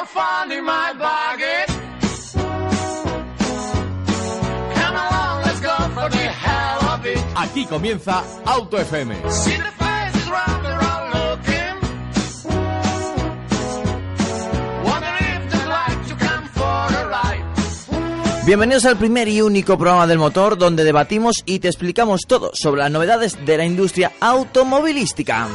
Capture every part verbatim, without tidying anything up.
no fun in my pocket. Come along, let's go for the hell of it. Aquí comienza Auto F M. See the faces round and round looking. Wondering if they'd like to come for a ride. Bienvenidos al primer y único programa del motor donde debatimos y te explicamos todo sobre las novedades de la industria automovilística.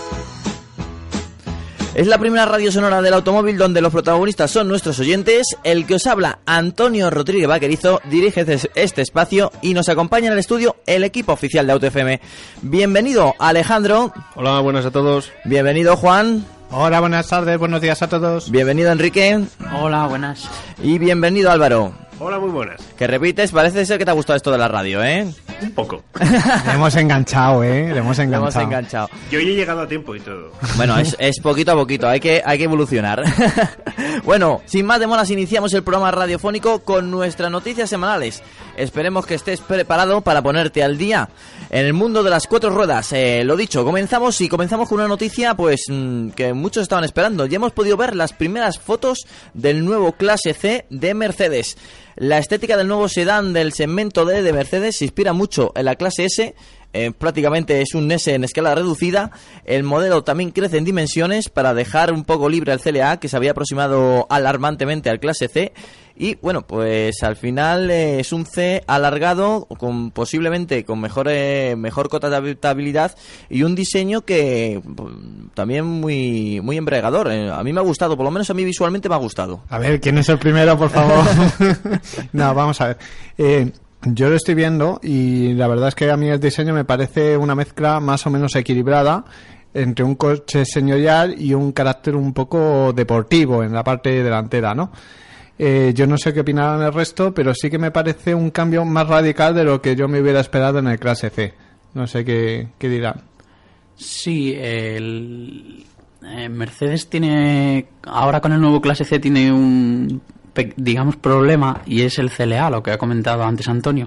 Es la primera radio sonora del automóvil donde los protagonistas son nuestros oyentes. El que os habla, Antonio Rodríguez Vaquerizo, dirige este espacio y nos acompaña en el estudio el equipo oficial de Auto F M. Bienvenido, Alejandro. Hola, buenas a todos. Bienvenido, Juan. Hola, buenas tardes, buenos días a todos. Bienvenido, Enrique. Hola, buenas. Y bienvenido, Álvaro. Hola, muy buenas. Que repites, parece ser que te ha gustado esto de la radio, ¿eh? Un poco. Le hemos enganchado, ¿eh? Le hemos enganchado. Le hemos enganchado. Yo ya he llegado a tiempo y todo. Bueno, es, es poquito a poquito, hay que, hay que evolucionar. Bueno, sin más demoras, iniciamos el programa radiofónico con nuestras noticias semanales. Esperemos que estés preparado para ponerte al día en el mundo de las cuatro ruedas. Eh, lo dicho, comenzamos y comenzamos con una noticia pues mmm, que muchos estaban esperando. Ya hemos podido ver las primeras fotos del nuevo Clase C de Mercedes. La estética del nuevo sedán del segmento D de Mercedes se inspira mucho en la clase S, eh, prácticamente es un S en escala reducida. El modelo también crece en dimensiones para dejar un poco libre al C L A, que se había aproximado alarmantemente al clase C. Y bueno, pues al final eh, es un C alargado, con posiblemente con mejor, eh, mejor cota de habitabilidad y un diseño que pues, también muy muy embriagador. Eh, a mí me ha gustado, por lo menos a mí visualmente me ha gustado. A ver, ¿quién es el primero, por favor? No, vamos a ver. Eh, yo lo estoy viendo y la verdad es que a mí el diseño me parece una mezcla más o menos equilibrada entre un coche señorial y un carácter un poco deportivo en la parte delantera, ¿no? Eh, yo no sé qué opinarán el resto, pero sí que me parece un cambio más radical de lo que yo me hubiera esperado en el Clase C. No sé qué, qué dirán. Sí, el eh, Mercedes tiene, ahora con el nuevo Clase C tiene un, digamos, problema, y es el C L A, lo que ha comentado antes Antonio,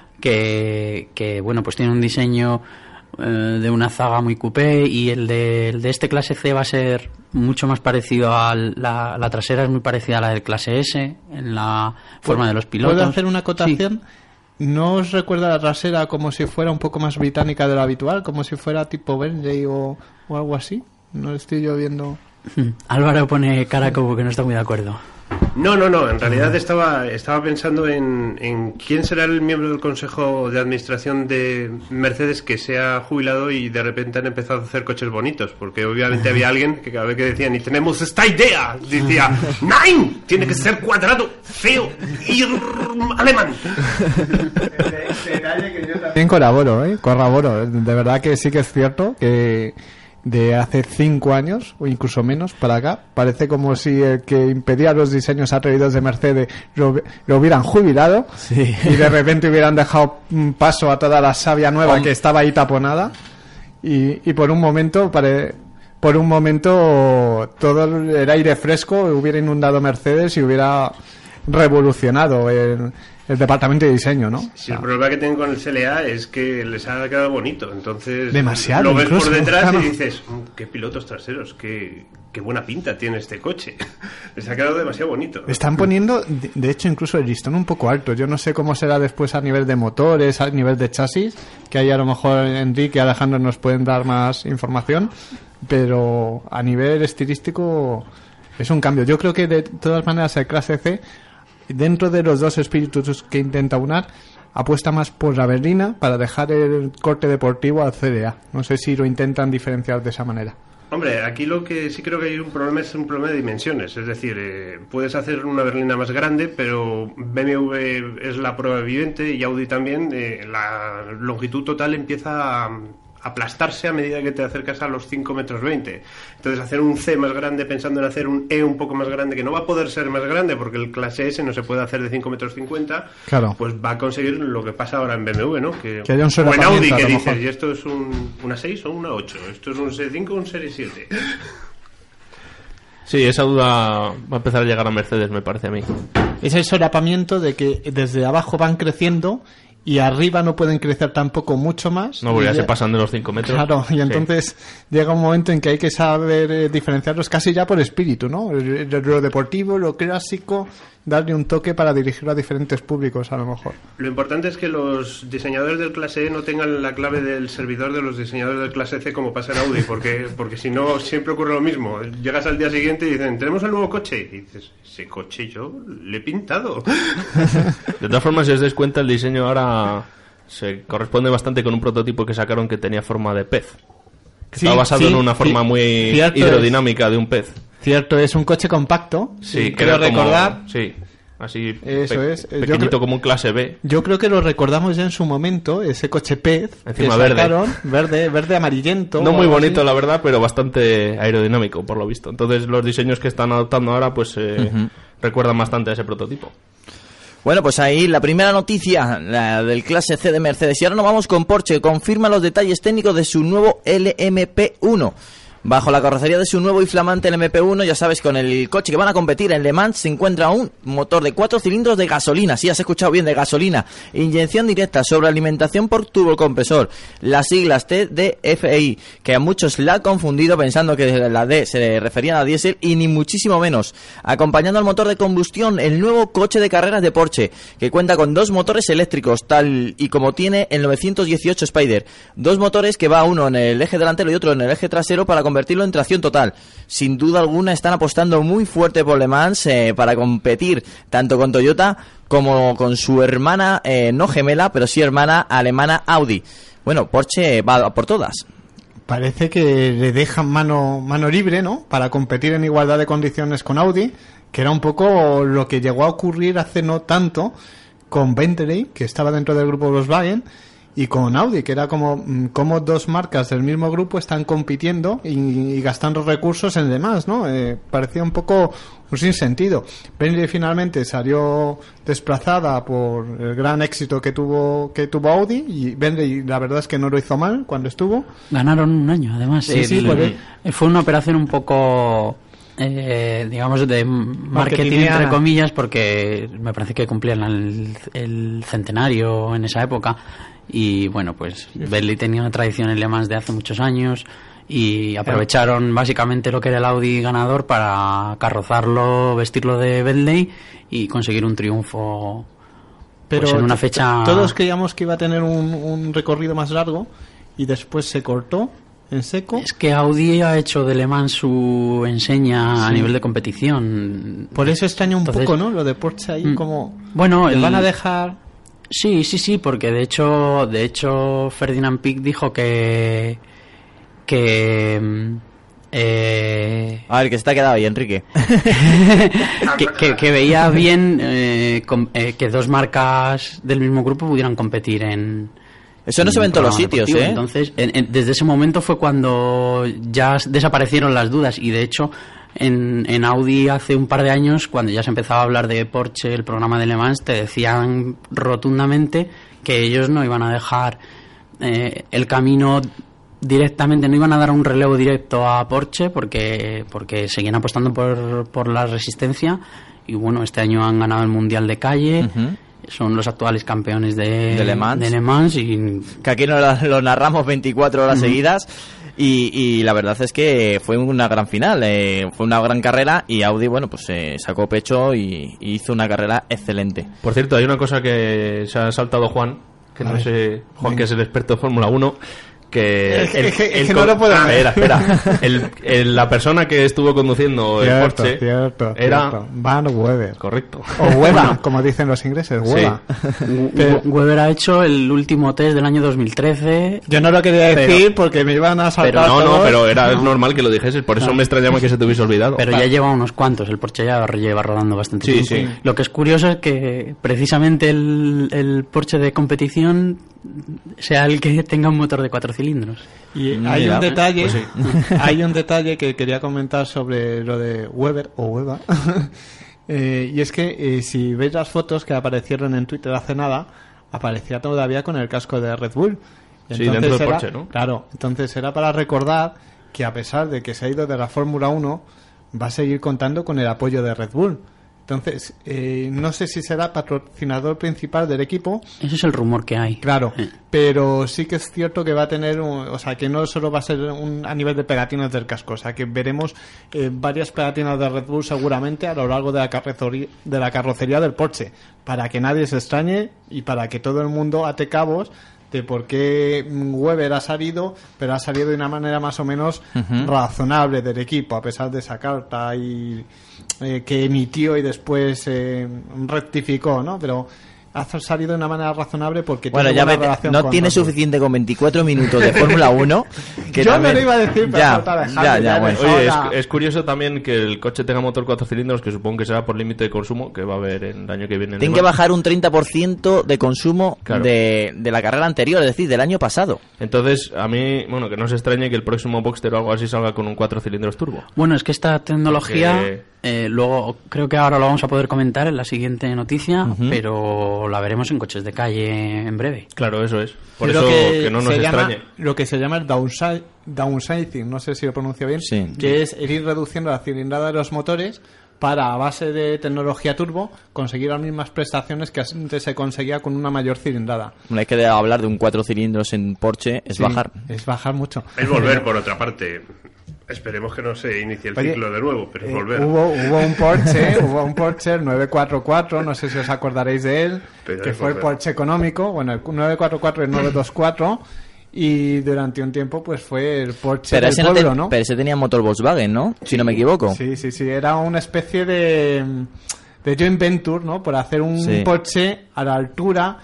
que, que bueno, pues tiene un diseño eh, de una zaga muy coupé, y el de, el de este Clase C va a ser mucho más parecido a la, la trasera es muy parecida a la del Clase S en la forma de los pilotos. ¿Puedo hacer una acotación? Sí. ¿No os recuerda la trasera como si fuera un poco más británica de lo habitual? Como si fuera tipo Bentley o, o algo así. ¿No lo estoy yo viendo? Álvaro pone cara como que no está muy de acuerdo. No, no, no. En realidad estaba estaba pensando en, en quién será el miembro del Consejo de Administración de Mercedes que se ha jubilado y de repente han empezado a hacer coches bonitos. Porque obviamente había alguien que cada vez que decían, y tenemos esta idea, decía, ¡Nein! Tiene que ser cuadrado, feo y alemán. También colaboro, ¿eh? Corroboro. De verdad que sí que es cierto que de hace cinco años o incluso menos para acá parece como si el que impedía los diseños atrevidos de Mercedes lo, lo hubieran jubilado, sí. Y de repente hubieran dejado paso a toda la savia nueva que estaba ahí taponada y, y por un momento pare, por un momento todo el aire fresco hubiera inundado Mercedes y hubiera revolucionado el el departamento de diseño, ¿no? Sí, el problema que tienen con el C L A es que les ha quedado bonito, entonces demasiado, lo ves incluso, por detrás claro. Y dices, qué pilotos traseros, qué, qué buena pinta tiene este coche. Les ha quedado demasiado bonito. Están poniendo, de, de hecho, incluso el listón un poco alto. Yo no sé cómo será después a nivel de motores, a nivel de chasis, que ahí a lo mejor Enrique y Alejandro nos pueden dar más información, pero a nivel estilístico es un cambio. Yo creo que de todas maneras el Clase C, dentro de los dos espíritus que intenta unar, apuesta más por la berlina para dejar el corte deportivo al C D A. No sé si lo intentan diferenciar de esa manera. Hombre, aquí lo que sí creo que hay un problema es un problema de dimensiones. Es decir, eh, puedes hacer una berlina más grande, pero B M W es la prueba evidente y Audi también. Eh, la longitud total empieza a aplastarse a medida que te acercas a los cinco metros veinte. Entonces hacer un C más grande pensando en hacer un E un poco más grande, que no va a poder ser más grande porque el clase S no se puede hacer de cinco metros cincuenta, claro. Pues va a conseguir lo que pasa ahora en B M W, ¿no? Que, que haya un o en Audi, que dices, y esto es un, una seis o una ocho, esto es un C cinco o un Serie siete. Sí, esa duda va a empezar a llegar a Mercedes, me parece a mí. Es el solapamiento de que desde abajo van creciendo y arriba no pueden crecer tampoco mucho más. No, porque y ya se pasan de los cinco metros. Claro, y entonces sí. llega un momento en que hay que saber eh, diferenciarlos casi ya por espíritu, ¿no? Lo deportivo, lo clásico, darle un toque para dirigirlo a diferentes públicos, a lo mejor. Lo importante es que los diseñadores del clase E no tengan la clave del servidor de los diseñadores del clase C como pasa en Audi, porque porque si no siempre ocurre lo mismo. Llegas al día siguiente y dicen, tenemos el nuevo coche, y dices, ese coche yo le he pintado. De todas formas, si os dais cuenta, el diseño ahora se corresponde bastante con un prototipo que sacaron que tenía forma de pez. Que Sí, estaba basado sí, en una forma sí, muy cierto hidrodinámica de un pez. Cierto, es un coche compacto. Sí, creo era como- recordar. Sí, así Eso pe- es. Yo pequeñito creo- como un clase B. Yo creo que lo recordamos ya en su momento, ese coche pez Encima que verde. sacaron, verde, verde amarillento. No o muy algo bonito, así. la verdad, pero bastante aerodinámico, por lo visto. Entonces, los diseños que están adoptando ahora, pues eh, Ujú. recuerdan bastante a ese prototipo. Bueno, pues ahí la primera noticia, la del clase C de Mercedes. Y ahora nos vamos con Porsche. Confirma los detalles técnicos de su nuevo L M P uno. Bajo la carrocería de su nuevo y flamante L M P uno, ya sabes, con el coche que van a competir en Le Mans, se encuentra un motor de cuatro cilindros de gasolina. Sí, has escuchado bien, de gasolina. Inyección directa, sobrealimentación por turbocompresor. Las siglas T D F I, que a muchos la han confundido pensando que la D se referían a diésel y ni muchísimo menos. Acompañando al motor de combustión, el nuevo coche de carreras de Porsche, que cuenta con dos motores eléctricos, tal y como tiene el novecientos dieciocho Spider. Dos motores que va uno en el eje delantero y otro en el eje trasero para convertirlo en tracción total. Sin duda alguna están apostando muy fuerte por Le Mans eh, para competir tanto con Toyota como con su hermana, eh, no gemela, pero sí hermana alemana Audi. Bueno, Porsche va por todas. Parece que le dejan mano, mano libre, ¿no? Para competir en igualdad de condiciones con Audi, que era un poco lo que llegó a ocurrir hace no tanto con Bentley, que estaba dentro del grupo Volkswagen, y con Audi, que era como, como dos marcas del mismo grupo están compitiendo y, y gastando recursos en demás, ¿no? Eh, parecía un poco un sinsentido. Bentley finalmente salió desplazada por el gran éxito que tuvo que tuvo Audi, y Bentley la verdad es que no lo hizo mal cuando estuvo. Ganaron un año, además. Sí, sí, El- por el- Fue una operación un poco, eh, digamos, de marketing, Marketingiana. entre comillas, porque me parece que cumplían el, el centenario en esa época. Y bueno, pues Bentley tenía una tradición en Le Mans de hace muchos años y aprovecharon básicamente lo que era el Audi ganador para carrozarlo, vestirlo de Bentley y conseguir un triunfo. Pero Pues en una t- fecha... todos creíamos que iba a tener un, un recorrido más largo y después se cortó en seco. Es que Audi ha hecho de Le Mans su enseña a Sí. nivel de competición. Por eso extraña un Entonces- poco, ¿no? Lo de Porsche ahí Mm. como... Bueno, ¿Les el- van a dejar...? Sí, sí, sí, porque de hecho, de hecho Ferdinand Pick dijo que que mm, eh, A ver, que se te ha quedado ahí, Enrique. que, que- que veía bien eh, com- eh, que dos marcas del mismo grupo pudieran competir en Eso no se ve en todos los sitios, deportivo. ¿eh? Entonces, en- en- desde ese momento fue cuando ya s- desaparecieron las dudas y de hecho en, en Audi hace un par de años, cuando ya se empezaba a hablar de Porsche, el programa de Le Mans, te decían rotundamente que ellos no iban a dejar eh, el camino directamente, no iban a dar un relevo directo a Porsche porque porque seguían apostando por, por la resistencia y bueno, este año han ganado el Mundial de Calle. Ujú. Son los actuales campeones de, De Le Mans. de Le Mans y Que aquí nos lo, lo narramos veinticuatro horas Ujú. seguidas y, y la verdad es que fue una gran final, eh, fue una gran carrera y Audi, bueno, pues eh, sacó pecho y, y hizo una carrera excelente. Por cierto, hay una cosa que se ha saltado Juan, que A no ver, sé, Juan, venga. que es el experto de Fórmula uno, que... Es que- es que- es que co- no lo puedo Ah, ver. espera, espera. El, el- la persona que estuvo conduciendo el Cierto, Porsche cierto, era... cierto. Van Weber. Correcto. O Hueva, como dicen los ingleses, Hueva. Pero- Weber ha hecho el último test del año dos mil trece. Yo no lo quería decir porque me iban a saltar No, no, todos. pero era normal que lo dijeses, por eso me extrañaba que se te hubiese olvidado. Pero ya lleva unos cuantos, el Porsche ya lleva rodando bastante Sí, tiempo. sí. Lo que es curioso es que precisamente el, el Porsche de competición sea el que tenga un motor de cuatro cilindros. Y Mm, hay mira, un detalle, pues sí. hay un detalle que quería comentar sobre lo de Weber o Hueva. Eh, y es que eh, si veis las fotos que aparecieron en Twitter hace nada, aparecía todavía con el casco de Red Bull. Y Sí, dentro del era- Porsche, ¿no? Claro, entonces era para recordar que a pesar de que se ha ido de la Fórmula uno, va a seguir contando con el apoyo de Red Bull. Entonces, eh, no sé si será patrocinador principal del equipo. Ese es el rumor que hay. Claro, Eh. pero sí que es cierto que va a tener, un, o sea, que no solo va a ser un, a nivel de pegatinas del casco, o sea, que veremos eh, varias pegatinas de Red Bull seguramente a lo largo de la carrocería, de la carrocería del Porsche, para que nadie se extrañe y para que todo el mundo ate cabos de por qué Weber ha salido, pero ha salido de una manera más o menos uh-huh. razonable del equipo, a pesar de esa carta y eh, que emitió y después eh, rectificó, ¿no? Pero ha salido de una manera razonable porque bueno, tiene ya buena me, relación no con tiene Red Bull. suficiente con veinticuatro minutos de Fórmula uno. Que Yo también... no lo iba a decir, pero ya, falta dejarlo, ya, ya, ya bueno. Oye, es, ahora... es curioso también que el coche tenga motor cuatro cilindros, que supongo que será por límite de consumo, que va a haber el año que viene. Tiene que bajar un treinta por ciento de consumo claro. de, de la carrera anterior, es decir, del año pasado. Entonces, a mí, bueno, que no se extrañe que el próximo Boxster o algo así salga con un cuatro cilindros turbo. Bueno, es que esta tecnología, Porque... eh, luego creo que ahora lo vamos a poder comentar en la siguiente noticia, Uh-huh. pero la veremos en coches de calle en breve. Claro, eso es. Por Creo eso que, que no nos se llama, extrañe. lo que se llama el downside, downsizing, no sé si lo pronuncio bien, Sí. que es ir reduciendo la cilindrada de los motores para, a base de tecnología turbo, conseguir las mismas prestaciones que antes se conseguía con una mayor cilindrada. No hay que hablar de un cuatro cilindros en Porsche, es Sí, bajar. Es bajar mucho. Es volver, por otra parte. Esperemos que no se inicie el Oye, ciclo de nuevo, pero es Eh, volver. hubo, hubo un Porsche, hubo un Porsche, el nueve cuatro cuatro, no sé si os acordaréis de él, Pero que es fue el volver. Porsche económico, bueno, el nueve cuatro cuatro y el nueve dos cuatro, y durante un tiempo pues fue el Porsche Pero del ese, no pueblo, te- ¿no? pero ese tenía motor Volkswagen, ¿no? Si no me equivoco. Sí, sí, sí, era una especie de, de joint venture, ¿no? Por hacer un Sí. Porsche a la altura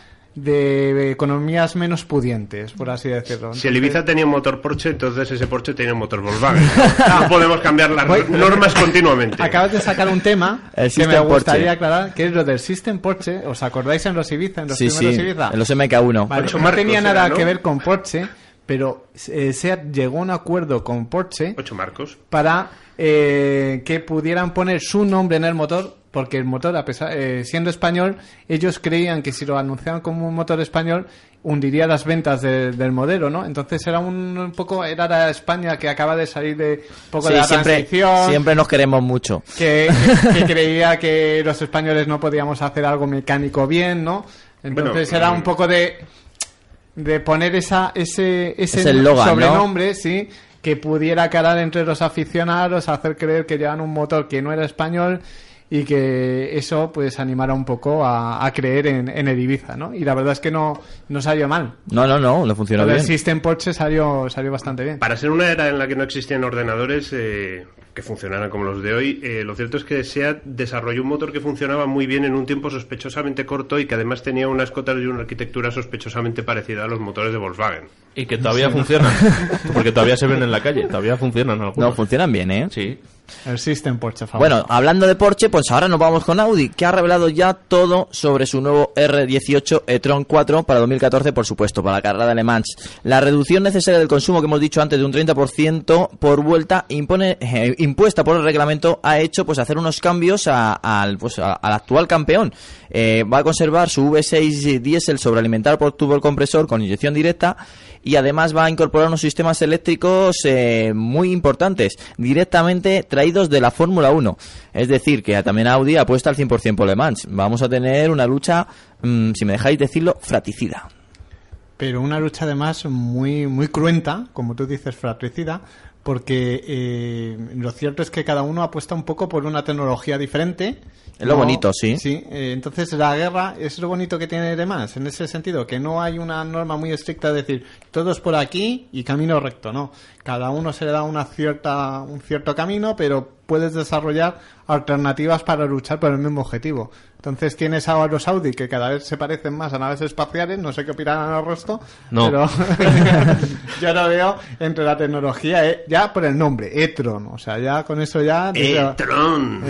de economías menos pudientes, por así decirlo. Si el Ibiza tenía un motor Porsche, entonces ese Porsche tenía un motor Volkswagen. No podemos cambiar las Voy- normas continuamente. Acabas de sacar un tema El que System me gustaría Porsche. aclarar, que es lo del System Porsche. ¿Os acordáis en los Ibiza, en los Sí, primeros sí, Ibiza? en los M K uno. Vale, Ocho no marcos tenía era, nada ¿no? que ver con Porsche, pero eh, SEAT llegó a un acuerdo con Porsche Ocho marcos. para eh, que pudieran poner su nombre en el motor, porque el motor, a pesar eh, siendo español, ellos creían que si lo anunciaban como un motor español hundiría las ventas de- del modelo, ¿no? Entonces era un, un poco, era la España que acaba de salir de un poco Sí, de la siempre, transición, siempre nos queremos mucho. que, que creía que los españoles no podíamos hacer algo mecánico bien, ¿no? Entonces Bueno, era mm. un poco de de poner esa ese ese Es el Logan, ¿no? sobrenombre, sí, que pudiera calar entre los aficionados, hacer creer que llevan un motor que no era español y que eso pues animara un poco a, a creer en, en el Ibiza, ¿no? Y la verdad es que no, no salió mal. No, no, no, le funcionó Lo del bien. System Porsche salió, salió bastante bien. Para ser una era en la que no existían ordenadores eh, que funcionaran como los de hoy, eh, lo cierto es que SEAT desarrolló un motor que funcionaba muy bien en un tiempo sospechosamente corto y que además tenía unas cotas y una arquitectura sospechosamente parecida a los motores de Volkswagen. Y que todavía funcionan. Porque todavía se ven en la calle. Todavía funcionan algunos. No, funcionan bien, ¿eh? Sí. El System Porsche, famoso. Bueno, hablando de Porsche, pues ahora nos vamos con Audi, que ha revelado ya todo sobre su nuevo R dieciocho e-tron cuatro para dos mil catorce, por supuesto, para la carrera de Le Mans. La reducción necesaria del consumo que hemos dicho antes de un treinta por ciento por vuelta impone, eh, impuesta por el reglamento ha hecho pues hacer unos cambios a- al, pues, a- al actual campeón. Eh, va a conservar su V seis diésel sobrealimentado por tubo compresor con inyección directa y además va a incorporar unos sistemas eléctricos eh, muy importantes directamente traídos de la Fórmula uno. Es decir, que también Audi apuesta al cien por ciento por Le Mans. Vamos a tener una lucha, mmm, si me dejáis decirlo, fratricida. Pero una lucha además muy muy cruenta, como tú dices, fratricida, porque eh, lo cierto es que cada uno apuesta un poco por una tecnología diferente. Es lo bonito, sí. Sí, eh, entonces la guerra es lo bonito que tiene de más, en ese sentido, que no hay una norma muy estricta de decir todos por aquí y camino recto, no. Cada uno se le da una cierta, un cierto camino, pero puedes desarrollar alternativas para luchar por el mismo objetivo. Entonces tienes a los Audi que cada vez se parecen más a naves espaciales, no sé qué opinarán al resto, No. pero yo lo veo entre la tecnología, eh, ya por el nombre, e-tron, o sea, ya con eso ya... ¡E-tron!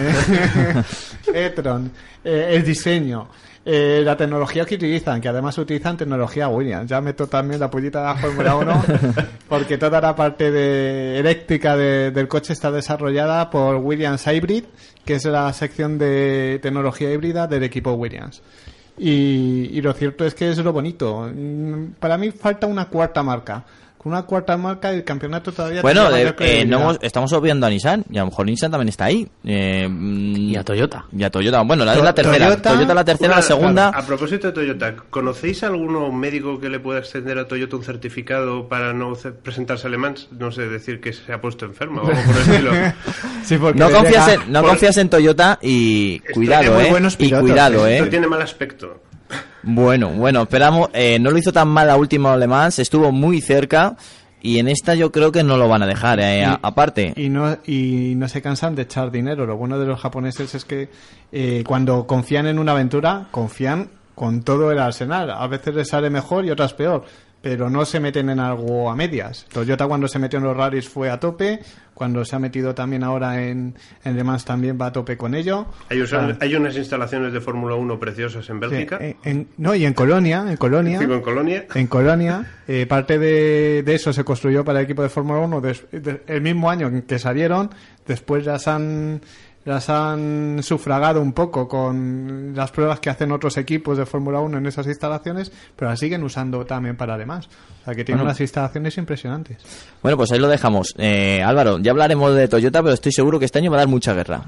e-tron, eh, el diseño, eh, la tecnología que utilizan, que además utilizan tecnología Williams. Ya meto también la pollita de la Fórmula uno, porque toda la parte de eléctrica de- del coche está desarrollada por Williams Hybrid, que es la sección de tecnología híbrida del equipo Williams. Y, y lo cierto es que es lo bonito. Mm, Para mí falta una cuarta marca. con una cuarta marca el campeonato todavía... Bueno, tendría eh, mayor eh, no credibilidad. hemos- estamos obviando a Nissan, y a lo mejor Nissan también está ahí. Eh, Y a Toyota. Y a Toyota. Bueno, la, es To- la tercera. Toyota- Toyota la tercera, la Una- segunda. A propósito de Toyota, ¿conocéis a alguno médico que le pueda extender a Toyota un certificado para no ce- presentarse a Le Mans? No sé, decir que se ha puesto enfermo o algo por el estilo. Sí, porque No le confías, llega- en, no por- confías en Toyota y Esto cuidado, tiene muy eh. buenos Y pilotos, cuidado, eh. eh. Esto tiene mal aspecto. Bueno, bueno, esperamos. Eh, no lo hizo tan mal la última Le Mans, estuvo muy cerca. Y en esta yo creo que no lo van a dejar, eh, a- Y- aparte. Y no, y no se cansan de echar dinero. Lo bueno de los japoneses es que eh, cuando confían en una aventura, confían con todo el arsenal. A veces les sale mejor y otras peor, pero no se meten en algo a medias. Toyota cuando se metió en los rallies fue a tope, cuando se ha metido también ahora en, en Le Mans también va a tope con ello. Hay, us- Ah, hay unas instalaciones de Fórmula uno preciosas en sí, Bélgica. en- en- no, y en Colonia, en Colonia. Digo, en Colonia. En Colonia, eh, parte de, de eso se construyó para el equipo de Fórmula uno des- de- el mismo año en que salieron. Después las han, las han sufragado un poco con las pruebas que hacen otros equipos de Fórmula uno en esas instalaciones, pero las siguen usando también para además. O sea que tiene Bueno. unas instalaciones impresionantes. Bueno, pues ahí lo dejamos. Eh, Álvaro, ya hablaremos de Toyota, pero estoy seguro que este año va a dar mucha guerra.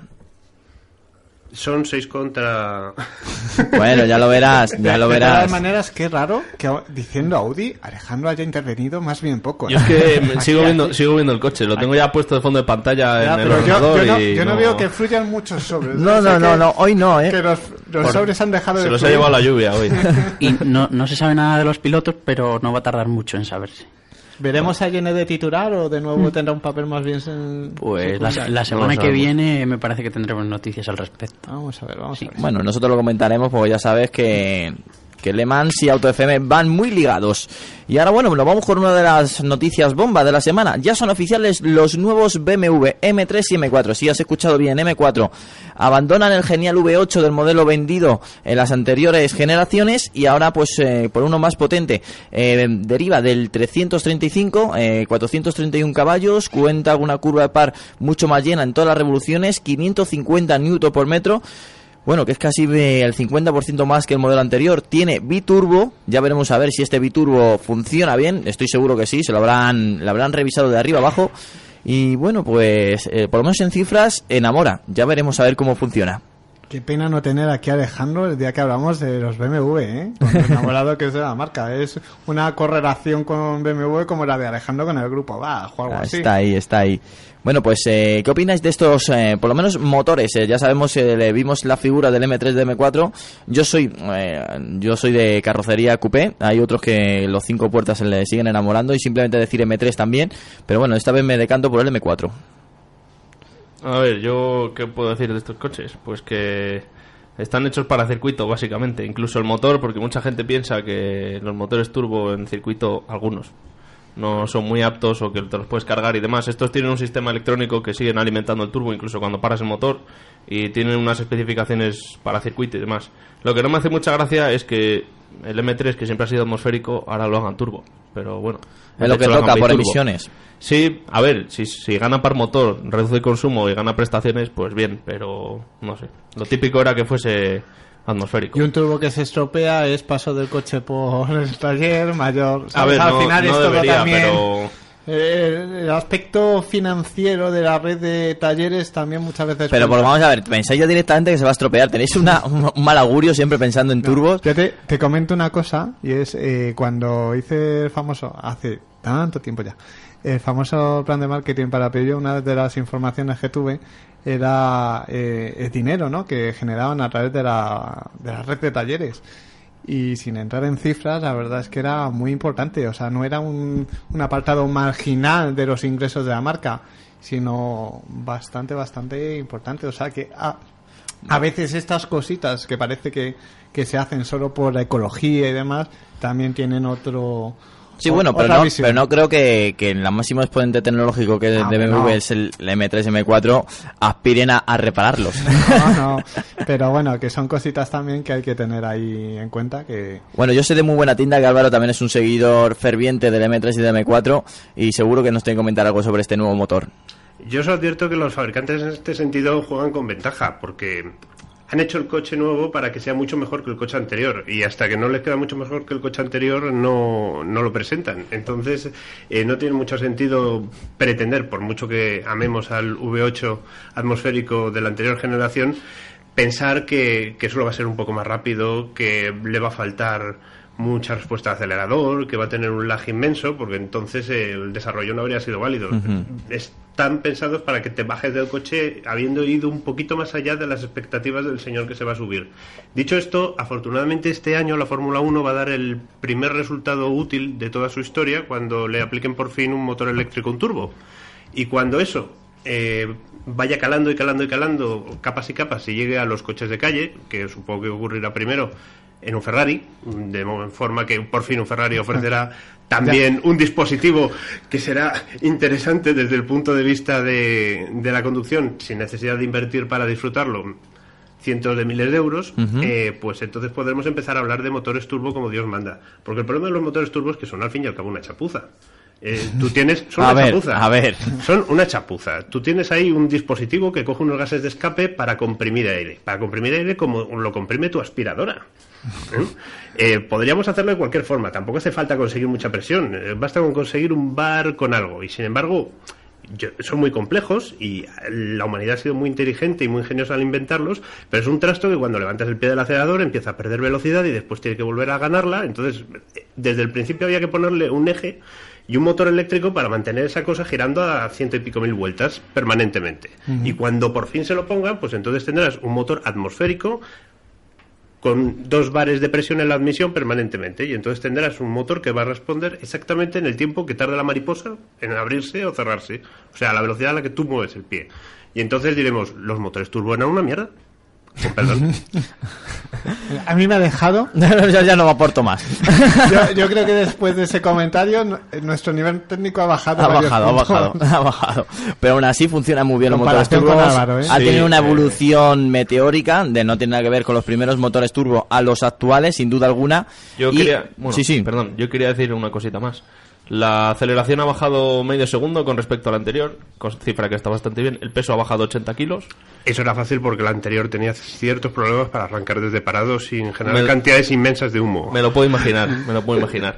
Son seis contra... Bueno, ya lo verás, ya lo De verás. todas maneras, qué raro que a- diciendo Audi, Alejandro haya intervenido más bien poco. Yo es que me- sigo viendo sigo viendo el coche, lo tengo ya puesto de fondo de pantalla Ya, en el pero yo, ordenador yo no, y yo no no- veo que fluyan muchos sobres. No, Sé no, no, que- no, hoy no, eh. Que los, los Por- sobres han dejado de se los ha fluir. llevado la lluvia hoy. Y no, no se sabe nada de los pilotos, pero no va a tardar mucho en saberse. ¿Veremos a Jenny de titular o de nuevo tendrá un papel más bien sen- Pues la, secundario? la semana No lo que sabemos. viene me parece que tendremos noticias al respecto. Vamos a ver, vamos Sí. a ver. Bueno, nosotros lo comentaremos porque ya sabes que, que Le Mans y Auto F M van muy ligados. Y ahora, bueno, nos vamos con una de las noticias bomba de la semana. Ya son oficiales los nuevos B M W M tres y M cuatro. Si has escuchado bien, M cuatro abandonan el genial V ocho del modelo vendido en las anteriores generaciones y ahora, pues, eh, por uno más potente. Eh, deriva del trescientos treinta y cinco, eh, cuatrocientos treinta y uno caballos, cuenta con una curva de par mucho más llena en todas las revoluciones, quinientos cincuenta newton por metro. Bueno, que es casi eh, el cincuenta por ciento más que el modelo anterior. Tiene biturbo. Ya veremos a ver si este biturbo funciona bien. Estoy seguro que sí. Se lo habrán, lo habrán revisado de arriba abajo. Y bueno, pues eh, por lo menos en cifras enamora. Ya veremos a ver cómo funciona. Qué pena no tener aquí a Alejandro el día que hablamos de los B M W, ¿eh? Con lo enamorado que es de la marca. Es una correlación con B M W como la de Alejandro con el grupo va o algo Ah, así. Está ahí, está ahí. Bueno, pues, eh, ¿qué opináis de estos, eh, por lo menos, motores? Eh, ya sabemos, eh, le vimos la figura del M tres de M cuatro. Yo soy eh, yo soy de carrocería coupé. Hay otros que los cinco puertas se le siguen enamorando y simplemente decir M tres también. Pero bueno, esta vez me decanto por el M cuatro. A ver, yo qué puedo decir de estos coches, pues que están hechos para circuito básicamente, incluso el motor, porque mucha gente piensa que los motores turbo en circuito, algunos no son muy aptos o que te los puedes cargar y demás. Estos tienen un sistema electrónico que siguen alimentando el turbo incluso cuando paras el motor y tienen unas especificaciones para circuito y demás. Lo que no me hace mucha gracia es que el M tres, que siempre ha sido atmosférico, ahora lo hagan turbo, pero bueno, Es lo de que hecho, lo toca hagan por biturbo. emisiones. Sí, a ver, si, si gana par motor, reduce el consumo y gana prestaciones, pues bien, pero no sé. Lo típico era que fuese atmosférico. Y un turbo que se estropea es paso del coche por el taller mayor. A ¿Sabes? ver, Al no, final no es todo debería, también. pero... Eh, el aspecto financiero de la red de talleres también muchas veces. Pero por, cuenta. vamos a ver, pensáis ya directamente que se va a estropear. Tenéis una, un, un mal augurio siempre pensando en turbos. Yo te, te comento una cosa, y es eh, cuando hice el famoso, hace tanto tiempo ya, el famoso plan de marketing para Peugeot, una de las informaciones que tuve era eh, el dinero, ¿no?, que generaban a través de la, de la red de talleres. Y sin entrar en cifras, la verdad es que era muy importante. O sea, no era un, un apartado marginal de los ingresos de la marca, sino bastante, bastante importante. O sea, que a, a veces estas cositas que parece que, que se hacen solo por la ecología y demás, también tienen otro... Sí, o- bueno, pero otra no, visión. pero no creo que, que en la máximo exponente tecnológico que Ah, de B M no. W es el, el M tres, M cuatro, aspiren a, a repararlos. No, no. Pero bueno, que son cositas también que hay que tener ahí en cuenta que... Bueno, yo sé de muy buena tinta que Álvaro también es un seguidor ferviente del M tres y del M cuatro y seguro que nos tiene que comentar algo sobre este nuevo motor. Yo os advierto que los fabricantes en este sentido juegan con ventaja, porque han hecho el coche nuevo para que sea mucho mejor que el coche anterior, y hasta que no les queda mucho mejor que el coche anterior no, no lo presentan. Entonces eh, no tiene mucho sentido pretender, por mucho que amemos al V ocho atmosférico de la anterior generación, pensar que, que solo va a ser un poco más rápido, que le va a faltar mucha respuesta de acelerador, que va a tener un lag inmenso, porque entonces eh, el desarrollo no habría sido válido. Uh-huh. Están pensados para que te bajes del coche habiendo ido un poquito más allá de las expectativas del señor que se va a subir. Dicho esto, afortunadamente este año la Fórmula uno va a dar el primer resultado útil de toda su historia cuando le apliquen por fin un motor eléctrico, un turbo. Y cuando eso eh, vaya calando y calando y calando, capas y capas, y llegue a los coches de calle, que supongo que ocurrirá primero en un Ferrari, de forma que por fin un Ferrari ofrecerá también un dispositivo que será interesante desde el punto de vista de, de la conducción, sin necesidad de invertir para disfrutarlo cientos de miles de euros, uh-huh. eh, pues entonces podremos empezar a hablar de motores turbo como Dios manda. Porque el problema de los motores turbos es que son al fin y al cabo una chapuza. Eh, tú tienes son a una ver, chapuza. A ver. Son una chapuza. Tú tienes ahí un dispositivo que coge unos gases de escape para comprimir aire. Para comprimir aire como lo comprime tu aspiradora. ¿Eh? Eh, podríamos hacerlo de cualquier forma. Tampoco hace falta conseguir mucha presión. Eh, basta con conseguir un bar con algo. Y sin embargo, yo, son muy complejos y la humanidad ha sido muy inteligente y muy ingeniosa al inventarlos, pero es un trasto que cuando levantas el pie del acelerador empieza a perder velocidad y después tiene que volver a ganarla. Entonces, desde el principio había que ponerle un eje y un motor eléctrico para mantener esa cosa girando a ciento y pico mil vueltas permanentemente. Uh-huh. Y cuando por fin se lo pongan, pues entonces tendrás un motor atmosférico con dos bares de presión en la admisión permanentemente, y entonces tendrás un motor que va a responder exactamente en el tiempo que tarda la mariposa en abrirse o cerrarse, o sea, a la velocidad a la que tú mueves el pie. Y entonces diremos, ¿los motores turbo eran una mierda? Oh, perdón. A mí me ha dejado. ya, ya no me aporto más. yo, yo creo que después de ese comentario nuestro nivel técnico ha bajado. Ha bajado, ha bajado, ha bajado. Pero aún así funcionan muy bien los motores turbo. Álvaro, ¿eh? Ha sí, tenido una eh... evolución meteórica, de no tiene nada que ver con los primeros motores turbo a los actuales, sin duda alguna. Yo y... quería, bueno, sí, sí. Perdón, yo quería decir una cosita más. La aceleración ha bajado medio segundo con respecto a la anterior, cifra que está bastante bien. El peso ha bajado ochenta kilos. Eso era fácil porque la anterior tenía ciertos problemas para arrancar desde parado sin generar me, cantidades inmensas de humo. Me lo puedo imaginar, me lo puedo imaginar.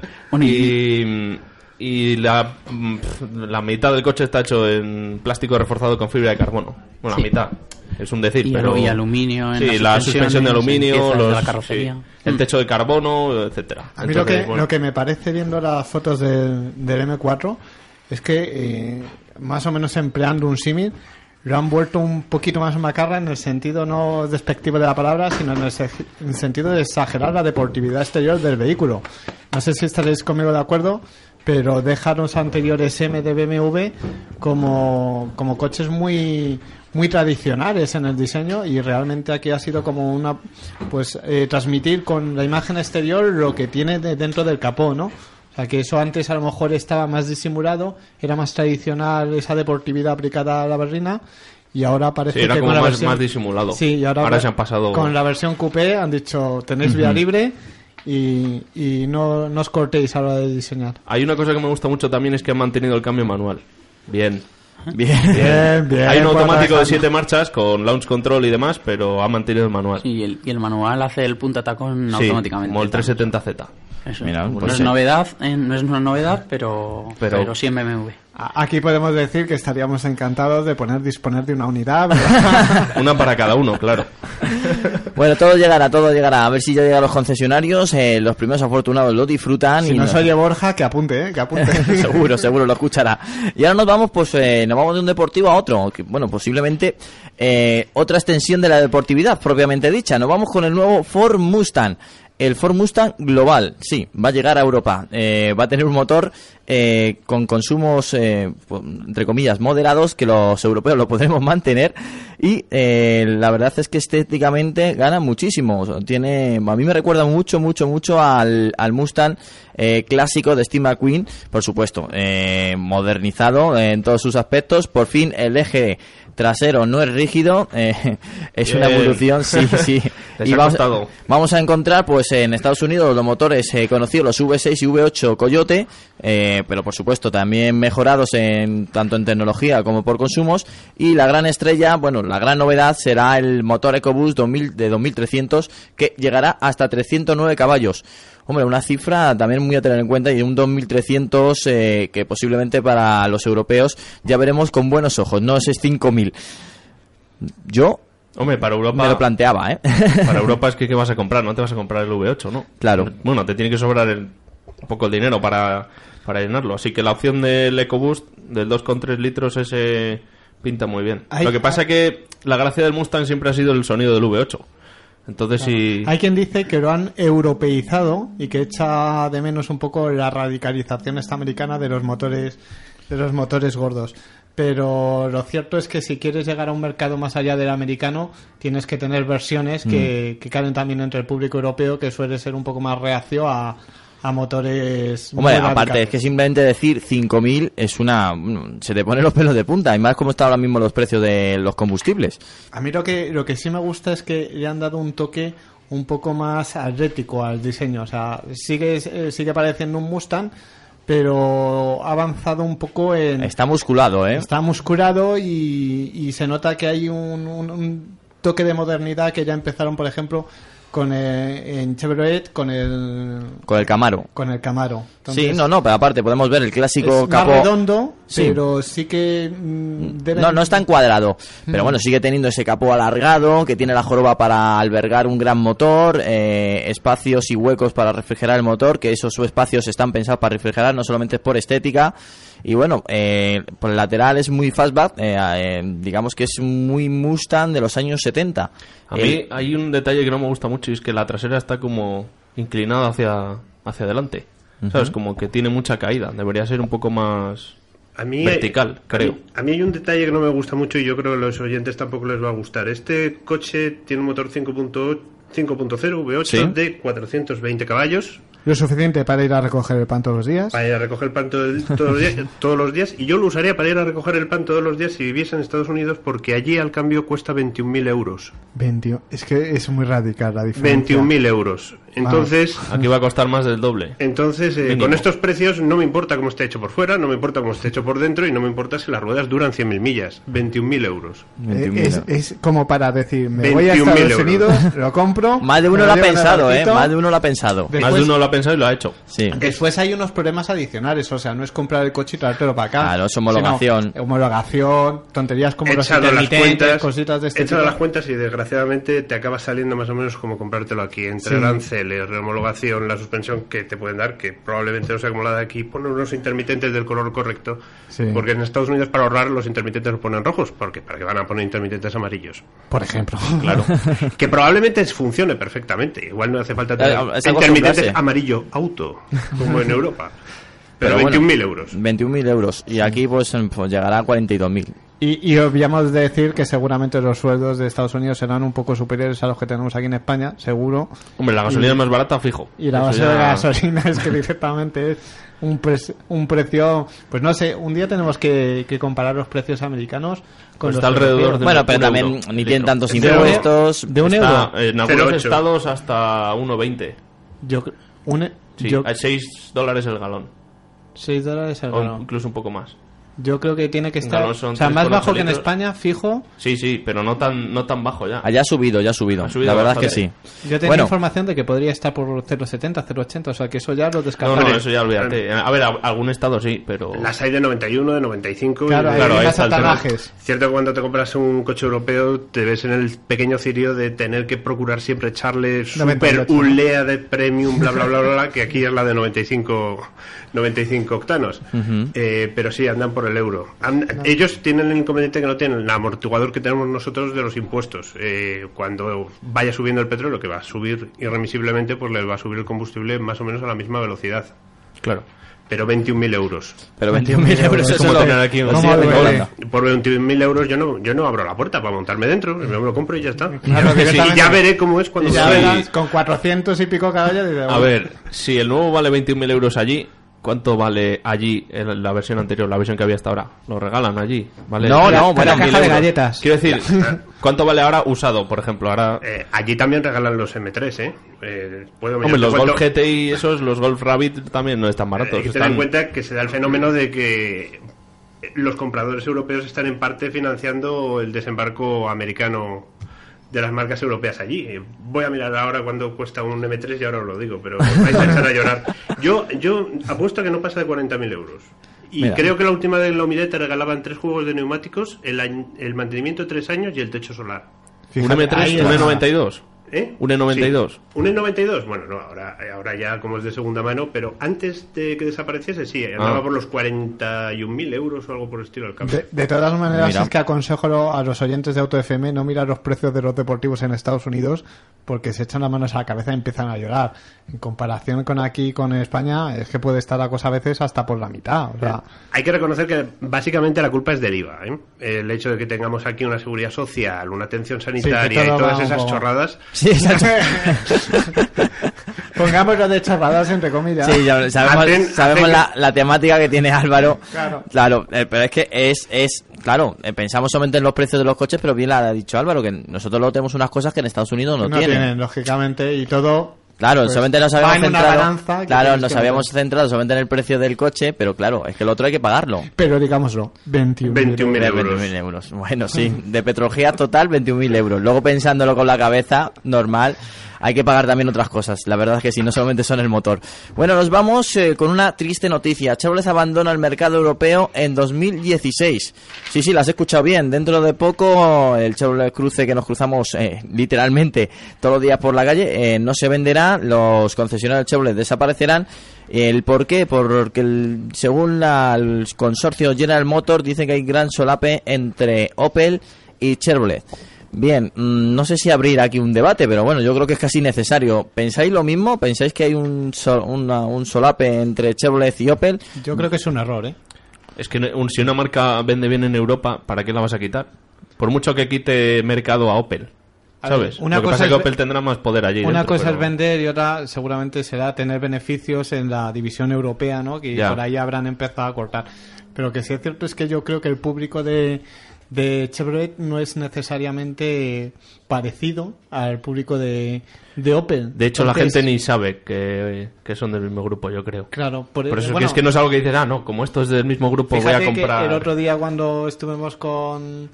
Y, y la, la mitad del coche está hecho en plástico reforzado con fibra de carbono. Bueno, sí. La mitad. Es un decir, y pero... Y aluminio en sí, la suspensión de aluminio, los, de la carrocería. Sí, el techo de carbono, etcétera. A mí Entonces, lo, que, bueno. lo que me parece viendo las fotos del, del eme cuatro es que, eh, más o menos empleando un símil, lo han vuelto un poquito más macarra en el sentido no despectivo de la palabra, sino en el, se- en el sentido de exagerar la deportividad exterior del vehículo. No sé si estaréis conmigo de acuerdo, pero dejan los anteriores M de B M W como, como coches muy muy tradicionales en el diseño, y realmente aquí ha sido como una pues eh, transmitir con la imagen exterior lo que tiene de dentro del capó, ¿no? O sea, que eso antes a lo mejor estaba más disimulado, era más tradicional esa deportividad aplicada a la berlina, y ahora parece sí, era que como con la más, versión... más disimulado. Sí, y ahora, ahora se han pasado... con la versión coupé han dicho, tenéis uh-huh. vía libre y, y no, no os cortéis a la hora de diseñar. Hay una cosa que me gusta mucho también, es que han mantenido el cambio manual. Bien. Bien, bien, bien. Hay un automático de siete marchas con launch control y demás, pero ha mantenido el manual. Sí, y el, y el manual hace el punta tacón sí, automáticamente. Como el trescientos setenta zeta. Eso. Mira, no pues es sí. novedad, eh, no es una novedad, pero, pero pero sí en B M W. Aquí podemos decir que estaríamos encantados de poner disponer de una unidad, ¿verdad? Una para cada uno, claro. Bueno, todo llegará, todo llegará. A ver si ya llegan los concesionarios. Eh, los primeros afortunados lo disfrutan. Si y no nos... se oye Borja, que apunte, ¿eh? Que apunte. seguro, seguro lo escuchará. Y ahora nos vamos, pues, eh, nos vamos de un deportivo a otro. Que, bueno, posiblemente eh, otra extensión de la deportividad propiamente dicha. Nos vamos con el nuevo Ford Mustang. El Ford Mustang Global, sí, va a llegar a Europa. Eh, va a tener un motor eh, con consumos, eh, entre comillas, moderados, que los europeos lo podremos mantener. Y eh, la verdad es que estéticamente gana muchísimo. Tiene, a mí me recuerda mucho, mucho, mucho al, al Mustang eh, clásico de Steve McQueen, por supuesto, eh, modernizado en todos sus aspectos. Por fin el eje trasero no es rígido, eh, es Bien. Una evolución, sí, sí. Les y ha vamos, costado. vamos a encontrar pues en Estados Unidos los motores eh, conocidos, los V seis y V ocho Coyote, eh, pero por supuesto también mejorados en tanto en tecnología como por consumos, y la gran estrella, bueno, la gran novedad será el motor EcoBoost dos mil de dos mil trescientos, que llegará hasta trescientos nueve caballos. Hombre, una cifra también muy a tener en cuenta, y un dos mil trescientos eh, que posiblemente para los europeos ya veremos con buenos ojos, no ese cinco mil. Yo Hombre, para Europa... me lo planteaba, ¿eh? Para Europa es que ¿qué vas a comprar? No te vas a comprar el V ocho, ¿no? Claro. Bueno, te tiene que sobrar el, un poco el dinero para, para llenarlo. Así que la opción del EcoBoost del dos coma tres litros ese pinta muy bien. Hay- Lo que pasa es que la gracia del Mustang siempre ha sido el sonido del V ocho. Entonces si... Hay quien dice que lo han europeizado y que echa de menos un poco la radicalización esta americana de los motores de los motores gordos. Pero lo cierto es que si quieres llegar a un mercado más allá del americano, tienes que tener versiones que, que caben también entre el público europeo, que suele ser un poco más reacio a, a motores muy Hombre, aparte radicales. es que simplemente decir cinco mil es una... se te ponen los pelos de punta, y más como están ahora mismo los precios de los combustibles. A mí lo que lo que sí me gusta es que le han dado un toque un poco más atlético al diseño. O sea, sigue, eh, sigue pareciendo un Mustang, pero ha avanzado un poco en... Está musculado, ¿eh? Está musculado y, y se nota que hay un, un, un toque de modernidad que ya empezaron, por ejemplo, con el, en Chevrolet con el Con el Camaro. con el Camaro. Sí, no, no, pero aparte podemos ver el clásico es capó... más redondo, Sí. pero sí que mm, deben- No, no está encuadrado, pero Mm. bueno, sigue teniendo ese capó alargado, que tiene la joroba para albergar un gran motor, eh, espacios y huecos para refrigerar el motor, que esos espacios están pensados para refrigerar, no solamente es por estética. Y bueno, eh, por el lateral es muy fastback, eh, eh, digamos que es muy Mustang de los años setenta. A mí El- hay un detalle que no me gusta mucho, y es que la trasera está como inclinada hacia, hacia adelante. ¿Sabes? Como que tiene mucha caída. Debería ser un poco más A mí, vertical, creo. A mí, a mí hay un detalle que no me gusta mucho, y yo creo que a los oyentes tampoco les va a gustar. Este coche tiene un motor cinco punto cero V ocho Sí. de cuatrocientos veinte caballos lo suficiente para ir a recoger el pan todos los días. para ir a recoger el pan todo el- todos, los días, todos los días. Y yo lo usaría para ir a recoger el pan todos los días si viviese en Estados Unidos, porque allí al cambio cuesta veintiún mil euros. veinte Es que es muy radical la diferencia. veintiún mil euros. Entonces... Aquí va a costar más del doble. Entonces, eh, Mínimo. con estos precios no me importa cómo esté hecho por fuera, no me importa cómo esté hecho por dentro, y no me importa si las ruedas duran cien mil millas. veintiún mil euros. Eh, es, es como para decir, me voy a veintiún mil Estados euros. Unidos, lo compro. Más de uno me lo ha llevo en el pensado, ¿eh? barquito. Más de uno lo ha pensado. Después- Más de uno lo ha pensado y lo ha hecho. Sí. Después hay unos problemas adicionales, o sea, no es comprar el coche y traértelo para acá. Claro, es homologación. Sino homologación, tonterías como He los echado las intermitentes, cuentas, cositas de este he echado tipo. las cuentas, y desgraciadamente te acaba saliendo más o menos como comprártelo aquí, entre Sí. aranceles, remologación, la suspensión que te pueden dar, que probablemente no sea como la de aquí, poner unos intermitentes del color correcto, Sí. porque en Estados Unidos para ahorrar los intermitentes los ponen rojos, porque para que van a poner intermitentes amarillos. Por ejemplo. Claro. Que probablemente funcione perfectamente, igual no hace falta tener Eh, es intermitentes acostumbrarse. amarillo auto, como en Europa. Pero, Pero bueno, veintiún mil euros. veintiún mil euros. Y aquí pues, pues llegará a cuarenta y dos mil. Y, y obviamos de decir que seguramente los sueldos de Estados Unidos serán un poco superiores a los que tenemos aquí en España, seguro. Hombre, la gasolina es más barata, fijo. Y la Eso base ya- de gasolina es que directamente es un, pres- un precio, pues no sé, un día tenemos que, que comparar los precios americanos con Pues los está alrededor europeos. de Bueno, pero un también euro, ni litro. tienen tantos De impuestos. de un Está, euro. en algunos cero coma ocho. estados hasta uno coma veinte. Yo, cre- un, Sí, yo, hay seis dólares el galón. seis dólares al O galón. incluso un poco más. Yo creo que tiene que Un estar, galón son o sea, tres más coma ocho bajo que en litros. España, fijo. Sí, sí, pero no tan, no tan bajo ya. Allá ha subido, ya ha subido. Ha subido La verdad es que sí. bastante. Yo tenía Bueno. información de que podría estar por cero coma setenta, cero coma ochenta, o sea que eso ya lo No, descartamos. no, eso ya olvídate. A ver, a- algún estado sí, pero... Las hay de noventa y uno, de noventa y cinco. Claro, y de- hay Claro, ahí más está el tema. atarrajes. Cierto que cuando te compras un coche europeo te ves en el pequeño cirio de tener que procurar siempre echarle noventa y super ocho. ulea de premium, bla, bla, bla, bla, bla, que aquí es la de noventa y cinco, noventa y cinco octanos. Eh, pero sí, andan por el euro. And- ellos tienen el inconveniente que no tienen el amortiguador que tenemos nosotros de los impuestos. Eh, cuando vaya subiendo el petróleo, que va a subir irremisiblemente, pues les va a subir el combustible más o menos a la misma velocidad. Claro. Pero veintiún mil euros. Pero veintiún mil euros eso ¿Cómo es lo tener aquí un- lo ¿Cómo siguen duele? cobrando. Por veintiún mil euros yo no, yo no abro la puerta para montarme dentro, me lo compro y ya está. Claro, y directamente. ya veré cómo es cuando Y ya salga. verás, con cuatrocientos y pico caballos. dices, A ver, si el nuevo vale veintiún mil euros allí, ¿cuánto vale allí el- la versión anterior, la versión que había hasta ahora? ¿Lo regalan allí? ¿Vale? No, no, Una bueno, caja mil de euros. galletas. Quiero decir, ¿cuánto vale ahora usado, por ejemplo? Ahora, Eh, allí también regalan los eme tres, ¿eh? eh puedo hombre, mirar, los te cuento- Golf G T I, esos, los Golf Rabbit también no están baratos. Hay que tener están- en cuenta que se da el fenómeno de que los compradores europeos están en parte financiando el desembarco americano de las marcas europeas allí. Eh, Voy a mirar ahora cuánto cuesta un eme tres y ahora os lo digo, pero vais a echar a llorar. Yo, yo apuesto que no pasa de cuarenta mil euros. Y Mira. creo que la última vez lo miré, te regalaban tres juegos de neumáticos, el, añ- el mantenimiento de tres años y el techo solar. ¿Un Fíjate, eme tres, ahí un está. E noventa y dos? ¿Eh? ¿Un E noventa y dos? Sí. ¿Un E noventa y dos? Bueno, no, ahora, ahora ya como es de segunda mano, pero antes de que desapareciese, sí, andaba Ah. por los cuarenta y un mil euros o algo por el estilo al cambio. De, de todas maneras, Mira. es que aconsejo lo- a los oyentes de Auto F M no mirar los precios de los deportivos en Estados Unidos porque se echan las manos a la cabeza y empiezan a llorar. En comparación con aquí, con España, es que puede estar la cosa a veces hasta por la mitad. O sea, Hay que reconocer que básicamente la culpa es del I V A, ¿eh? El hecho de que tengamos aquí una seguridad social, una atención sanitaria todo y todas va un esas poco- chorradas. Sí, exacto. pongámoslo de chorradas entre comillas. Sí, ya sabemos, Hacen- sabemos hacen la, la temática que tiene Álvaro. Claro. Claro, eh, pero es que es, es claro, eh, pensamos solamente en los precios de los coches, pero bien lo ha dicho Álvaro, que nosotros luego tenemos unas cosas que en Estados Unidos no, no tienen. tienen, lógicamente, y todo. Claro, pues, solamente nos va habíamos en una centrado, balanza que claro, tienes nos que habíamos meter. centrado solamente en el precio del coche, pero claro, es que el otro hay que pagarlo. Pero digámoslo, veintiún mil veintiún mil euros. veintiún mil euros. Bueno, sí, de Petrología total veintiún mil euros. Luego pensándolo con la cabeza, normal, hay que pagar también otras cosas. La verdad es que sí, no solamente son el motor. Bueno, nos vamos eh, con una triste noticia. Chevrolet abandona el mercado europeo en dos mil dieciséis. Sí, sí, las has escuchado bien. Dentro de poco, el Chevrolet Cruze que nos cruzamos eh, literalmente todos los días por la calle, eh, no se venderá. Los concesionarios Chevrolet desaparecerán. ¿El por qué? Porque el- según la- el consorcio General Motors dice que hay gran solape entre Opel y Chevrolet. Bien, mmm, no sé si abrir aquí un debate, pero bueno, yo creo que es casi necesario. ¿Pensáis lo mismo? ¿Pensáis que hay un, sol- una- un solape entre Chevrolet y Opel? Yo creo que es un error, ¿eh? Es que un- si una marca vende bien en Europa, ¿para qué la vas a quitar? Por mucho que quite mercado a Opel, A ver, ¿sabes? una Lo que cosa pasa es que es- Opel tendrá más poder allí. Una dentro, cosa pero- es vender y otra seguramente será tener beneficios en la división europea, ¿no? Que Ya. por ahí habrán empezado a cortar. Pero que sí es cierto es que yo creo que el público de, de Chevrolet no es necesariamente parecido al público de, de Opel. De hecho, la Entonces, gente ni sabe que, que son del mismo grupo, yo creo. Claro, por, Por eso bueno, que es que no es algo que dices, ah, no, como esto es del mismo grupo, voy fíjate a comprar... que el otro día cuando estuvimos con,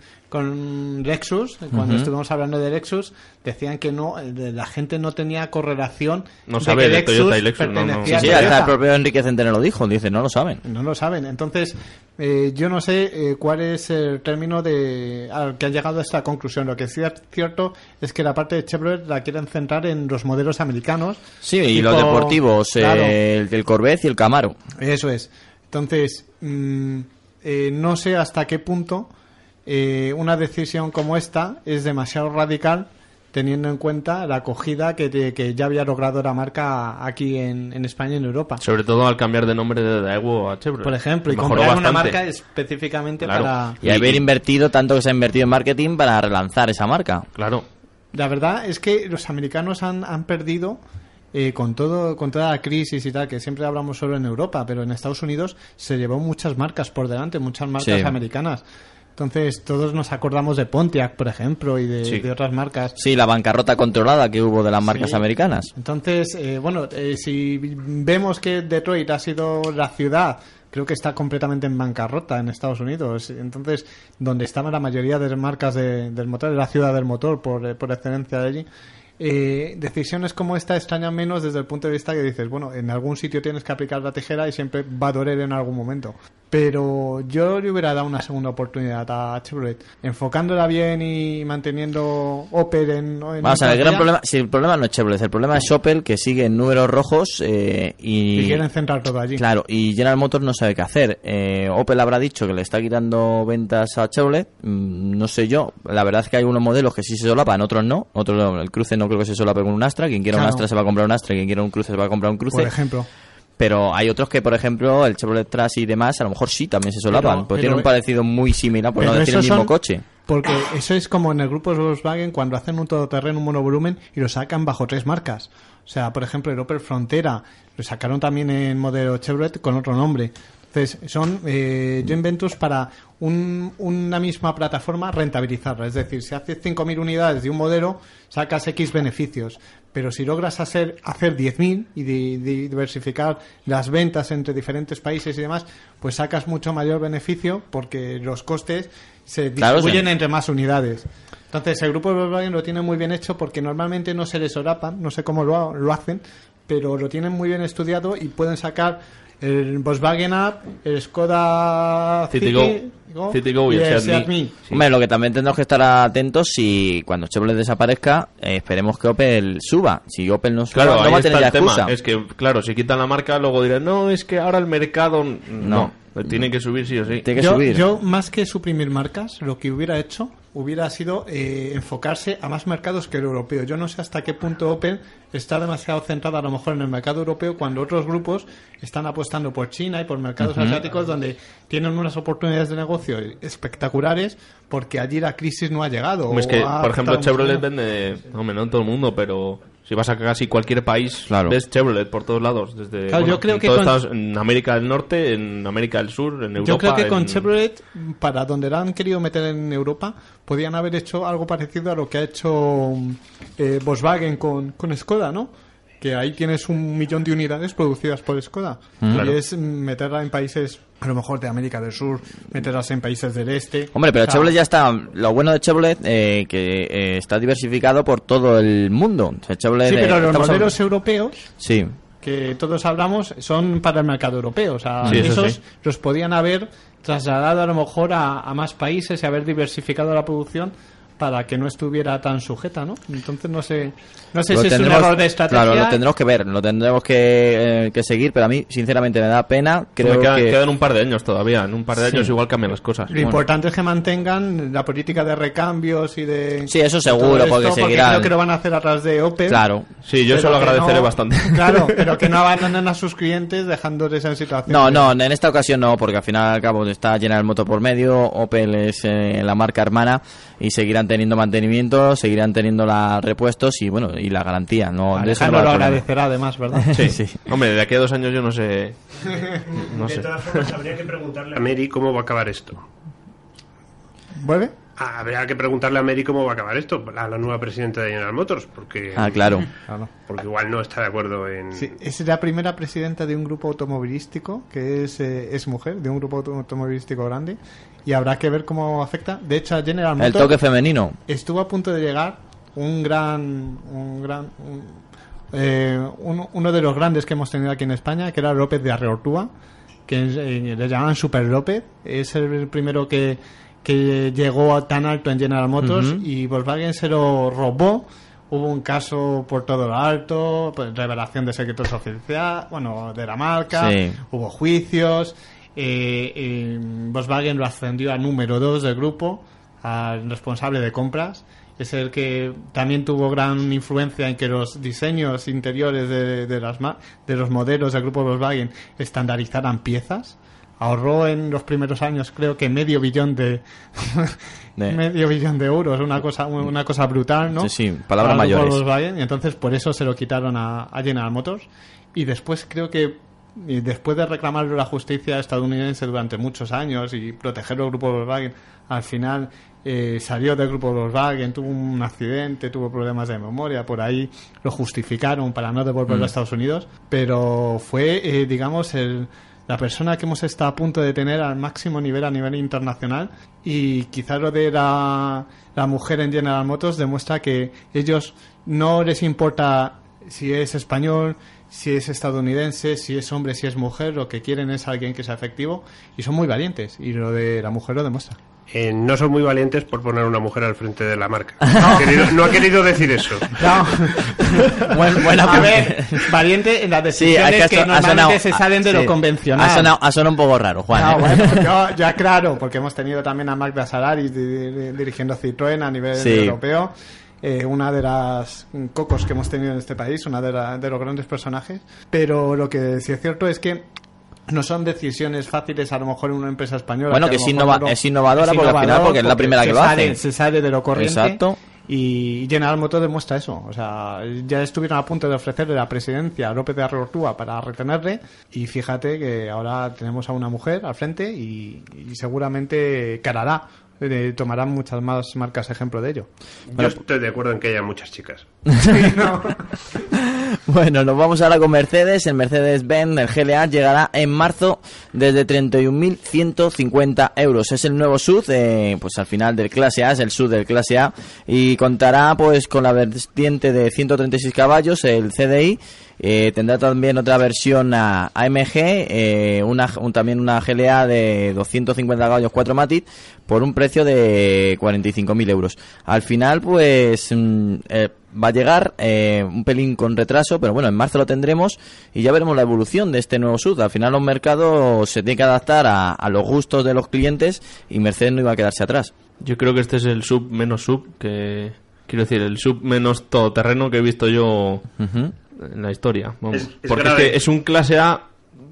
con Lexus, cuando Ujú. estuvimos hablando de Lexus, decían que no, de- la gente no tenía correlación No de sabe que de Toyota y Lexus, no, no. pertenecía Sí, a hasta el Toyota. propio Enrique Centeno lo dijo, dice, no lo saben. No lo saben. Entonces, eh, yo no sé eh, cuál es el término de al que han llegado a esta conclusión. Lo que sí es cierto es que la parte de Chevrolet la quieren centrar en los modelos americanos. Sí, y tipo- los deportivos, claro, eh, el, el Corvette y el Camaro. eso es. Entonces, mm, eh, no sé hasta qué punto eh, una decisión como esta es demasiado radical teniendo en cuenta la acogida que, te- que ya había logrado la marca aquí en, en España y en Europa. Sobre todo al cambiar de nombre de Daewoo a Chevrolet. Por ejemplo, y Mejoró comprar una bastante. marca específicamente Claro. para... Y haber Y- invertido tanto que se ha invertido en marketing para relanzar esa marca. Claro. La verdad es que los americanos han, han perdido eh, con todo con toda la crisis y tal, que siempre hablamos solo en Europa, pero en Estados Unidos se llevó muchas marcas por delante, muchas marcas Sí. americanas. Entonces todos nos acordamos de Pontiac, por ejemplo, y de, Sí. de otras marcas. Sí, la bancarrota controlada que hubo de las marcas Sí. americanas. Entonces, eh, bueno, eh, si vemos que Detroit ha sido la ciudad, creo que está completamente en bancarrota en Estados Unidos. Entonces, donde estaban la mayoría de las marcas de- del motor, es la ciudad del motor por, eh, por excelencia de allí. Eh, decisiones como esta extrañan menos desde el punto de vista que dices, bueno, en algún sitio tienes que aplicar la tijera y siempre va a doler en algún momento. Pero yo le hubiera dado una segunda oportunidad a Chevrolet, enfocándola bien y manteniendo Opel en, en Vamos a ver, el gran otra problema, si el problema no es Chevrolet, el problema es Opel, que sigue en números rojos eh, y... y quieren centrar todo allí. Claro, y General Motors no sabe qué hacer. Eh, Opel habrá dicho que le está quitando ventas a Chevrolet, mm, no sé yo. La verdad es que hay unos modelos que sí se solapan, otros no. Otros no. El Cruze no creo que se solape con un Astra. Quien quiera un Claro. Astra se va a comprar un Astra, quien quiera un Cruze se va a comprar un Cruze. Por ejemplo. Pero hay otros que, por ejemplo, el Chevrolet Trax y demás, a lo mejor sí también se solapan. Pero- porque pero- tienen un parecido muy similar, pues no pero decir el esos mismo son- coche. Porque eso es como en el grupo Volkswagen cuando hacen un todoterreno, un monovolumen y lo sacan bajo tres marcas. O sea, por ejemplo, el Opel Frontera lo sacaron también en modelo Chevrolet con otro nombre. Entonces, son eh, joint ventures para un, una misma plataforma rentabilizarla. Es decir, si haces cinco mil unidades de un modelo, sacas X beneficios. Pero si logras hacer, hacer diez mil y di, di, diversificar las ventas entre diferentes países y demás, pues sacas mucho mayor beneficio porque los costes se distribuyen claro, sí. entre más unidades. Entonces, el grupo Volkswagen lo tiene muy bien hecho porque normalmente no se les solapan, no sé cómo lo, lo hacen, pero lo tienen muy bien estudiado y pueden sacar el Volkswagen Up, el Skoda Citigo, Citigo, Citigo y el Seat Seat Mii. Mii. Sí. Hombre, lo que también tenemos que estar atentos si cuando Chevrolet desaparezca, eh, esperemos que Opel suba. Si Opel no suba, Claro, no ahí va a tener está ya el excusa. tema. Es que, claro, si quitan la marca, luego dirán, no, es que ahora el mercado... No, no tiene que subir sí o sí. Tiene que yo, subir. yo, más que suprimir marcas, lo que hubiera hecho hubiera sido eh, enfocarse a más mercados que el europeo. Yo no sé hasta qué punto Opel está demasiado centrada a lo mejor en el mercado europeo cuando otros grupos están apostando por China y por mercados Uh-huh. asiáticos donde tienen unas oportunidades de negocio espectaculares porque allí la crisis no ha llegado. Hombre, es que, o ha por ejemplo, afectado Chevrolet mucho. vende... Hombre, no en todo el mundo, pero... Si vas a casi cualquier país, Claro. ves Chevrolet por todos lados. Desde, Claro, yo creo en, que todos con- Estados- en América del Norte, en América del Sur, en Europa... Yo creo que con en- Chevrolet, para donde la han querido meter en Europa, podían haber hecho algo parecido a lo que ha hecho eh, Volkswagen con, con Skoda, ¿no? Que ahí tienes un millón de unidades producidas por Skoda. Mm. Y Claro. es meterla en países, a lo mejor de América del Sur, meterlas en países del Este. Hombre, pero O sea, Chevrolet ya está. Lo bueno de Chevrolet eh, que eh, está diversificado por todo el mundo. O sea, Chevrolet, Sí, pero eh, los estamos modelos hablando- europeos Sí. que todos hablamos son para el mercado europeo. O sea, Sí, eso esos sí. los podían haber trasladado a lo mejor a, a más países y haber diversificado la producción para que no estuviera tan sujeta, ¿no? Entonces no sé, no sé Lo si es un tendremos- error de estrategia. Claro, lo tendremos que ver, lo tendremos que, eh, que seguir, pero a mí, sinceramente, me da pena. Creo Hombre, queda- que. Quedan un par de años todavía. En un par de Sí. años igual cambian las cosas. Lo Bueno. importante es que mantengan la política de recambios y de... Sí, eso de seguro, todo esto, porque seguirán. creo que lo van a hacer atrás de Opel. Claro. Sí, yo pero se lo que agradeceré no- bastante. Claro, pero que no abandonen a sus clientes dejándoles en situación. No, de- no, en esta ocasión no, porque al final y al cabo está General Motors por medio, Opel es eh, la marca hermana y seguirán teniendo mantenimiento, seguirán teniendo los repuestos y bueno, y la garantía. No, de eso no Alejandro va a lo haber problema. agradecerá además, ¿verdad? Sí. Sí. Hombre, de aquí a dos años yo no sé... No De sé. todas formas, habría que preguntarle a Mary cómo va a acabar esto. ¿Vuelve? Ah, habría que preguntarle a Mary cómo va a acabar esto, a la nueva presidenta de General Motors, porque, Ah, claro. Claro. porque igual no está de acuerdo en... Sí, es la primera presidenta de un grupo automovilístico que es, eh, es mujer, de un grupo auto- automovilístico grande, y habrá que ver cómo afecta. De hecho, a General El Motors toque femenino. estuvo a punto de llegar un gran, un gran, un- eh, uno, uno de los grandes que hemos tenido aquí en España, que era López de Arreortúa, que eh, le llamaban Super López, es el primero que, que llegó a tan alto en General Motors Ujú. y Volkswagen se lo robó. Hubo un caso por todo lo alto, pues, revelación de secretos oficiales, bueno, de la marca, Sí. hubo juicios, eh, eh, Volkswagen lo ascendió a número dos del grupo, al responsable de compras, es el que también tuvo gran influencia en que los diseños interiores de, de, las ma- de los modelos del grupo Volkswagen estandarizaran piezas. Ahorró en los primeros años creo que medio billón de, De- medio billón de euros, una cosa una cosa brutal, ¿no? Sí, sí, palabras Para el grupo mayores. Volkswagen, y entonces por eso se lo quitaron a, a General Motors y después creo que y después de reclamarlo la justicia estadounidense durante muchos años y protegerlo el grupo Volkswagen, al final eh, salió del grupo Volkswagen, tuvo un accidente, tuvo problemas de memoria, por ahí lo justificaron para no devolverlo Mm. a Estados Unidos, pero fue, eh, digamos, el, la persona que hemos estado a punto de tener al máximo nivel a nivel internacional, y quizás lo de la, la mujer en General Motors demuestra que ellos no les importa si es español, si es estadounidense, si es hombre, si es mujer, lo que quieren es alguien que sea efectivo y son muy valientes, y lo de la mujer lo demuestra. Eh, no son muy valientes por poner una mujer al frente de la marca. No ha querido, no ha querido decir eso. No. Buen- buena A punta. ver, valiente en las Sí, decisiones es que, que ha normalmente sonado- se salen de sí. lo convencional. Ha sonado, ha sonado un poco raro, Juan. No, ¿eh? bueno, yo, ya claro, porque hemos tenido también a Magda Salaris di- di- dirigiendo Citroën a nivel Sí. europeo, eh, una de las cocos que hemos tenido en este país, una de, la- de los grandes personajes, pero lo que sí es cierto es que no son decisiones fáciles a lo mejor en una empresa española. Bueno, que, a es, lo mejor innova- no- es innovadora es porque al final innovador porque es la primera se que lo sale- hace. Se sale de lo corriente. Exacto. Y General Motors demuestra eso. O sea, ya estuvieron a punto de ofrecerle la presidencia a López de Arrortúa para retenerle. Y fíjate que ahora tenemos a una mujer al frente y, y seguramente calará. Eh, tomarán muchas más marcas ejemplo de ello. Yo estoy de acuerdo en que haya muchas chicas. Bueno, nos vamos ahora con Mercedes. El Mercedes-Benz, el G L A, llegará en marzo desde treinta y un mil ciento cincuenta euros. Es el nuevo S U V, eh, pues al final del clase A, es el S U V del clase A, y contará pues con la vertiente de ciento treinta y seis caballos, el C D I. Eh, tendrá también otra versión a A M G, eh, una, un, también una G L A de doscientos cincuenta caballos cuatro matiz por un precio de cuarenta y cinco mil euros. Al final, pues mm, eh, va a llegar eh, un pelín con retraso, pero bueno, en marzo lo tendremos y ya veremos la evolución de este nuevo S U V. Al final los mercados se tienen que adaptar a, a los gustos de los clientes y Mercedes no iba a quedarse atrás. Yo creo que este es el sub menos sub que... Quiero decir, el sub menos todoterreno que he visto yo Uh-huh. en la historia. Vamos. Es- es Porque grave. es, que es un clase A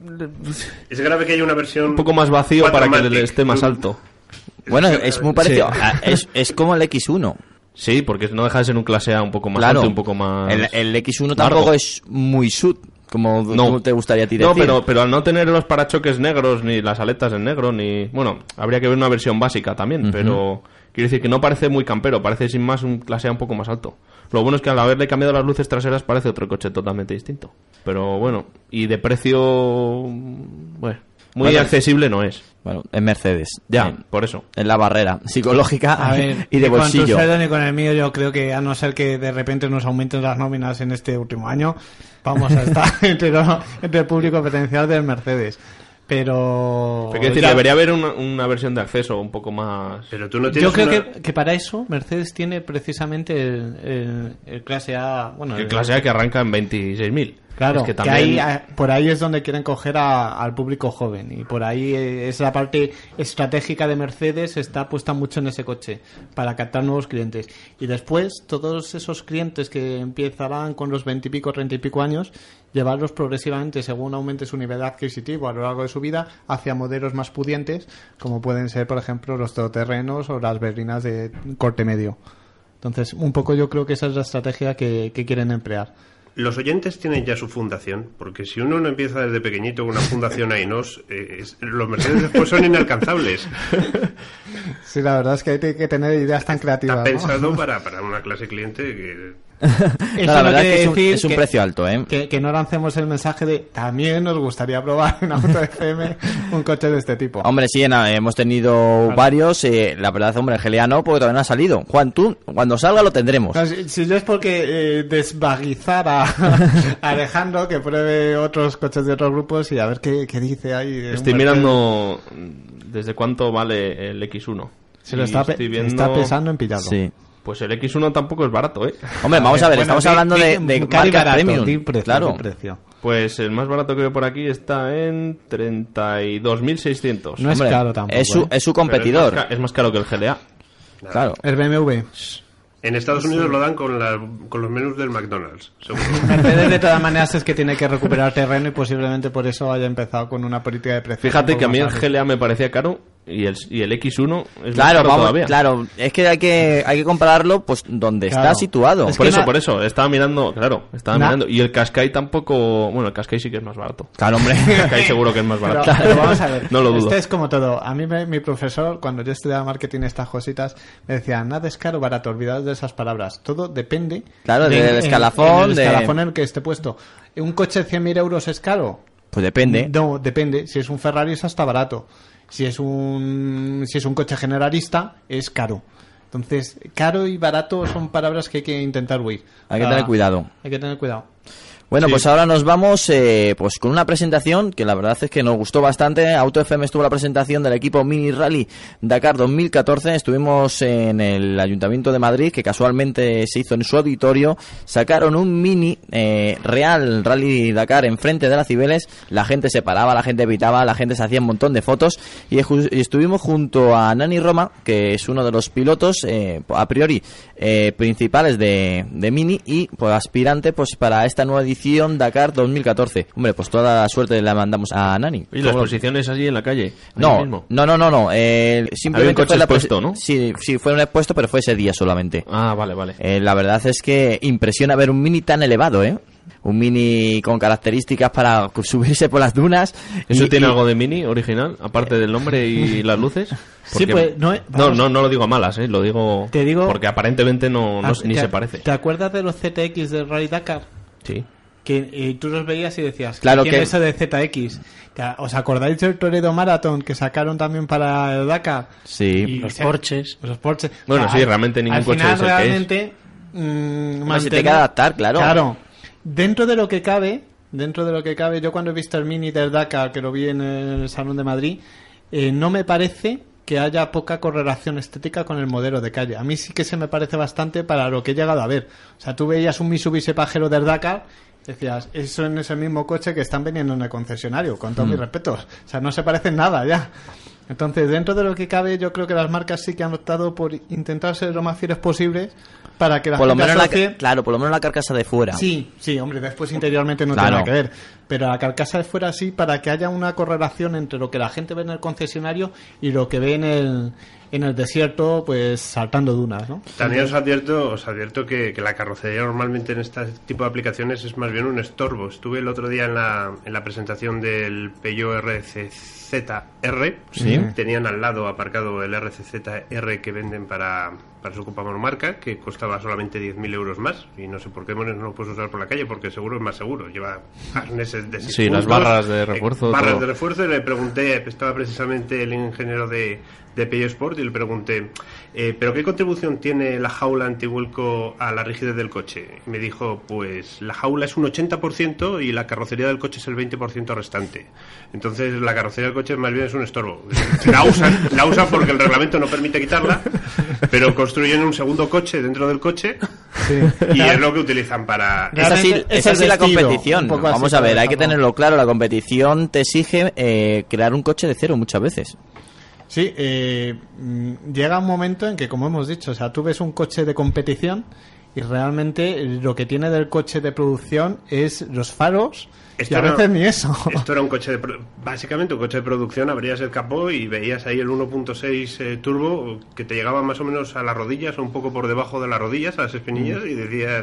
Es grave que haya una versión un poco más vacío para que Quatromatic. le esté más alto. Bueno, es muy parecido. Sí. a- es, es como el X uno. Sí, porque no deja de ser un clase A un poco más Claro, alto y un poco más... el, el X uno largo. tampoco es muy S U V, como No. como te gustaría a ti No, decir. pero, pero al no tener los parachoques negros, ni las aletas en negro, ni... Bueno, habría que ver una versión básica también, Ujú. pero... Quiero decir que no parece muy campero, parece sin más un clase A un poco más alto. Lo bueno es que al haberle cambiado las luces traseras parece otro coche totalmente distinto. Pero bueno, y de precio... Bueno, muy Bueno, accesible no es. Bueno, es Mercedes. Ya, En- por eso. Es la barrera psicológica A ver, y de ni con tu bolsillo. sueldo ni con el mío, yo creo que a no ser que de repente nos aumenten las nóminas en este último año, vamos a estar entre, lo- entre el público potencial del Mercedes. Pero... Pero quiero decir, ya- debería haber una, una versión de acceso un poco más... Pero tú no tienes Yo creo una- que, que para eso Mercedes tiene precisamente el, el- el clase A. Bueno, El clase A que arranca en veintiséis mil. Claro, Es que que también... ahí, ah, por ahí es donde quieren coger a- al público joven y por ahí eh, es la parte estratégica de Mercedes, está puesta mucho en ese coche para captar nuevos clientes y después todos esos clientes que empezarán con los veintipico, treinta y pico años, llevarlos progresivamente según aumente su nivel adquisitivo a lo largo de su vida hacia modelos más pudientes como pueden ser por ejemplo los todoterrenos o las berlinas de corte medio. Entonces un poco yo creo que esa es la estrategia que, que quieren emplear. Los oyentes tienen ya su fundación, porque si uno no empieza desde pequeñito con una fundación Ainos, eh, es- los Mercedes después son inalcanzables. Sí, la verdad es que hay que tener ideas tan creativas. Está ¿no? pensado para, para una clase cliente que... No, Eso la no verdad es quiere que es un, decir es un que- precio alto, ¿eh? Que, que no lancemos el mensaje de también nos gustaría probar en Auto F M un coche de este tipo. Hombre, sí, en- hemos tenido varios. Eh, la verdad, hombre, el G L A no, porque todavía no ha salido. Juan, tú, cuando salga lo tendremos. O sea, si, si yo es porque eh, desvaguizar a, a Alejandro que pruebe otros coches de otros grupos y a ver qué, qué dice ahí. de un Estoy Mercedes. mirando desde cuánto vale el X uno. Se lo Y está, pe- estoy viendo- está pensando en pillarlo. Sí. Pues el X uno tampoco es barato, ¿eh? Hombre, vamos a ver, Bueno, estamos di- hablando de, di- de caro y marcas barato, premium. di precio, claro. di precio. Pues el más barato que veo por aquí está en treinta y dos mil seiscientos. No es Hombre, caro tampoco. Es su, ¿eh? es su Pero competidor. Es más, ca- es más caro que el G L A. Claro. El B M W. En Estados Unidos lo dan con, la- con los menús del McDonald's, seguro. Mercedes de todas maneras es que tiene que recuperar terreno y posiblemente por eso haya empezado con una política de precios. Fíjate un que a poco mí el más G L A me parecía caro y el, y el X uno es más Claro, caro vamos, todavía. claro, es que hay que hay que compararlo pues donde Claro. está situado. Es Por que eso, na- por eso. Estaba mirando, claro, estaba Na- mirando. Y el Qashqai tampoco... Bueno, el Qashqai sí que es más barato. Claro, hombre. El Qashqai seguro que es más Pero, barato. pero vamos a ver, No lo dudo. este es como todo. A mí me- mi profesor, cuando yo estudiaba marketing estas cositas, me decía, nada es caro, barato, olvidaos de esas palabras. Todo depende Claro, del en- escalafón, en el de- escalafón en el que esté puesto. ¿Un coche de cien mil euros es caro? Pues depende. No, depende. Si es un Ferrari es hasta barato. Si es un si es un coche generalista es caro. Entonces, caro y barato son palabras que hay que intentar huir. Hay que Ah, tener cuidado. Hay que tener cuidado. Bueno, Sí. pues ahora nos vamos eh, pues con una presentación que la verdad es que nos gustó bastante. Auto F M estuvo la presentación del equipo Mini Rally Dakar dos mil catorce. Estuvimos en el Ayuntamiento de Madrid, que casualmente se hizo en su auditorio. Sacaron un Mini eh, Real Rally Dakar enfrente de las Cibeles. La gente se paraba, la gente evitaba, la gente se hacía un montón de fotos. Y, eju- y estuvimos junto a Nani Roma, que es uno de los pilotos eh, a priori eh, principales de, de Mini y pues aspirante pues para esta nueva edición Dakar dos mil catorce. Hombre, pues toda la suerte la mandamos a Nani. ¿Y la exposición es allí en la calle? No, mismo? no, no, no, no. Eh, simplemente Había un coche fue la expuesto, ¿no? Sí, sí, fue un expuesto, pero fue ese día solamente. Ah, vale, vale. Eh, la verdad es que impresiona ver un Mini tan elevado, ¿eh? Un Mini con características para subirse por las dunas. ¿Eso y, tiene y... algo de Mini original, aparte del nombre y las luces? Sí, pues, no, no, no, no lo digo a malas, ¿eh? Lo digo, te digo porque aparentemente no, no ni te, se parece. ¿Te acuerdas de los Z X del Rally Dakar? Sí. Que eh, tú los veías y decías, claro ¿quién que... es eso de Z X? ¿Os acordáis del Toledo Marathon que sacaron también para el Dakar? Sí. Y los se... Porsches. Los Porsches. Bueno, o sea, sí, realmente ningún al coche final, es el realmente, que es. Mmm, mantener... Se te queda adaptar, claro. Claro. Dentro de lo que cabe, dentro de lo que cabe, yo cuando he visto el Mini del Dakar, que lo vi en el Salón de Madrid, eh, no me parece que haya poca correlación estética con el modelo de calle. A mí sí que se me parece bastante para lo que he llegado a ver. O sea, tú veías un Mitsubishi Pajero del Dakar, decías, eso en ese mismo coche que están vendiendo en el concesionario, con todos mm. mis respetos. O sea, no se parecen nada ya. Entonces, dentro de lo que cabe, yo creo que las marcas sí que han optado por intentar ser lo más fieles posibles para que la por gente lo menos asocie... la, claro, por lo menos la carcasa de fuera. Sí, sí, hombre, después interiormente no claro. tiene nada que ver. Pero la carcasa de fuera sí, para que haya una correlación entre lo que la gente ve en el concesionario y lo que ve en el, en el desierto, pues saltando dunas, ¿no? También os advierto, os advierto que, que la carrocería normalmente en este tipo de aplicaciones es más bien un estorbo. Estuve el otro día en la, en la presentación del Peugeot R C Z R. ¿Sí? Tenían al lado aparcado el R C Z R que venden para, para su copa monomarca, que costaba solamente diez mil euros más. Y no sé por qué demonios no lo puedes usar por la calle, porque seguro es más seguro. Lleva arneses de seis sí, puntos, las barras de refuerzo. Eh, barras todo. de refuerzo. Y le pregunté, estaba precisamente el ingeniero de, de Peugeot Sport, y le pregunté, eh, ¿pero qué contribución tiene la jaula antivuelco a la rigidez del coche? Y me dijo, pues la jaula es un ochenta por ciento y la carrocería del coche es el veinte por ciento restante. Entonces la carrocería del coche más bien es un estorbo. La usan, la usan porque el reglamento no permite quitarla, pero construyen un segundo coche dentro del coche, sí. Y es lo que utilizan para... Es así, es así la competición. Vamos a ver, hay que tenerlo claro, la competición te exige eh, crear un coche de cero muchas veces. Sí, eh, llega un momento en que, como hemos dicho, o sea, tú ves un coche de competición y realmente lo que tiene del coche de producción es los faros. Esto y a veces era, ni eso. Esto era un coche de... Básicamente un coche de producción, abrías el capó y veías ahí el uno punto seis eh, turbo que te llegaba más o menos a las rodillas o un poco por debajo de las rodillas, a las espinillas, mm. y decías...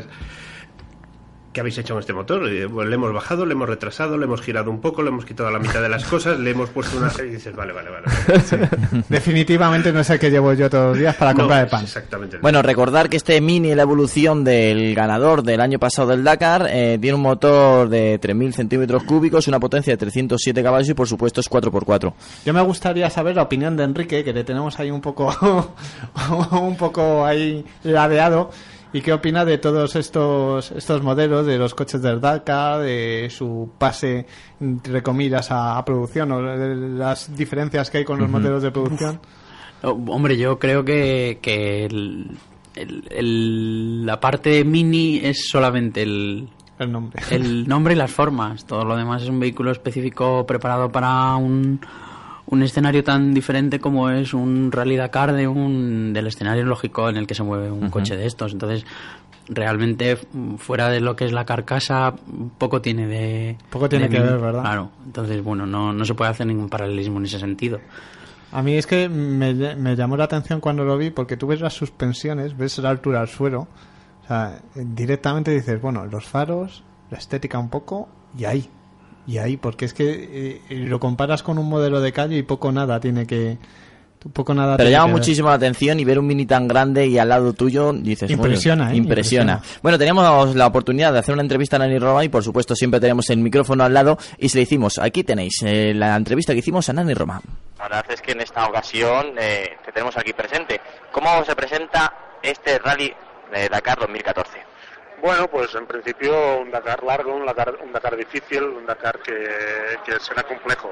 ¿Qué habéis hecho con este motor? Y, pues, le hemos bajado, le hemos retrasado, le hemos girado un poco, le hemos quitado la mitad de las cosas, le hemos puesto una serie y dices, vale, vale, vale. vale. Sí. Definitivamente no es el que llevo yo todos los días para no, comprar el pan. Exactamente. Bueno, recordar que este Mini, la evolución del ganador del año pasado del Dakar, eh, tiene un motor de tres mil centímetros cúbicos, una potencia de trescientos siete caballos y por supuesto es cuatro por cuatro. Yo me gustaría saber la opinión de Enrique, que le tenemos ahí un poco un poco ahí ladeado. ¿Y qué opina de todos estos estos modelos, de los coches del Dakar, de su pase, entre comillas, a, a producción, o de las diferencias que hay con los uh-huh. modelos de producción? Oh, hombre, yo creo que, que el, el, el, la parte Mini es solamente el, el nombre. El nombre y las formas. Todo lo demás es un vehículo específico preparado para un... un escenario tan diferente como es un Rally Dakar de un del escenario lógico en el que se mueve un uh-huh. coche de estos. Entonces, realmente, fuera de lo que es la carcasa, poco tiene de... Poco tiene de que mí. ver, ¿verdad? Claro. Entonces, bueno, no, no se puede hacer ningún paralelismo en ese sentido. A mí es que me, me llamó la atención cuando lo vi, porque tú ves las suspensiones, ves la altura al suelo, o sea, directamente dices, bueno, los faros, la estética un poco, y ahí. Y ahí, porque es que eh, lo comparas con un modelo de calle y poco nada tiene que... Poco nada Pero tiene llama que muchísimo la atención y ver un Mini tan grande y al lado tuyo dices... Impresiona, bueno, ¿eh? Impresiona. Impresiona. Bueno, teníamos la oportunidad de hacer una entrevista a Nani Roma y por supuesto siempre tenemos el micrófono al lado y se le hicimos, aquí tenéis eh, la entrevista que hicimos a Nani Roma. La verdad es que en esta ocasión eh, te tenemos aquí presente. ¿Cómo se presenta este Rally de Dakar dos mil catorce? Bueno, pues en principio un Dakar largo, un Dakar, un Dakar difícil, un Dakar que, que será complejo.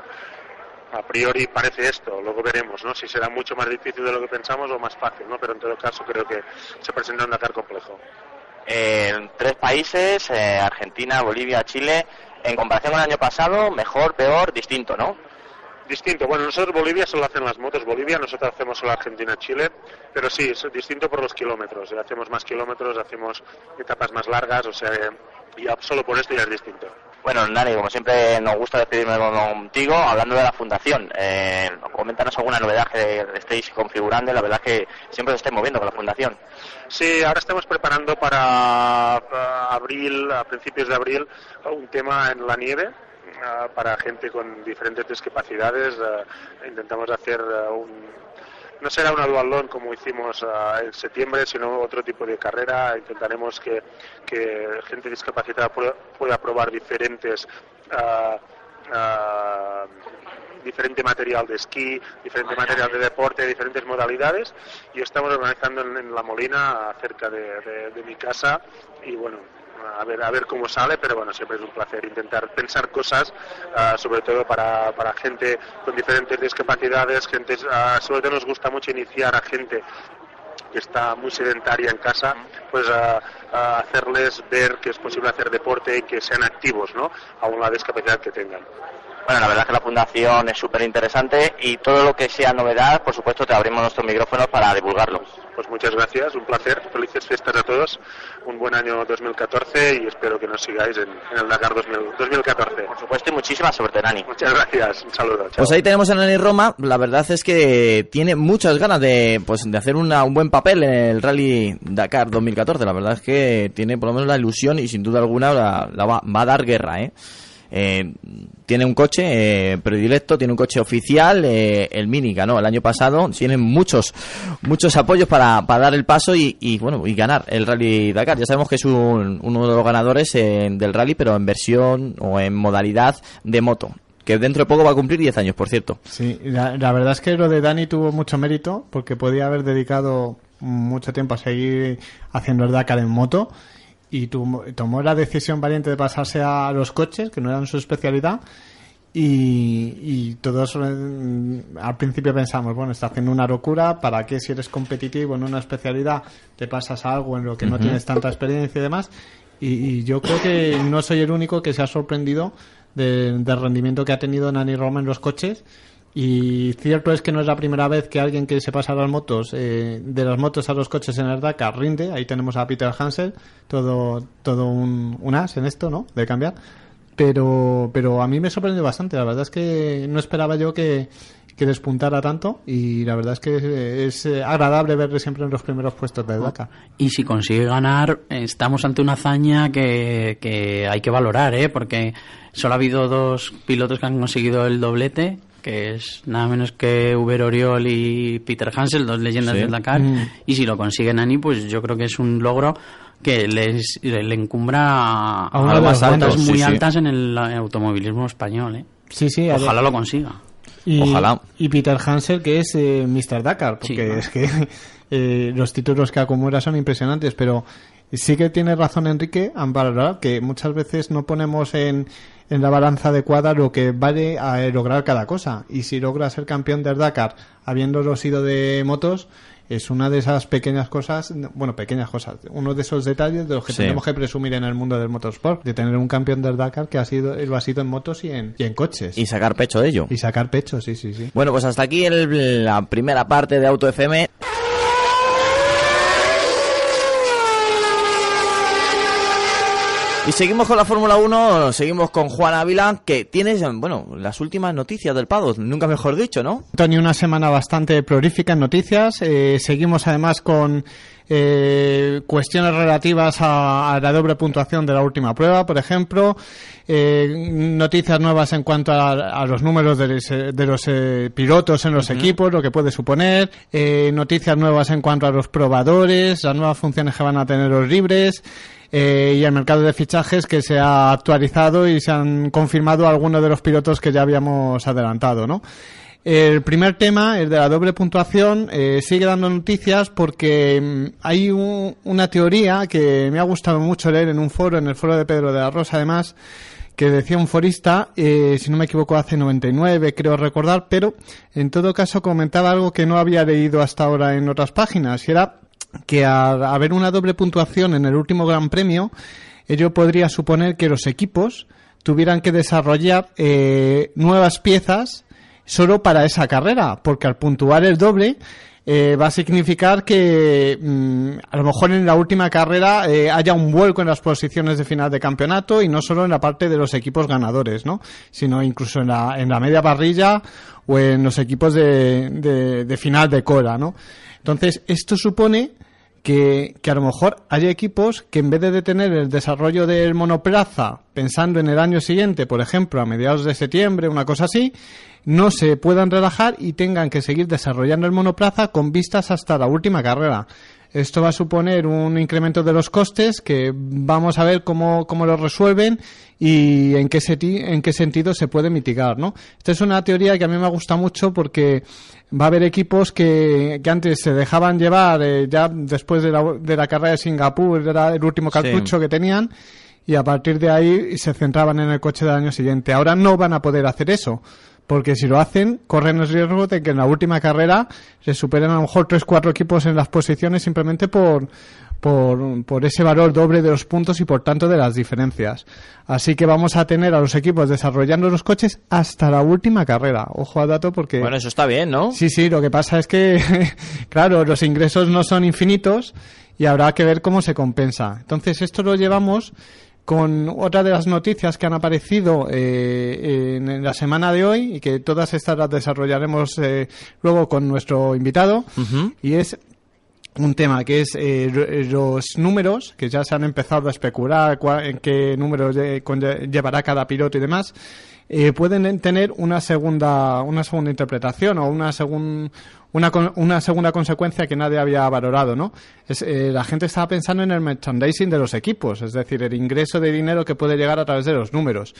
A, a priori parece esto, luego veremos, ¿no? Si será mucho más difícil de lo que pensamos o más fácil, ¿no? Pero en todo caso creo que se presenta un Dakar complejo. Eh, tres países, eh, Argentina, Bolivia, Chile, en comparación con el año pasado, mejor, peor, distinto, ¿no? Distinto. Bueno, nosotros Bolivia solo hacen las motos Bolivia, nosotros hacemos solo Argentina, Chile, pero sí, es distinto por los kilómetros. Hacemos más kilómetros, hacemos etapas más largas, o sea, y ya solo por esto ya es distinto. Bueno, Dani, como siempre nos gusta despedirme contigo, hablando de la fundación, eh, coméntanos alguna novedad que estéis configurando. La verdad es que siempre os estáis moviendo con la fundación. Sí, ahora estamos preparando para, para abril, a principios de abril, un tema en la nieve uh, para gente con diferentes discapacidades. Uh, intentamos hacer uh, un... No será un duatlón como hicimos uh, en septiembre, sino otro tipo de carrera. Intentaremos que, que gente discapacitada pueda, pueda probar diferentes uh, uh, diferente material de esquí, diferente material de deporte, diferentes modalidades, y estamos organizando en, en La Molina, cerca de, de, de mi casa, y bueno, a ver a ver cómo sale, pero bueno, siempre es un placer intentar pensar cosas, uh, sobre todo para, para gente con diferentes discapacidades, gente, uh, sobre todo nos gusta mucho iniciar a gente que está muy sedentaria en casa, pues a, a hacerles ver que es posible hacer deporte y que sean activos, ¿no?, aún la discapacidad que tengan. Bueno, la verdad es que la fundación es súper interesante y todo lo que sea novedad, por supuesto, te abrimos nuestros micrófonos para divulgarlo. Pues muchas gracias, un placer, felices fiestas a todos, un buen año dos mil catorce y espero que nos sigáis en, en el Dakar dos mil catorce. Por supuesto, y muchísima suerte, Nani. Muchas gracias, un saludo. Chao. Pues ahí tenemos a Nani Roma. La verdad es que tiene muchas ganas de, pues, de hacer una, un buen papel en el Rally Dakar dos mil catorce. La verdad es que tiene por lo menos la ilusión y sin duda alguna la, la va, va a dar guerra, ¿eh? Eh, tiene un coche eh, predilecto, tiene un coche oficial, eh, el Mini ganó el año pasado, tiene muchos muchos apoyos para, para dar el paso y, y bueno y ganar el Rally Dakar. Ya sabemos que es un, uno de los ganadores eh, del rally, pero en versión o en modalidad de moto, que dentro de poco va a cumplir diez años, por cierto. Sí, la, la verdad es que lo de Dani tuvo mucho mérito, porque podía haber dedicado mucho tiempo a seguir haciendo el Dakar en moto, y tu, tomó la decisión valiente de pasarse a los coches, que no eran su especialidad, y, y todos eh, al principio pensamos, bueno, está haciendo una locura, ¿para qué si eres competitivo en una especialidad te pasas a algo en lo que no uh-huh. tienes tanta experiencia y demás? Y, y yo creo que no soy el único que se ha sorprendido de, del rendimiento que ha tenido Nani Roma en los coches. Y cierto es que no es la primera vez que alguien que se pasa a las motos, eh, de las motos a los coches en el Dakar rinde. Ahí tenemos a Peter Hansel, todo todo un, un as en esto, ¿no?, de cambiar. Pero pero a mí me sorprendió bastante. La verdad es que no esperaba yo que, que despuntara tanto, y la verdad es que es, es agradable verle siempre en los primeros puestos del Dakar. Y si consigue ganar, estamos ante una hazaña que, que hay que valorar, ¿eh? Porque solo ha habido dos pilotos que han conseguido el doblete, que es nada menos que Hubert Oriol y Peter Hansel, dos leyendas sí. del Dakar, mm. y si lo consigue Nani, pues yo creo que es un logro que les, le encumbra a, a, a las cotas muy sí, altas sí. en el automovilismo español, ¿eh? Sí, sí. Ojalá lo consiga. Y, Ojalá. Y Peter Hansel, que es eh, mister Dakar, porque sí, ¿no? es que eh, los títulos que acumula son impresionantes, pero sí que tiene razón Enrique en valorar que muchas veces no ponemos en, en la balanza adecuada lo que vale a lograr cada cosa, y si logra ser campeón del Dakar habiéndolo sido de motos, es una de esas pequeñas cosas, bueno, pequeñas cosas, uno de esos detalles de los que sí. tenemos que presumir en el mundo del motorsport, de tener un campeón del Dakar que ha sido, lo ha sido en motos y en, y en coches. Y sacar pecho de ello. Y sacar pecho, sí, sí, sí. Bueno, pues hasta aquí el, la primera parte de Auto F M. Y seguimos con la Fórmula uno, seguimos con Juan Ávila, que tienes, bueno, las últimas noticias del paddock, nunca mejor dicho, ¿no? Antonio, una semana bastante prolífica en noticias. Eh, seguimos además con eh, cuestiones relativas a, a la doble puntuación de la última prueba, por ejemplo. Eh, noticias nuevas en cuanto a, a los números de los, de los eh, pilotos en los uh-huh. equipos, lo que puede suponer. Eh, noticias nuevas en cuanto a los probadores, las nuevas funciones que van a tener los libres. Eh, y el mercado de fichajes, que se ha actualizado y se han confirmado algunos de los pilotos que ya habíamos adelantado, ¿no? El primer tema, el de la doble puntuación, eh, sigue dando noticias porque mmm, hay un, una teoría que me ha gustado mucho leer en un foro, en el foro de Pedro de la Rosa, además, que decía un forista, eh, si no me equivoco hace noventa y nueve, creo recordar, pero en todo caso comentaba algo que no había leído hasta ahora en otras páginas, y era que al haber una doble puntuación en el último Gran Premio, ello podría suponer que los equipos tuvieran que desarrollar eh, nuevas piezas solo para esa carrera, porque al puntuar el doble, eh, va a significar que mmm, a lo mejor en la última carrera eh, haya un vuelco en las posiciones de final de campeonato y no solo en la parte de los equipos ganadores, ¿no? Sino incluso en la, en la media parrilla o en los equipos de, de, de final de cola, ¿no? Entonces, esto supone que, que a lo mejor hay equipos que en vez de detener el desarrollo del monoplaza pensando en el año siguiente, por ejemplo, a mediados de septiembre, una cosa así, no se puedan relajar y tengan que seguir desarrollando el monoplaza con vistas hasta la última carrera. Esto va a suponer un incremento de los costes que vamos a ver cómo, cómo lo resuelven y en qué, seti- en qué sentido se puede mitigar, ¿no? Esta es una teoría que a mí me gusta mucho porque va a haber equipos que, que antes se dejaban llevar, eh, ya después de la, de la carrera de Singapur, era el último cartucho sí. que tenían, y a partir de ahí se centraban en el coche del año siguiente. Ahora no van a poder hacer eso, porque si lo hacen, corren el riesgo de que en la última carrera se superen a lo mejor tres cuatro equipos en las posiciones simplemente por, por, por ese valor doble de los puntos y por tanto de las diferencias. Así que vamos a tener a los equipos desarrollando los coches hasta la última carrera. Ojo al dato porque... Bueno, eso está bien, ¿no? Sí, sí, lo que pasa es que, claro, los ingresos no son infinitos y habrá que ver cómo se compensa. Entonces, esto lo llevamos con otra de las noticias que han aparecido eh, en, en la semana de hoy y que todas estas las desarrollaremos eh, luego con nuestro invitado, uh-huh. y es un tema que es eh, los números, que ya se han empezado a especular cuál, en qué números de, con, llevará cada piloto y demás, eh, pueden tener una segunda una segunda interpretación o una segunda Una, una segunda consecuencia que nadie había valorado, ¿no? Es, eh, la gente estaba pensando en el merchandising de los equipos, es decir, el ingreso de dinero que puede llegar a través de los números.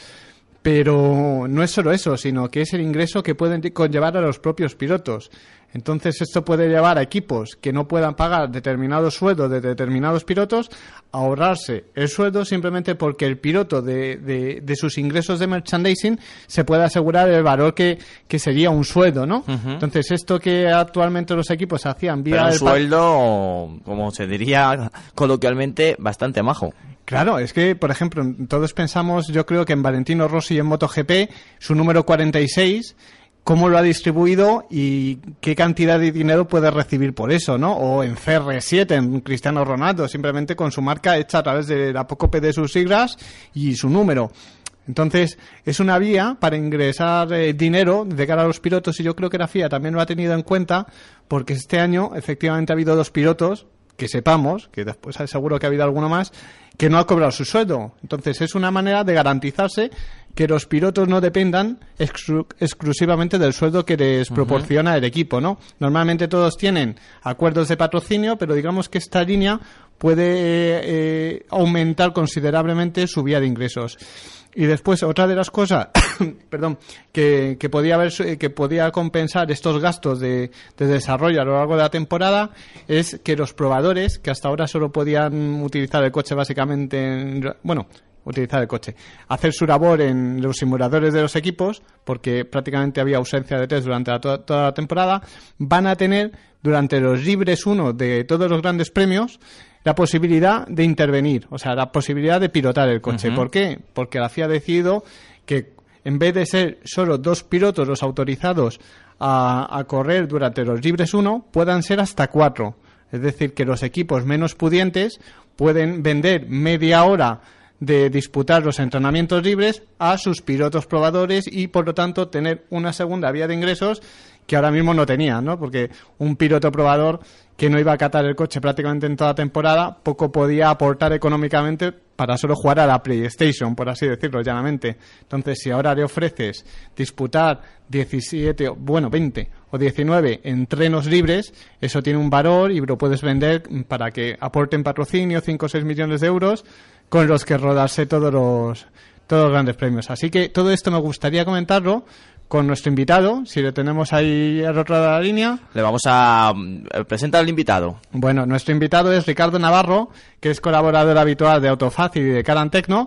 Pero no es solo eso, sino que es el ingreso que pueden conllevar a los propios pilotos. Entonces esto puede llevar a equipos que no puedan pagar determinados sueldos de determinados pilotos a ahorrarse el sueldo simplemente porque el piloto de, de, de sus ingresos de merchandising se puede asegurar el valor que, que sería un sueldo, ¿no? Uh-huh. Entonces esto que actualmente los equipos hacían vía... Pero un el sueldo, como se diría coloquialmente, bastante majo. Claro, es que, por ejemplo, todos pensamos, yo creo que en Valentino Rossi en MotoGP, su número cuarenta y seis... cómo lo ha distribuido y qué cantidad de dinero puede recibir por eso, ¿no? O en C R siete, en Cristiano Ronaldo, simplemente con su marca hecha a través del apócope de sus siglas y su número. Entonces, es una vía para ingresar eh, dinero de cara a los pilotos y yo creo que la F I A también lo ha tenido en cuenta porque este año efectivamente ha habido dos pilotos que sepamos, que después seguro que ha habido alguno más, que no ha cobrado su sueldo. Entonces es una manera de garantizarse que los pilotos no dependan exclu- exclusivamente del sueldo que les uh-huh. proporciona el equipo, ¿no? Normalmente todos tienen acuerdos de patrocinio, pero digamos que esta línea puede eh, aumentar considerablemente su vía de ingresos. Y después, otra de las cosas perdón, que, que podía haber, que podía compensar estos gastos de, de desarrollo a lo largo de la temporada es que los probadores, que hasta ahora solo podían utilizar el coche básicamente en, bueno, utilizar el coche, hacer su labor en los simuladores de los equipos, porque prácticamente había ausencia de test durante la, toda, toda la temporada, van a tener durante los libres uno de todos los grandes premios la posibilidad de intervenir, o sea, la posibilidad de pilotar el coche. Uh-huh. ¿Por qué? Porque la F I A ha decidido que en vez de ser solo dos pilotos los autorizados a, a correr durante los libres uno, puedan ser hasta cuatro. Es decir, que los equipos menos pudientes pueden vender media hora de disputar los entrenamientos libres a sus pilotos probadores y, por lo tanto, tener una segunda vía de ingresos que ahora mismo no tenían, ¿no? Porque un piloto probador que no iba a catar el coche prácticamente en toda temporada, poco podía aportar económicamente para solo jugar a la PlayStation, por así decirlo llanamente. Entonces, si ahora le ofreces disputar diecisiete, bueno, veinte o diecinueve entrenos libres, eso tiene un valor y lo puedes vender para que aporten patrocinio, cinco o seis millones de euros, con los que rodarse todos los, todos los grandes premios. Así que todo esto me gustaría comentarlo con nuestro invitado, si lo tenemos ahí al otro lado de la línea. Le vamos a presentar al invitado. Bueno, nuestro invitado es Ricardo Navarro, que es colaborador habitual de Autofácil y de Caran Tecno,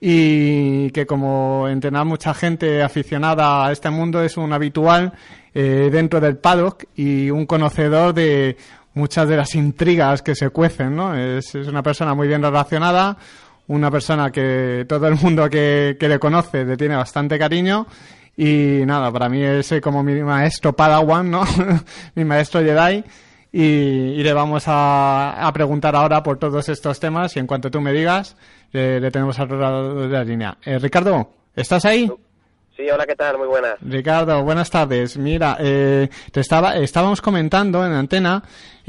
y que, como entrenar mucha gente aficionada a este mundo, es un habitual eh, dentro del paddock y un conocedor de muchas de las intrigas que se cuecen, ¿no? Es, es una persona muy bien relacionada, una persona que todo el mundo que, que le conoce le tiene bastante cariño. Y nada, para mí es como mi maestro Padawan, ¿no? Mi maestro Jedi. y, y le vamos a, a preguntar ahora por todos estos temas y en cuanto tú me digas, eh, le tenemos al otro lado de la línea. Eh, Ricardo, ¿estás ahí? Sí, hola, ¿qué tal? Muy buenas. Ricardo, buenas tardes. Mira, eh, te estaba, estábamos comentando en antena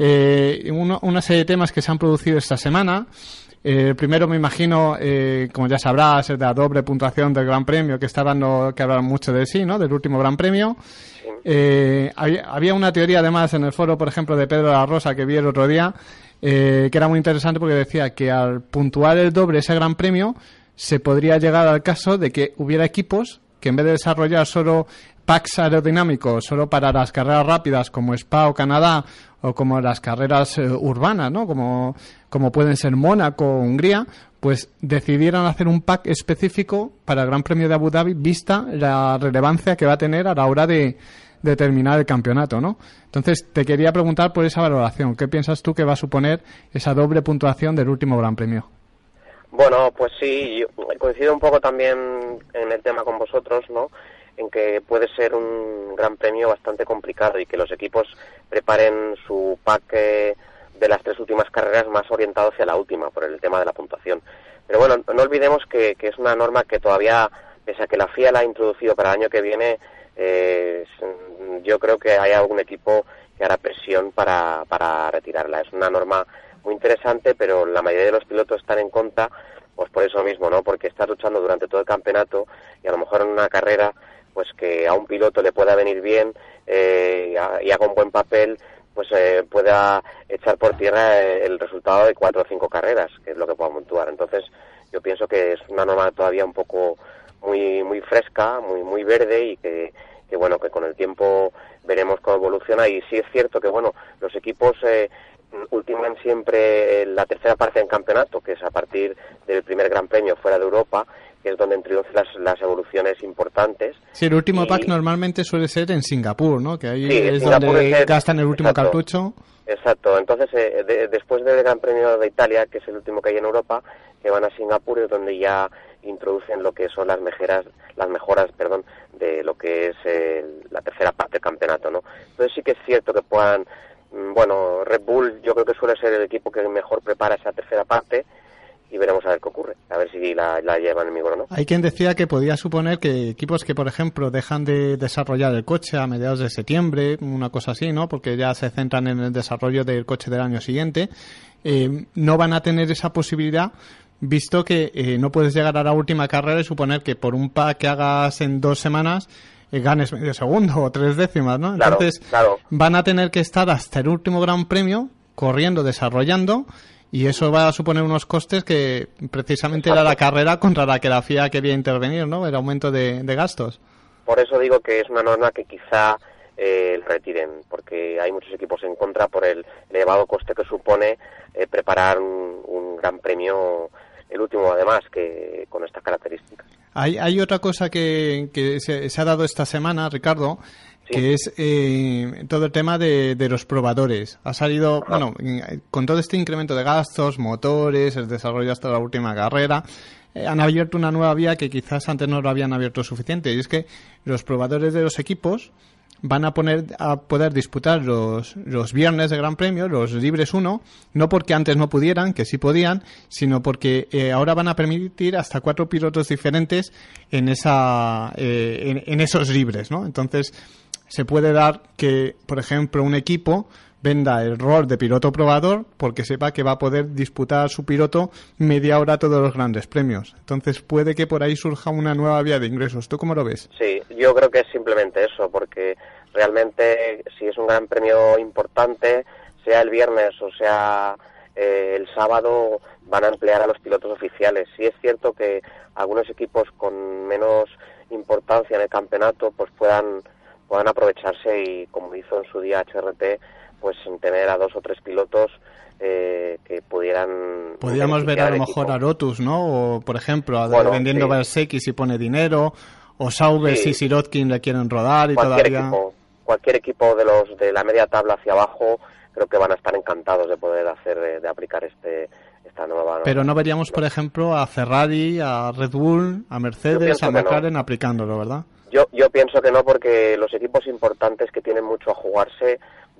eh, uno, una serie de temas que se han producido esta semana. Eh, primero me imagino, eh, como ya sabrás, es de la doble puntuación del Gran Premio, que está dando que hablar mucho de sí, ¿no? Del último Gran Premio. Sí. Eh, había, había una teoría además en el foro, por ejemplo, de Pedro de la Rosa, que vi el otro día, eh, que era muy interesante porque decía que al puntuar el doble ese Gran Premio, se podría llegar al caso de que hubiera equipos que en vez de desarrollar solo packs aerodinámicos solo para las carreras rápidas como Spa o Canadá, o como las carreras eh, urbanas, ¿no? Como, como pueden ser Mónaco o Hungría, pues decidieran hacer un pack específico para el Gran Premio de Abu Dhabi, vista la relevancia que va a tener a la hora de, de terminar el campeonato, ¿no? Entonces, te quería preguntar por esa valoración. ¿Qué piensas tú que va a suponer esa doble puntuación del último Gran Premio? Bueno, pues sí, yo coincido un poco también en el tema con vosotros, ¿no? En que puede ser un gran premio bastante complicado y que los equipos preparen su pack eh, de las tres últimas carreras más orientado hacia la última, por el tema de la puntuación. Pero bueno, no olvidemos que, que es una norma que todavía, pese a que la F I A la ha introducido para el año que viene, eh, yo creo que hay algún equipo que hará presión para, para retirarla. Es una norma muy interesante, pero la mayoría de los pilotos están en contra, pues por eso mismo, ¿no? Porque estás luchando durante todo el campeonato y a lo mejor en una carrera, pues que a un piloto le pueda venir bien eh, y haga un buen papel, pues eh, pueda echar por tierra el resultado de cuatro o cinco carreras, que es lo que pueda puntuar. Entonces, yo pienso que es una norma todavía un poco muy muy fresca, muy muy verde y que, que bueno, que con el tiempo veremos cómo evoluciona. Y sí es cierto que, bueno, los equipos eh, ultiman siempre la tercera parte del campeonato, que es a partir del primer Gran Premio fuera de Europa, que es donde introducen las, las evoluciones importantes. Sí, el último y... pack normalmente suele ser en Singapur, ¿no? Que ahí sí, es Singapur donde es el... gastan el último Exacto. cartucho. Exacto, entonces eh, de, después del Gran Premio de Italia, que es el último que hay en Europa, que van a Singapur, es donde ya introducen lo que son las mejoras, las mejoras, perdón, de lo que es eh, la tercera parte del campeonato, ¿no? Entonces sí que es cierto que puedan, bueno, Red Bull yo creo que suele ser el equipo que mejor prepara esa tercera parte y veremos a ver qué ocurre, a ver si la, la llevan en vigor o no. Hay quien decía que podía suponer que equipos que, por ejemplo, dejan de desarrollar el coche a mediados de septiembre, una cosa así, ¿no? Porque ya se centran en el desarrollo del coche del año siguiente, eh, no van a tener esa posibilidad, visto que eh, no puedes llegar a la última carrera y suponer que por un pack que hagas en dos semanas eh, ganes medio segundo o tres décimas, ¿no? Claro, Entonces claro. van a tener que estar hasta el último Gran Premio corriendo, desarrollando, y eso va a suponer unos costes que precisamente Exacto. era la carrera contra la que la F I A quería intervenir, ¿no? El aumento de, de gastos. Por eso digo que es una norma que quizá eh, retiren, porque hay muchos equipos en contra por el elevado coste que supone eh, preparar un, un gran premio, el último además, que con estas características. Hay, hay otra cosa que, que se, se ha dado esta semana, Ricardo, sí. que es eh, todo el tema de, de los probadores. Ha salido, Ajá. bueno, con todo este incremento de gastos, motores, el desarrollo hasta la última carrera, eh, han abierto una nueva vía que quizás antes no lo habían abierto suficiente, y es que los probadores de los equipos van a poner a poder disputar los, los viernes de Gran Premio, los libres uno, no porque antes no pudieran, que sí podían, sino porque eh, ahora van a permitir hasta cuatro pilotos diferentes en esa eh, en, en esos libres, ¿no? Entonces se puede dar que, por ejemplo, un equipo venda el rol de piloto probador porque sepa que va a poder disputar su piloto media hora todos los grandes premios. Entonces puede que por ahí surja una nueva vía de ingresos. ¿Tú cómo lo ves? Sí, yo creo que es simplemente eso, porque realmente si es un gran premio importante, sea el viernes o sea eh, el sábado, van a emplear a los pilotos oficiales. Sí es cierto que algunos equipos con menos importancia en el campeonato pues puedan, puedan aprovecharse y, como hizo en su día H R T, pues tener a dos o tres pilotos eh, que pudieran... Podríamos ver a lo mejor a Lotus, ¿no? O, por ejemplo, bueno, vendiendo sí. Berseki si pone dinero, o Sauber sí. si Sirotkin le quieren rodar y cualquier todavía... Equipo, cualquier equipo de los de la media tabla hacia abajo creo que van a estar encantados de poder hacer, de, de aplicar este esta nueva... Pero no veríamos, por ejemplo, a Ferrari, a Red Bull, a Mercedes, a McLaren no. aplicándolo, ¿verdad? Yo, yo pienso que no, porque los equipos importantes que tienen mucho a jugarse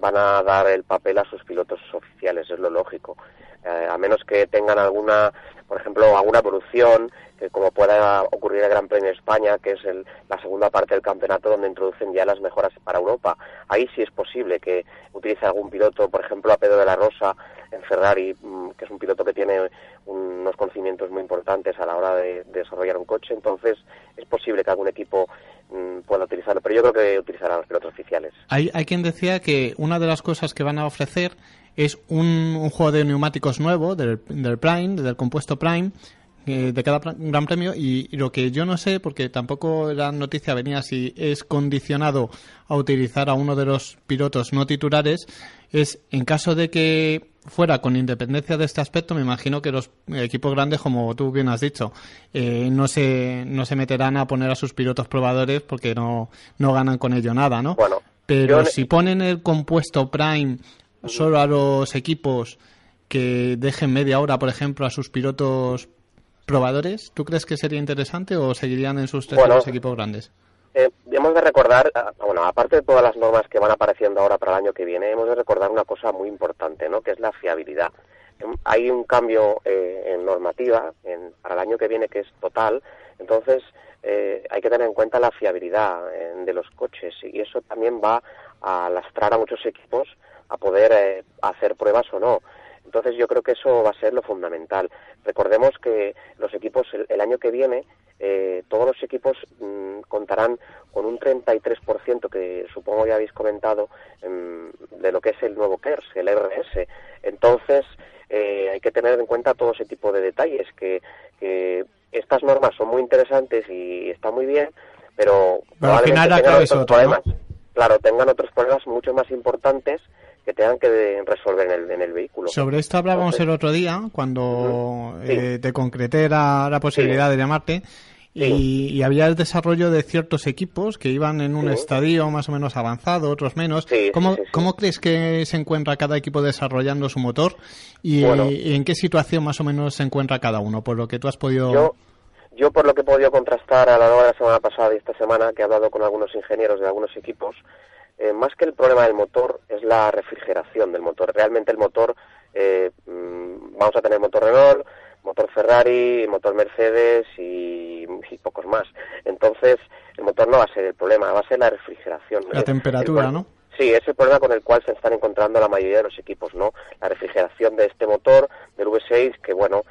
van a dar el papel a sus pilotos oficiales, es lo lógico. Eh, a menos que tengan alguna, por ejemplo, alguna evolución, que como pueda ocurrir en el Gran Premio de España, que es el, la segunda parte del campeonato donde introducen ya las mejoras para Europa. Ahí sí es posible que utilice algún piloto, por ejemplo, a Pedro de la Rosa en Ferrari, que es un piloto que tiene unos conocimientos muy importantes a la hora de, de desarrollar un coche. Entonces es posible que algún equipo mmm, pueda utilizarlo, pero yo creo que utilizarán los pilotos oficiales. Hay, hay quien decía que una de las cosas que van a ofrecer es un, un juego de neumáticos nuevo del, del Prime, del compuesto Prime, eh, de cada Gran Premio, y, y lo que yo no sé, porque tampoco la noticia venía si es condicionado a utilizar a uno de los pilotos no titulares, es en caso de que fuera con independencia de este aspecto, me imagino que los equipos grandes, como tú bien has dicho, eh, no se no se meterán a poner a sus pilotos probadores porque no, no ganan con ello nada, ¿no? Bueno, pero yo... si ponen el compuesto Prime solo a los equipos que dejen media hora, por ejemplo, a sus pilotos probadores, ¿tú crees que sería interesante o seguirían en sus tres bueno, los equipos grandes? Eh, hemos de recordar, bueno, aparte de todas las normas que van apareciendo ahora para el año que viene, hemos de recordar una cosa muy importante, ¿no? Que es la fiabilidad. Hay un cambio eh, en normativa en, para el año que viene que es total, entonces eh, hay que tener en cuenta la fiabilidad eh, de los coches, y eso también va a lastrar a muchos equipos a poder eh, hacer pruebas o no. Entonces yo creo que eso va a ser lo fundamental. Recordemos que los equipos el, el año que viene, eh, todos los equipos mmm, contarán con un treinta y tres por ciento, que supongo ya habéis comentado, mmm, de lo que es el nuevo K E R S, el R S. Entonces eh, hay que tener en cuenta todo ese tipo de detalles, que, que estas normas son muy interesantes y están muy bien, pero, pero al final tengan otros otro, problemas. ¿no? Claro, tengan otros problemas mucho más importantes que tengan que resolver en el, en el vehículo. Sobre esto hablábamos Entonces, el otro día, cuando sí. eh, te concreté la, la posibilidad sí. de llamarte, y, sí. y había el desarrollo de ciertos equipos que iban en un sí. estadio más o menos avanzado, otros menos. Sí, ¿Cómo, sí, sí, sí. ¿Cómo crees que se encuentra cada equipo desarrollando su motor? Y, bueno, y en qué situación más o menos se encuentra cada uno, por lo que tú has podido... Yo... Yo, por lo que he podido contrastar a lo largo de la semana pasada y esta semana, que he hablado con algunos ingenieros de algunos equipos, eh, más que el problema del motor, es la refrigeración del motor. Realmente el motor, eh, mmm, vamos a tener motor Renault, motor Ferrari, motor Mercedes y, y pocos más. Entonces, el motor no va a ser el problema, va a ser la refrigeración. La temperatura, el, ¿no? Sí, es el problema con el cual se están encontrando la mayoría de los equipos, ¿no? La refrigeración de este motor, del V seis, que bueno,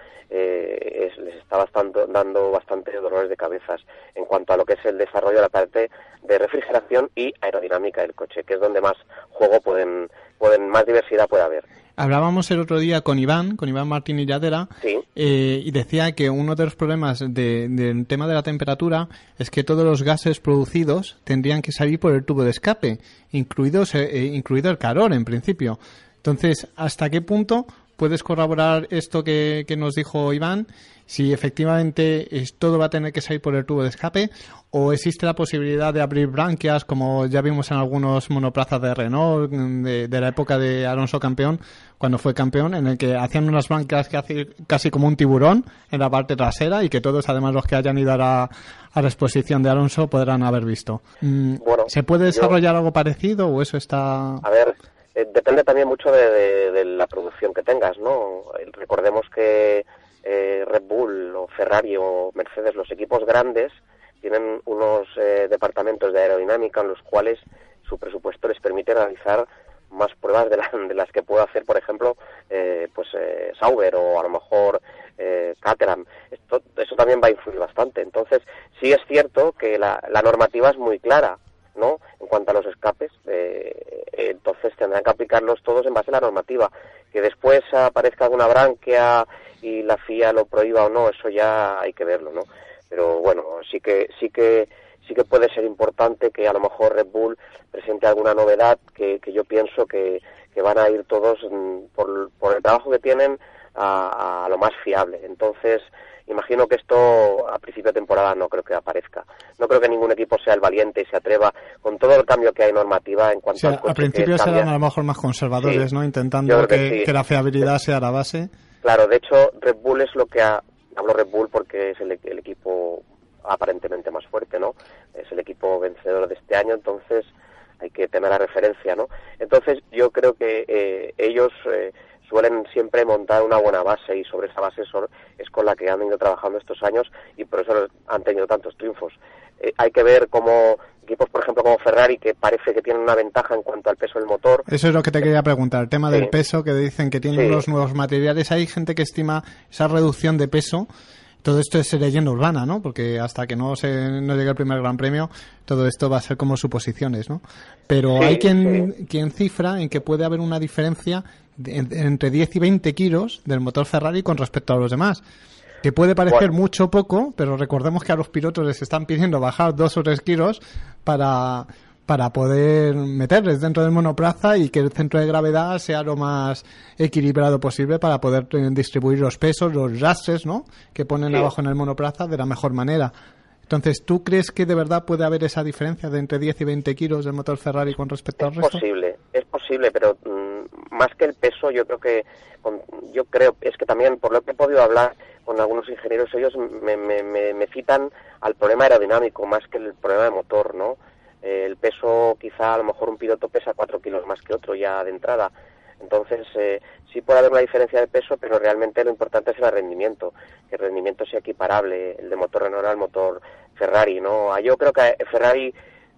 eh, es, les está bastante, dando bastante dolores de cabezas en cuanto a lo que es el desarrollo de la parte de refrigeración y aerodinámica del coche, que es donde más juego pueden, pueden más diversidad puede haber. Hablábamos el otro día con Iván, con Iván Martín Illadera, sí. eh, y decía que uno de los problemas de, del tema de la temperatura es que todos los gases producidos tendrían que salir por el tubo de escape, incluidos, eh, incluido el calor en principio. Entonces, ¿hasta qué punto puedes corroborar esto que, que nos dijo Iván? Si efectivamente es, todo va a tener que salir por el tubo de escape, o existe la posibilidad de abrir branquias, como ya vimos en algunos monoplazas de Renault de, de la época de Alonso campeón, cuando fue campeón, en el que hacían unas branquias que hace casi como un tiburón en la parte trasera, y que todos, además los que hayan ido a la, a la exposición de Alonso, podrán haber visto. Bueno, ¿Se puede desarrollar yo, algo parecido o eso está...? A ver, eh, depende también mucho de, de, de la producción que tengas, ¿no? Recordemos que Eh, Red Bull o Ferrari o Mercedes, los equipos grandes, tienen unos eh, departamentos de aerodinámica en los cuales su presupuesto les permite realizar más pruebas de, la, de las que puede hacer, por ejemplo, eh, pues eh, Sauber o a lo mejor eh, Caterham. Esto, eso también va a influir bastante. Entonces, sí es cierto que la, la normativa es muy clara, ¿no? En cuanto a los escapes, eh, entonces tendrán que aplicarlos todos en base a la normativa. Que después aparezca alguna branquia y la F I A lo prohíba o no, eso ya hay que verlo, ¿no? Pero bueno, sí que sí que sí que puede ser importante que a lo mejor Red Bull presente alguna novedad, que, que yo pienso que, que van a ir todos por, por el trabajo que tienen a, a lo más fiable. Entonces, imagino que esto a principio de temporada no creo que aparezca. No creo que ningún equipo sea el valiente y se atreva con todo el cambio que hay normativa en cuanto o sea, al coche. A principio serán a lo mejor más conservadores, sí, ¿no? Intentando que, que, sí. que la fiabilidad sea la base. Claro, de hecho Red Bull es lo que ha... Hablo Red Bull porque es el, el equipo aparentemente más fuerte, ¿no? Es el equipo vencedor de este año, entonces hay que tener la referencia, ¿no? Entonces yo creo que eh, ellos eh, suelen siempre montar una buena base y sobre esa base son, es con la que han ido trabajando estos años y por eso han tenido tantos triunfos. Eh, hay que ver cómo equipos, por ejemplo, como Ferrari, que parece que tienen una ventaja en cuanto al peso del motor. Eso es lo que te quería preguntar, el tema Sí. del peso, que dicen que tienen Sí. unos nuevos materiales. Hay gente que estima esa reducción de peso. Todo esto es leyenda urbana, ¿no? Porque hasta que no se no llegue el primer Gran Premio, todo esto va a ser como suposiciones, ¿no? Pero Sí, hay quien, sí. quien cifra en que puede haber una diferencia de- en- entre diez y veinte kilos del motor Ferrari con respecto a los demás. Que puede parecer Bueno. mucho o poco, pero recordemos que a los pilotos les están pidiendo bajar dos o tres kilos para, para poder meterles dentro del monoplaza y que el centro de gravedad sea lo más equilibrado posible para poder eh, distribuir los pesos, los lastres, ¿no?, que ponen Sí. abajo en el monoplaza de la mejor manera. Entonces, ¿tú crees que de verdad puede haber esa diferencia de entre diez y veinte kilos del motor Ferrari con respecto al Es resto? posible, es posible, pero mm, más que el peso, yo creo que, con- yo creo, es que también, por lo que he podido hablar con algunos ingenieros, ellos me, me, me, me citan al problema aerodinámico más que el problema de motor, ¿no? Eh, el peso, quizá a lo mejor un piloto pesa cuatro kilos más que otro ya de entrada. Entonces, eh, sí puede haber una diferencia de peso, pero realmente lo importante es el rendimiento, que el rendimiento sea equiparable, el de motor Renault al motor Ferrari, ¿no? Yo creo que Ferrari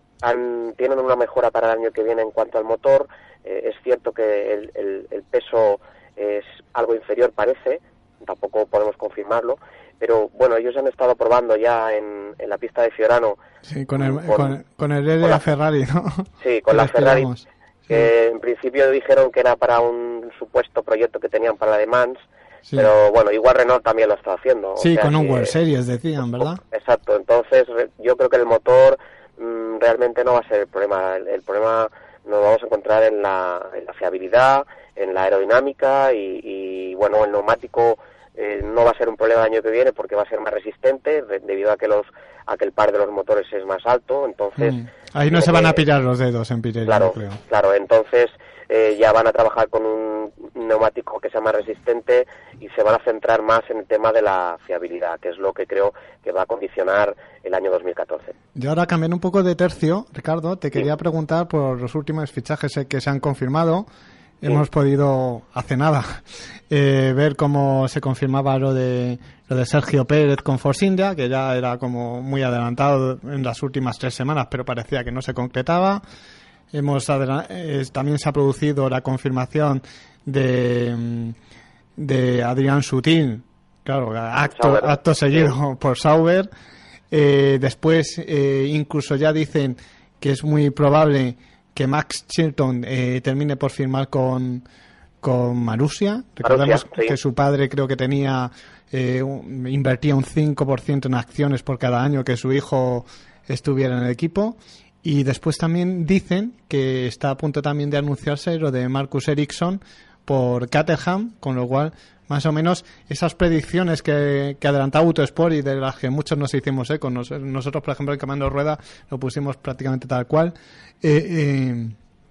han, tienen una mejora para el año que viene en cuanto al motor. Eh, es cierto que el, el, el peso es algo inferior, parece, tampoco podemos confirmarlo, pero bueno, ellos han estado probando ya en, en la pista de Fiorano. Sí, con el, Con- con, con el L con la- Ferrari, ¿no? Sí, con Que la les Ferrari, pillamos. que en principio dijeron que era para un supuesto proyecto que tenían para la de Mans, Sí. pero bueno, igual Renault también lo está haciendo. o Sí, sea con un que- World Series decían, ¿verdad? Exacto, entonces re- yo creo que el motor mm, realmente no va a ser el problema. El, el problema nos vamos a encontrar en la, en la fiabilidad, en la aerodinámica y, y, bueno, el neumático eh, no va a ser un problema el año que viene porque va a ser más resistente re- debido a que los a que el par de los motores es más alto, entonces Mm. Ahí no tiene se van que- a pillar los dedos en Pirelli, Claro, yo creo. claro, entonces eh, ya van a trabajar con un neumático que sea más resistente y se van a centrar más en el tema de la fiabilidad, que es lo que creo que va a condicionar el año dos mil catorce. Y ahora cambiando un poco de tercio, Ricardo, te quería preguntar por los últimos fichajes eh, que se han confirmado. Hemos podido, hace nada, eh, ver cómo se confirmaba lo de lo de Sergio Pérez con Force India, que ya era como muy adelantado en las últimas tres semanas, pero parecía que no se concretaba. Hemos adela- eh, también se ha producido la confirmación de, mm, de Adrián Sutil, claro, acto, Sauber. acto seguido por Sauber. Eh, después, eh, incluso ya dicen que es muy probable que Max Chilton eh, termine por firmar con, con Marussia. Recordemos Marussia, sí. que su padre creo que tenía eh, un- invertía un cinco por ciento en acciones por cada año que su hijo estuviera en el equipo. Y después también dicen que está a punto también de anunciarse lo de Marcus Ericsson por Caterham, con lo cual más o menos esas predicciones que, que adelantaba Autosport y de las que muchos nos hicimos eco, nos- nosotros por ejemplo en Camando Rueda lo pusimos prácticamente tal cual, eh, eh,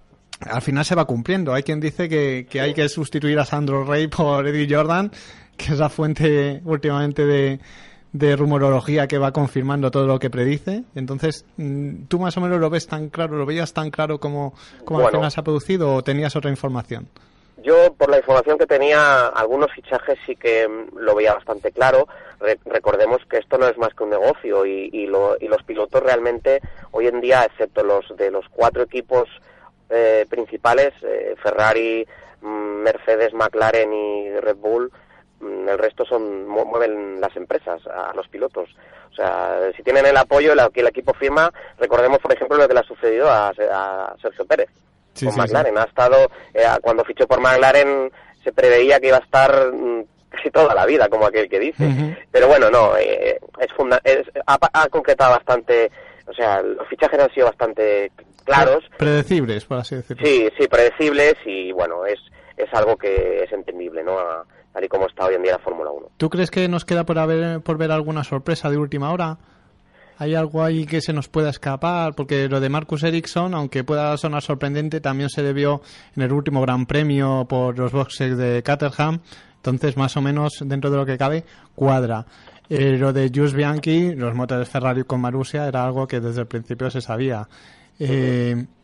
al final se va cumpliendo. Hay quien dice que, que hay que sustituir a Sandro Rey por Eddie Jordan, que es la fuente últimamente de, de rumorología que va confirmando todo lo que predice. Entonces, mm, ¿tú más o menos lo ves tan claro, lo veías tan claro como, como al Bueno. final se ha producido o tenías otra información? Yo, por la información que tenía, algunos fichajes sí que mm, lo veía bastante claro. Re- recordemos que esto no es más que un negocio y, y, lo- y los pilotos realmente, hoy en día, excepto los de los cuatro equipos eh, principales, eh, Ferrari, mm, Mercedes, McLaren y Red Bull, mm, el resto son mu- mueven las empresas a, a los pilotos. O sea, si tienen el apoyo el, que el equipo firma, recordemos, por ejemplo, lo que le ha sucedido a, a Sergio Pérez. Sí, con sí, McLaren. Ha estado, eh, cuando fichó por McLaren se preveía que iba a estar mm, casi toda la vida, como aquel que dice. Ujú. Pero bueno, no, eh, es, funda es ha, ha concretado bastante, o sea, los fichajes han sido bastante claros. Predecibles, por así decirlo. Sí, sí, predecibles y bueno, es, es algo que es entendible, ¿no? A- tal y como está hoy en día la Fórmula uno. ¿Tú crees que nos queda por, haber, por ver alguna sorpresa de última hora? ¿Hay algo ahí que se nos pueda escapar? Porque lo de Marcus Ericsson, aunque pueda sonar sorprendente, también se debió en el último Gran Premio por los boxes de Caterham. Entonces, más o menos, dentro de lo que cabe, cuadra. Eh, lo de Jules Bianchi, los motores Ferrari con Marussia, era algo que desde el principio se sabía. Eh,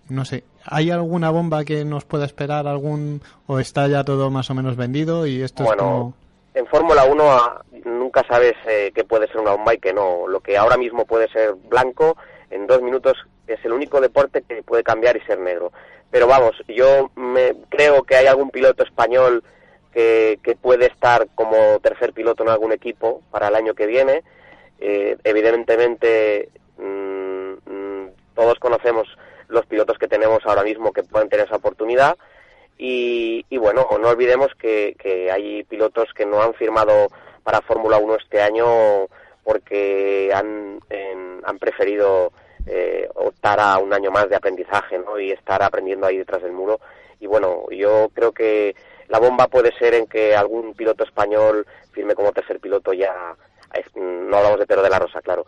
no sé, ¿hay alguna bomba que nos pueda esperar algún o está ya todo más o menos vendido y esto bueno, es como... en Fórmula uno a, nunca sabes eh, qué puede ser una bomba y qué no. Lo que ahora mismo puede ser blanco, en dos minutos es el único deporte que puede cambiar y ser negro. Pero vamos, yo me creo que hay algún piloto español que, que puede estar como tercer piloto en algún equipo para el año que viene. Eh, evidentemente, mmm, mmm, todos conocemos los pilotos que tenemos ahora mismo que pueden tener esa oportunidad. Y, y bueno, no olvidemos que, que hay pilotos que no han firmado para Fórmula uno este año porque han, en, han preferido eh, optar a un año más de aprendizaje, ¿no? Y estar aprendiendo ahí detrás del muro. Y bueno, yo creo que la bomba puede ser en que algún piloto español firme como tercer piloto ya. No hablamos de Pedro de la Rosa, claro.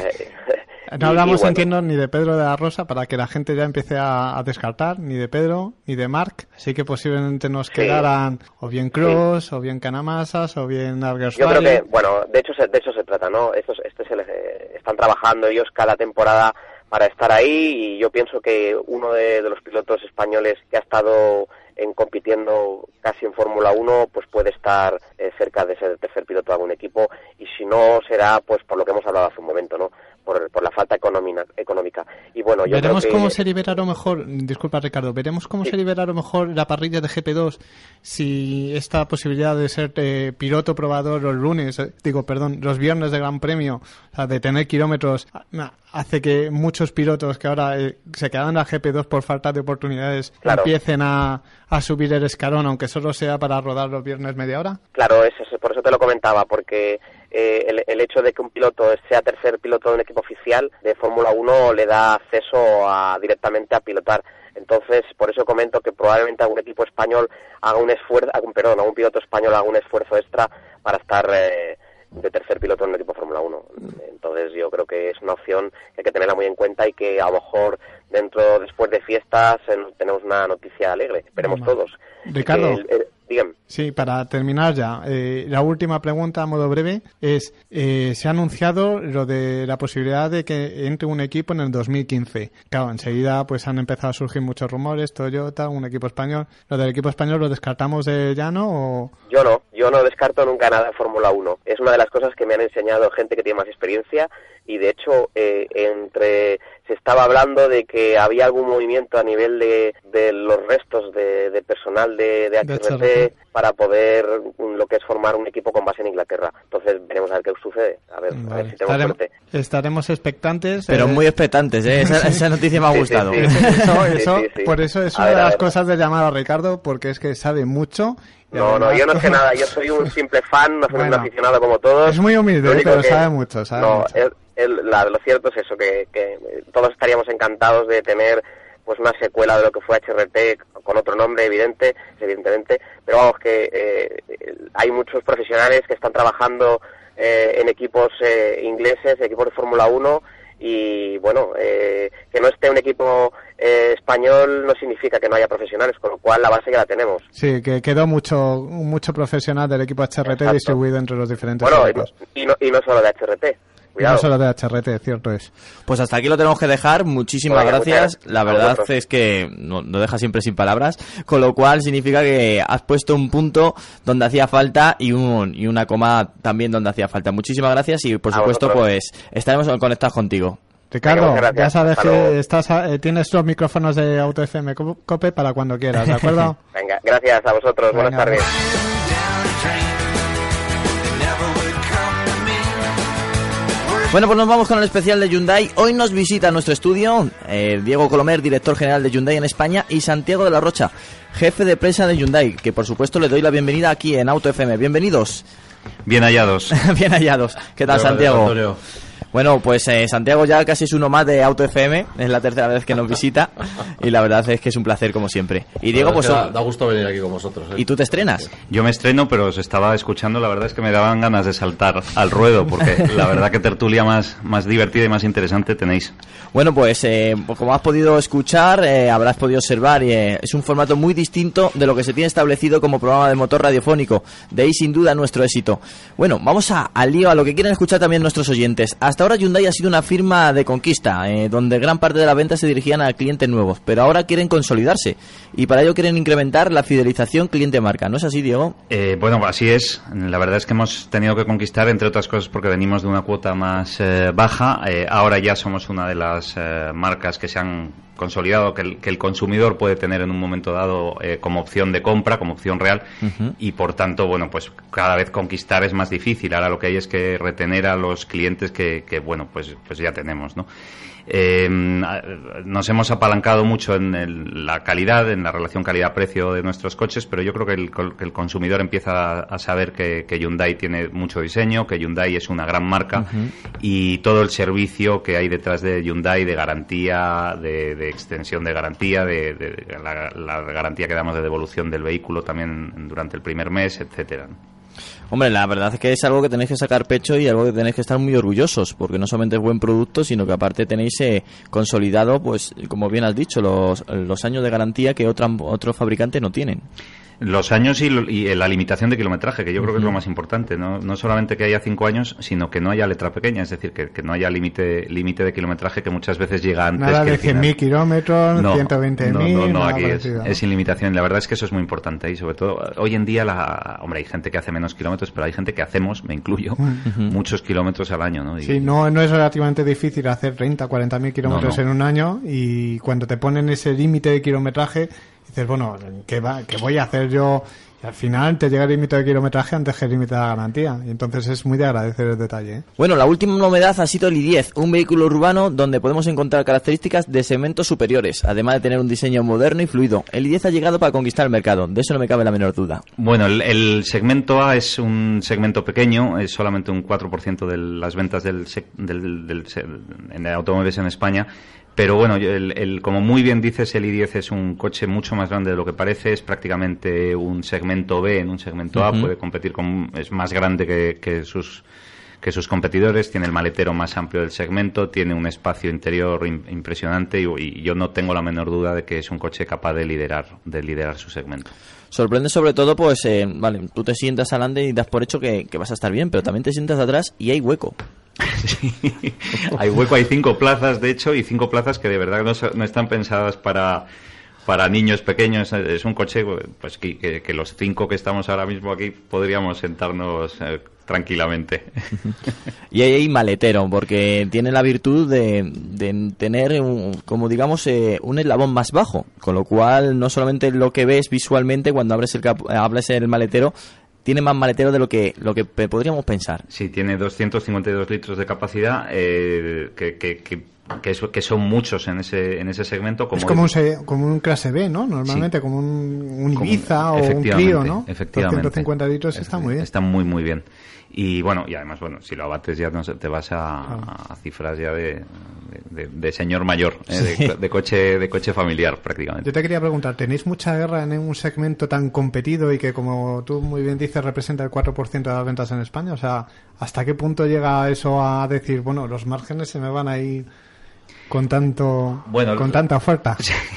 No hablamos, y, y bueno, entiendo, ni de Pedro de la Rosa para que la gente ya empiece a, a descartar, ni de Pedro, ni de Marc. Así que posiblemente nos quedaran sí. o bien Cross, sí. o bien Canamasas, o bien Alguersuari. Yo creo que, bueno, de hecho, de hecho se trata, ¿no? Estos, este se les, eh, están trabajando ellos cada temporada para estar ahí y yo pienso que uno de, de los pilotos españoles que ha estado en compitiendo casi en Fórmula uno, pues puede estar eh, cerca de ser el tercer piloto de algún equipo y si no será pues por lo que hemos hablado hace un momento, ¿no? Por, por la falta económica, económica. Y bueno, yo veremos creo que... cómo se libera a lo mejor, disculpa Ricardo, veremos cómo sí. se libera a lo mejor la parrilla de G P dos si esta posibilidad de ser eh, piloto probador los lunes, eh, digo, perdón, los viernes de Gran Premio, o sea, de tener kilómetros, hace que muchos pilotos que ahora eh, se quedan en la G P dos por falta de oportunidades claro. empiecen a, a subir el escalón, aunque solo sea para rodar los viernes media hora. Claro, es eso, por eso te lo comentaba, porque eh, el, el hecho de que un piloto sea tercer piloto de un equipo oficial de Fórmula uno le da acceso a directamente a pilotar. Entonces, por eso comento que probablemente algún equipo español haga un esfuerzo, algún, perdón, algún piloto español haga un esfuerzo extra para estar eh, de tercer piloto en un equipo Fórmula uno. Entonces, yo creo que es una opción que hay que tenerla muy en cuenta y que a lo mejor dentro, después de fiestas, eh, tenemos una noticia alegre. Esperemos Vamos. todos. Ricardo. El, el, dígame. Sí, para terminar ya, eh, la última pregunta a modo breve es, eh, se ha anunciado lo de la posibilidad de que entre un equipo en el dos mil quince. Claro, enseguida pues han empezado a surgir muchos rumores, Toyota, un equipo español. ¿Lo del equipo español lo descartamos de llano o...? Yo no, yo no descarto nunca nada en Fórmula uno. Es una de las cosas que me han enseñado gente que tiene más experiencia y de hecho eh, entre se estaba hablando de que había algún movimiento a nivel de, de los restos de, de personal de, de H R T, de H R T para poder lo que es formar un equipo con base en Inglaterra. Entonces veremos a ver qué sucede, a ver, vale. a ver si tenemos estaremos, suerte. Estaremos expectantes. Pero eh... muy expectantes, ¿eh? Esa, sí. esa noticia me ha sí, gustado. Sí, sí. Eso, eso, sí, sí, sí. Por eso es a una ver, de las ver. cosas de llamar a Ricardo, porque es que sabe mucho. No, no, yo no sé nada, yo soy un simple fan, no soy bueno, un aficionado como todos. Es muy humilde, pero que, sabe mucho, sabe no, mucho. El, el, la, lo cierto es eso, que, que todos estaríamos encantados de tener pues una secuela de lo que fue H R T con otro nombre evidente, evidentemente, pero vamos que eh, hay muchos profesionales que están trabajando eh, en equipos eh, ingleses, equipos de Fórmula uno y bueno, eh, que no esté un equipo eh, español no significa que no haya profesionales, con lo cual la base ya la tenemos. Sí, que quedó mucho mucho profesional del equipo H R T Exacto. distribuido entre los diferentes bueno, equipos. Y no, y no solo de H R T. Cuidado. No solo de H R T, cierto es. Pues hasta aquí lo tenemos que dejar. Muchísimas Bueno, gracias. La verdad vosotros. es que no, no deja siempre sin palabras, con lo cual significa que has puesto un punto donde hacía falta y un y una coma también donde hacía falta. Muchísimas gracias y por A supuesto vosotros. pues estaremos conectados contigo. Ricardo, Venga, ya sabes Hasta que luego. estás eh, tienes los micrófonos de Auto F M Cope para cuando quieras, ¿de acuerdo? Venga, gracias a vosotros. Venga. Buenas tardes. Bueno, pues nos vamos con el especial de Hyundai. Hoy nos visita nuestro estudio eh, Diego Colomer, director general de Hyundai en España, y Santiago de la Rocha, jefe de prensa de Hyundai, que por supuesto le doy la bienvenida aquí en Auto F M. Bienvenidos. Bien hallados. Bien hallados. ¿Qué tal, Hola, Santiago? Antonio. Bueno, pues eh, Santiago ya casi es uno más de Auto F M, es la tercera vez que nos visita y la verdad es que es un placer como siempre. Y Diego, pues... Da, da gusto venir aquí con vosotros. ¿eh? ¿Y tú te estrenas? Yo me estreno, pero os estaba escuchando, la verdad es que me daban ganas de saltar al ruedo, porque la verdad que tertulia más, más divertida y más interesante tenéis. Bueno, pues eh, como has podido escuchar, eh, habrás podido observar, y, eh, es un formato muy distinto de lo que se tiene establecido como programa de motor radiofónico. De ahí sin duda nuestro éxito. Bueno, vamos a, al lío, a lo que quieren escuchar también nuestros oyentes. Hasta Hasta ahora Hyundai ha sido una firma de conquista, eh, donde gran parte de las ventas se dirigían a clientes nuevos, pero ahora quieren consolidarse y para ello quieren incrementar la fidelización cliente-marca. ¿No es así, Diego? Eh, bueno, así es. La verdad es que hemos tenido que conquistar, entre otras cosas, porque venimos de una cuota más eh, baja. Eh, ahora ya somos una de las eh, marcas que se han consolidado, que el, que el consumidor puede tener en un momento dado eh, como opción de compra, como opción real, uh-huh. y por tanto, bueno, pues cada vez conquistar es más difícil. Ahora lo que hay es que retener a los clientes que, que bueno, pues, pues ya tenemos, ¿no? Eh, nos hemos apalancado mucho en el, la calidad, en la relación calidad-precio de nuestros coches, pero yo creo que el, que el consumidor empieza a, a saber que, que Hyundai tiene mucho diseño, que Hyundai es una gran marca, uh-huh. y todo el servicio que hay detrás de Hyundai, de garantía, de, de extensión de garantía, de, de la, la garantía que damos de devolución del vehículo también durante el primer mes, etcétera. Hombre, la verdad es que es algo que tenéis que sacar pecho y algo que tenéis que estar muy orgullosos, porque no solamente es buen producto, sino que aparte tenéis eh, consolidado, pues como bien has dicho, los, los años de garantía que otra, otros fabricantes no tienen. Los años y, y la limitación de kilometraje, que yo creo que es lo más importante, no, no solamente que haya cinco años, sino que no haya letra pequeña, es decir, que, que no haya límite límite de kilometraje que muchas veces llega antes. Nada que de cien mil kilómetros, no, ciento veinte mil. No, no, no, aquí es, es sin limitación. La verdad es que eso es muy importante y sobre todo hoy en día, la, hombre, hay gente que hace menos kilómetros, pero hay gente que hacemos, me incluyo, uh-huh. muchos kilómetros al año, ¿no? Y, sí, no, no es relativamente difícil hacer treinta, cuarenta mil kilómetros no, no. en un año y cuando te ponen ese límite de kilometraje dices, bueno, ¿qué, va, ¿qué voy a hacer yo? Y al final te llega el límite de kilometraje antes que el límite de la garantía. Y entonces es muy de agradecer el detalle, ¿eh? Bueno, la última novedad ha sido el i diez, un vehículo urbano donde podemos encontrar características de segmentos superiores, además de tener un diseño moderno y fluido. El i diez ha llegado para conquistar el mercado, de eso no me cabe la menor duda. Bueno, el, el segmento A es un segmento pequeño, es solamente un cuatro por ciento de las ventas del, del, del, del, en automóviles en España. Pero bueno, el, el, como muy bien dices, el i diez es un coche mucho más grande de lo que parece, es prácticamente un segmento B en un segmento A, uh-huh. puede competir con, es más grande que, que sus que sus competidores, tiene el maletero más amplio del segmento, tiene un espacio interior impresionante y, y yo no tengo la menor duda de que es un coche capaz de liderar de liderar su segmento. Sorprende sobre todo, pues, eh, vale, tú te sientas adelante y das por hecho que, que vas a estar bien, pero también te sientas atrás y hay hueco. Sí, hay hueco, hay cinco plazas, de hecho, y cinco plazas que de verdad no, no están pensadas para... para niños pequeños. Es un coche pues que, que, que los cinco que estamos ahora mismo aquí podríamos sentarnos eh, tranquilamente. Y ahí hay maletero, porque tiene la virtud de, de tener, un, como digamos, eh, un eslabón más bajo, con lo cual no solamente lo que ves visualmente cuando abres el, cap- abres el maletero, tiene más maletero de lo que lo que podríamos pensar. Sí, tiene doscientos cincuenta y dos litros de capacidad, eh, que... que, que Que, es, que son muchos en ese en ese segmento. Como es como, el, un, como un clase B, ¿no? Normalmente, sí. como un, un Ibiza como, o un Clio, ¿no? Efectivamente. doscientos cincuenta litros es, está muy bien. Está muy, muy bien. Y bueno, y además, bueno, si lo abates ya no sé, te vas a, ah. a cifras ya de, de, de, de señor mayor, ¿eh? sí. de, de coche de coche familiar prácticamente. Yo te quería preguntar, ¿tenéis mucha guerra en un segmento tan competido y que, como tú muy bien dices, representa el cuatro por ciento de las ventas en España? O sea, ¿hasta qué punto llega eso a decir, bueno, los márgenes se me van a ir con tanto bueno, con tanta oferta?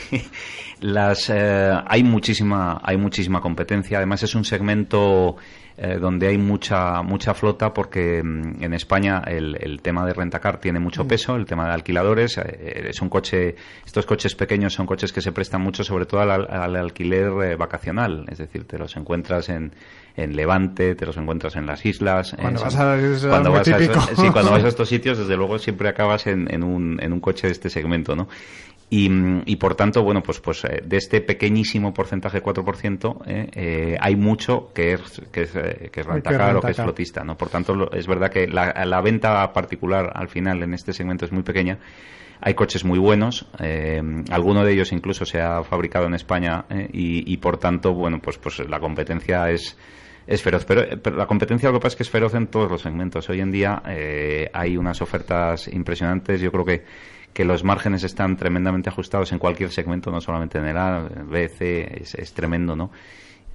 Las eh, hay muchísima hay muchísima competencia. Además es un segmento eh, donde hay mucha mucha flota, porque mm, en España el, el tema de rentacar tiene mucho peso, el tema de alquiladores. Eh, es un coche, estos coches pequeños son coches que se prestan mucho, sobre todo al, al alquiler eh, vacacional. Es decir, te los encuentras en en Levante, te los encuentras en las islas. Cuando en, vas a, es cuando vas a, típico. Sí, cuando vas a estos sitios, desde luego siempre acabas en, en un en un coche de este segmento, ¿no? Y, y por tanto, bueno, pues pues de este pequeñísimo porcentaje, cuatro por ciento, eh, eh, hay mucho que es que es, que es rentacar o que es flotista, ¿no? Por tanto, lo, es verdad que la, la venta particular al final en este segmento es muy pequeña. Hay coches muy buenos, eh, alguno de ellos incluso se ha fabricado en España, eh, y, y por tanto, bueno, pues pues la competencia es es feroz, pero, pero la competencia lo que pasa es que es feroz en todos los segmentos. Hoy en día eh, hay unas ofertas impresionantes. Yo creo que que los márgenes están tremendamente ajustados en cualquier segmento, no solamente en el A, B, C, es, es tremendo, ¿no?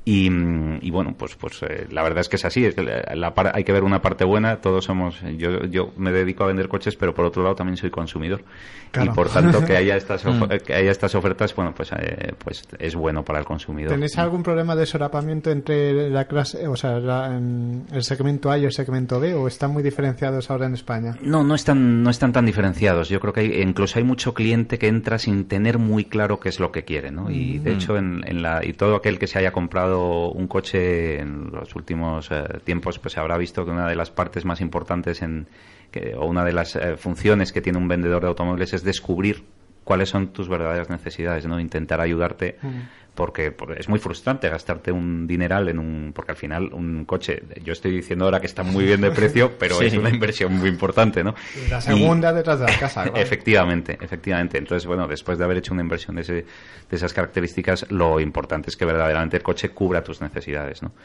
Y, y bueno, pues pues eh, la verdad es que es así, es que la, la par- hay que ver una parte buena, todos somos, yo yo me dedico a vender coches, pero por otro lado también soy consumidor. Claro. Y por tanto que haya estas of- que haya estas ofertas, bueno, pues eh, pues es bueno para el consumidor. ¿Tenéis algún problema de solapamiento entre la clase, o sea, la, el segmento A y el segmento B, o están muy diferenciados ahora en España? No, no están no están tan diferenciados. Yo creo que hay, incluso hay mucho cliente que entra sin tener muy claro qué es lo que quiere, ¿no? Y de hecho en, en la y todo aquel que se haya comprado un coche en los últimos eh, tiempos, pues habrá visto que una de las partes más importantes en que, o una de las eh, funciones que tiene un vendedor de automóviles es descubrir cuáles son tus verdaderas necesidades, ¿no? Intentar ayudarte, mm. porque, porque es muy frustrante gastarte un dineral en un... Porque al final un coche, yo estoy diciendo ahora que está muy bien de precio, pero sí. es una inversión muy importante, ¿no? Y la segunda y, detrás de la casa. ¿Vale? Efectivamente, efectivamente. Entonces, bueno, después de haber hecho una inversión de, ese, de esas características, lo importante es que verdaderamente el coche cubra tus necesidades, ¿no?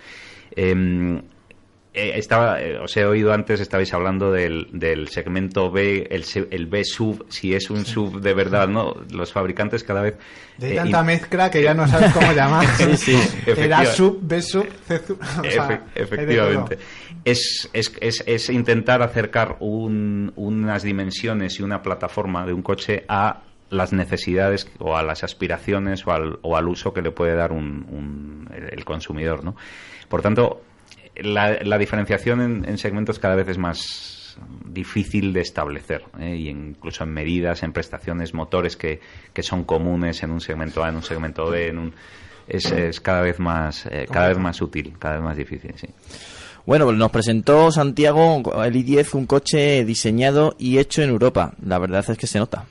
Eh, Eh, estaba, eh, os he oído antes, estabais hablando del, del segmento B, el, el B-Sub, si es un sí. sub de verdad, ¿no? Los fabricantes cada vez... De eh, tanta y... mezcla que ya no sabes cómo llamar. sí, sí. Era sub, B-Sub, C-Sub... O sea, Efe, efectivamente. Es, es, es, es intentar acercar un, unas dimensiones y una plataforma de un coche a las necesidades o a las aspiraciones o al, o al uso que le puede dar un, un, el consumidor, ¿no? Por tanto... La, la diferenciación en, en segmentos cada vez es más difícil de establecer, ¿eh? Y incluso en medidas, en prestaciones, motores que, que son comunes en un segmento A, en un segmento B, en un, es, es cada vez más eh, cada vez más útil, cada vez más difícil, sí. Bueno, pues nos presentó Santiago el i diez, un coche diseñado y hecho en Europa. La verdad es que se nota.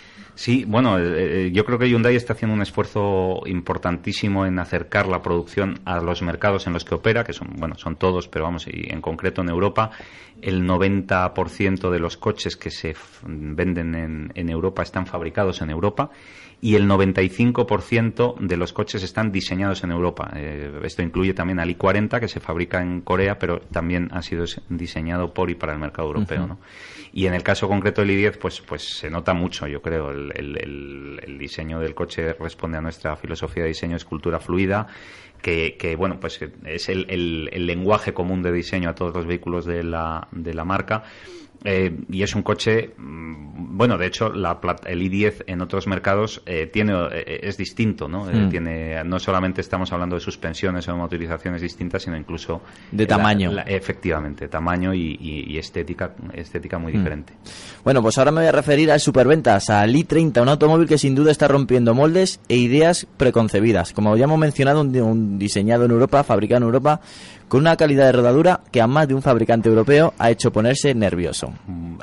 Sí, bueno, eh, yo creo que Hyundai está haciendo un esfuerzo importantísimo en acercar la producción a los mercados en los que opera, que son, bueno, son todos, pero vamos, y en concreto en Europa, el noventa por ciento de los coches que se f- venden en, en Europa están fabricados en Europa y el noventa y cinco por ciento de los coches están diseñados en Europa. Eh, esto incluye también al i cuarenta, que se fabrica en Corea, pero también ha sido diseñado por y para el mercado europeo, uh-huh. ¿no? Y en el caso concreto del i diez, pues pues se nota mucho, yo creo. El, el, el, el diseño del coche responde a nuestra filosofía de diseño, es cultura fluida, que, que bueno, pues es el, el, el lenguaje común de diseño a todos los vehículos de la, de la marca. Eh, y es un coche, bueno, de hecho la, el i diez en otros mercados eh, tiene eh, es distinto, ¿no? Mm. Eh, tiene, no solamente estamos hablando de suspensiones o de motorizaciones distintas, sino incluso de tamaño, la, la, efectivamente, tamaño y, y, y estética estética muy mm. diferente. Bueno, pues ahora me voy a referir al superventas, al i treinta, un automóvil que sin duda está rompiendo moldes e ideas preconcebidas. Como ya hemos mencionado, un, un diseñado en Europa, fabricado en Europa, con una calidad de rodadura que a más de un fabricante europeo ha hecho ponerse nervioso.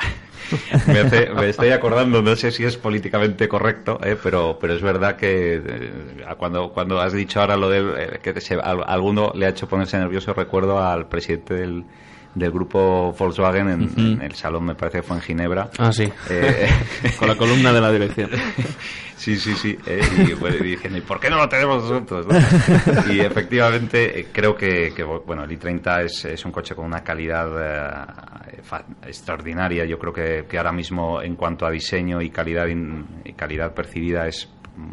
me, hace, me estoy acordando, no sé si es políticamente correcto, eh, pero pero es verdad que eh, cuando cuando has dicho ahora lo de eh, que se, a, a alguno le ha hecho ponerse nervioso, recuerdo al presidente del del grupo Volkswagen en, uh-huh. en el salón, me parece que fue en Ginebra. Ah, sí. Eh, con la columna de la dirección. Sí, sí, sí. Eh, y bueno, dicen, ¿y por qué no lo tenemos nosotros? ¿No? Y efectivamente, eh, creo que, que bueno, el i treinta es, es un coche con una calidad eh, fa, extraordinaria. Yo creo que, que ahora mismo, en cuanto a diseño y calidad, in, y calidad percibida, es,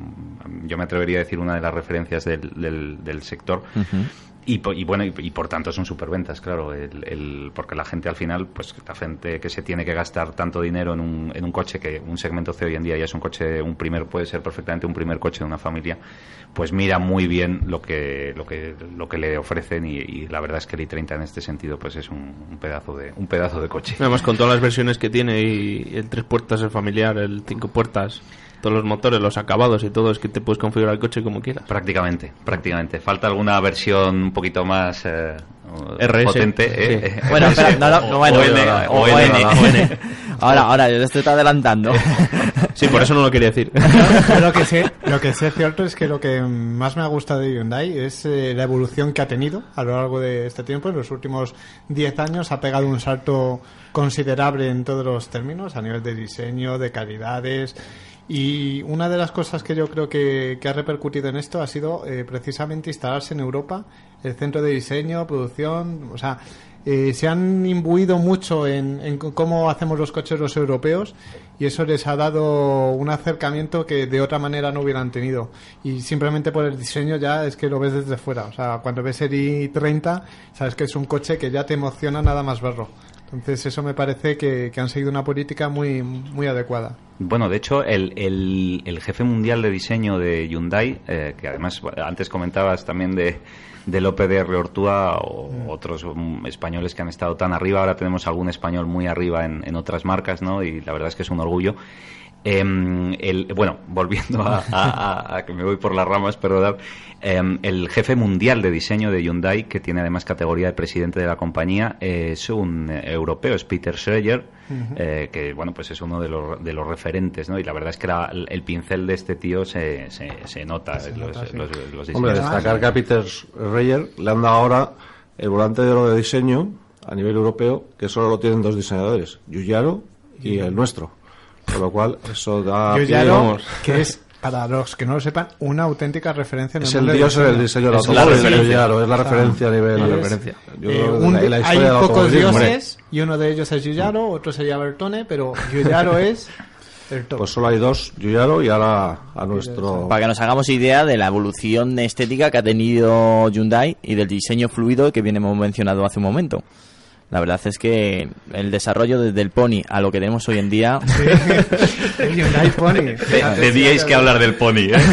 yo me atrevería a decir, una de las referencias del, del, del sector. Uh-huh. Y, y bueno, y, y por tanto son superventas, claro, el, el, porque la gente al final, pues la gente que se tiene que gastar tanto dinero en un, en un coche, que un segmento C hoy en día ya es un coche, un primer, puede ser perfectamente un primer coche de una familia, pues mira muy bien lo que lo que lo que le ofrecen y, y la verdad es que el i treinta en este sentido pues es un, un pedazo de un pedazo de coche. Además, con todas las versiones que tiene, y el tres puertas, el familiar, el cinco puertas, todos los motores, los acabados y todo, es que te puedes configurar el coche como quieras. Prácticamente, prácticamente. Falta alguna versión un poquito más eh, R S, potente. sí. Eh, bueno, espera, no, no, no, bueno, o N, o, o, N, o N. Ahora, ahora, yo te estoy adelantando. Sí, por eso no lo quería decir. Lo que sé, lo que sé cierto es que lo que más me ha gustado de Hyundai es eh, la evolución que ha tenido a lo largo de este tiempo. En los últimos diez años ha pegado un salto considerable en todos los términos, a nivel de diseño, de calidades. Y una de las cosas que yo creo que, que ha repercutido en esto ha sido eh, precisamente instalarse en Europa el centro de diseño, producción, o sea, eh, se han imbuido mucho en, en cómo hacemos los coches los europeos y eso les ha dado un acercamiento que de otra manera no hubieran tenido. Y simplemente por el diseño ya es que lo ves desde fuera. O sea, cuando ves el i treinta, sabes que es un coche que ya te emociona nada más verlo. Entonces eso me parece que, que han seguido una política muy muy adecuada. Bueno, de hecho, el, el, el jefe mundial de diseño de Hyundai, eh, que además antes comentabas también de, de Lope de Reortúa o mm. otros um, españoles que han estado tan arriba, ahora tenemos algún español muy arriba en, en otras marcas, ¿no? Y la verdad es que es un orgullo. Eh, el, bueno, volviendo a, a, a, a que me voy por las ramas, perdón, eh, el jefe mundial de diseño de Hyundai, que tiene además categoría de presidente de la compañía, eh, es un europeo, es Peter Schreyer, uh-huh. eh, que bueno, pues es uno de los, de los referentes, ¿no? Y la verdad es que la, el pincel de este tío se, se, se nota, se los, nota sí. los, los, los Hombre, destacar que a Peter Schreyer le han dado ahora el volante de oro de diseño a nivel europeo, que solo lo tienen dos diseñadores, Giugiaro y el nuestro. Con lo cual, eso da... Giugiaro, que es, para los que no lo sepan, una auténtica referencia en el es el dios en el diseño del automóvil. Giugiaro, es la referencia a nivel... Es, la referencia. Yo, eh, un, la, la hay pocos dioses, hombre. Y uno de ellos es Giugiaro, otro sería Bertone, pero Giugiaro es... el top. Pues solo hay dos, Giugiaro y ahora a nuestro... Para que nos hagamos idea de la evolución estética que ha tenido Hyundai y del diseño fluido que bien hemos mencionado hace un momento. La verdad es que el desarrollo desde el Pony a lo que tenemos hoy en día... Sí. El Hyundai Pony. Teníais que hablar del Pony, ¿eh?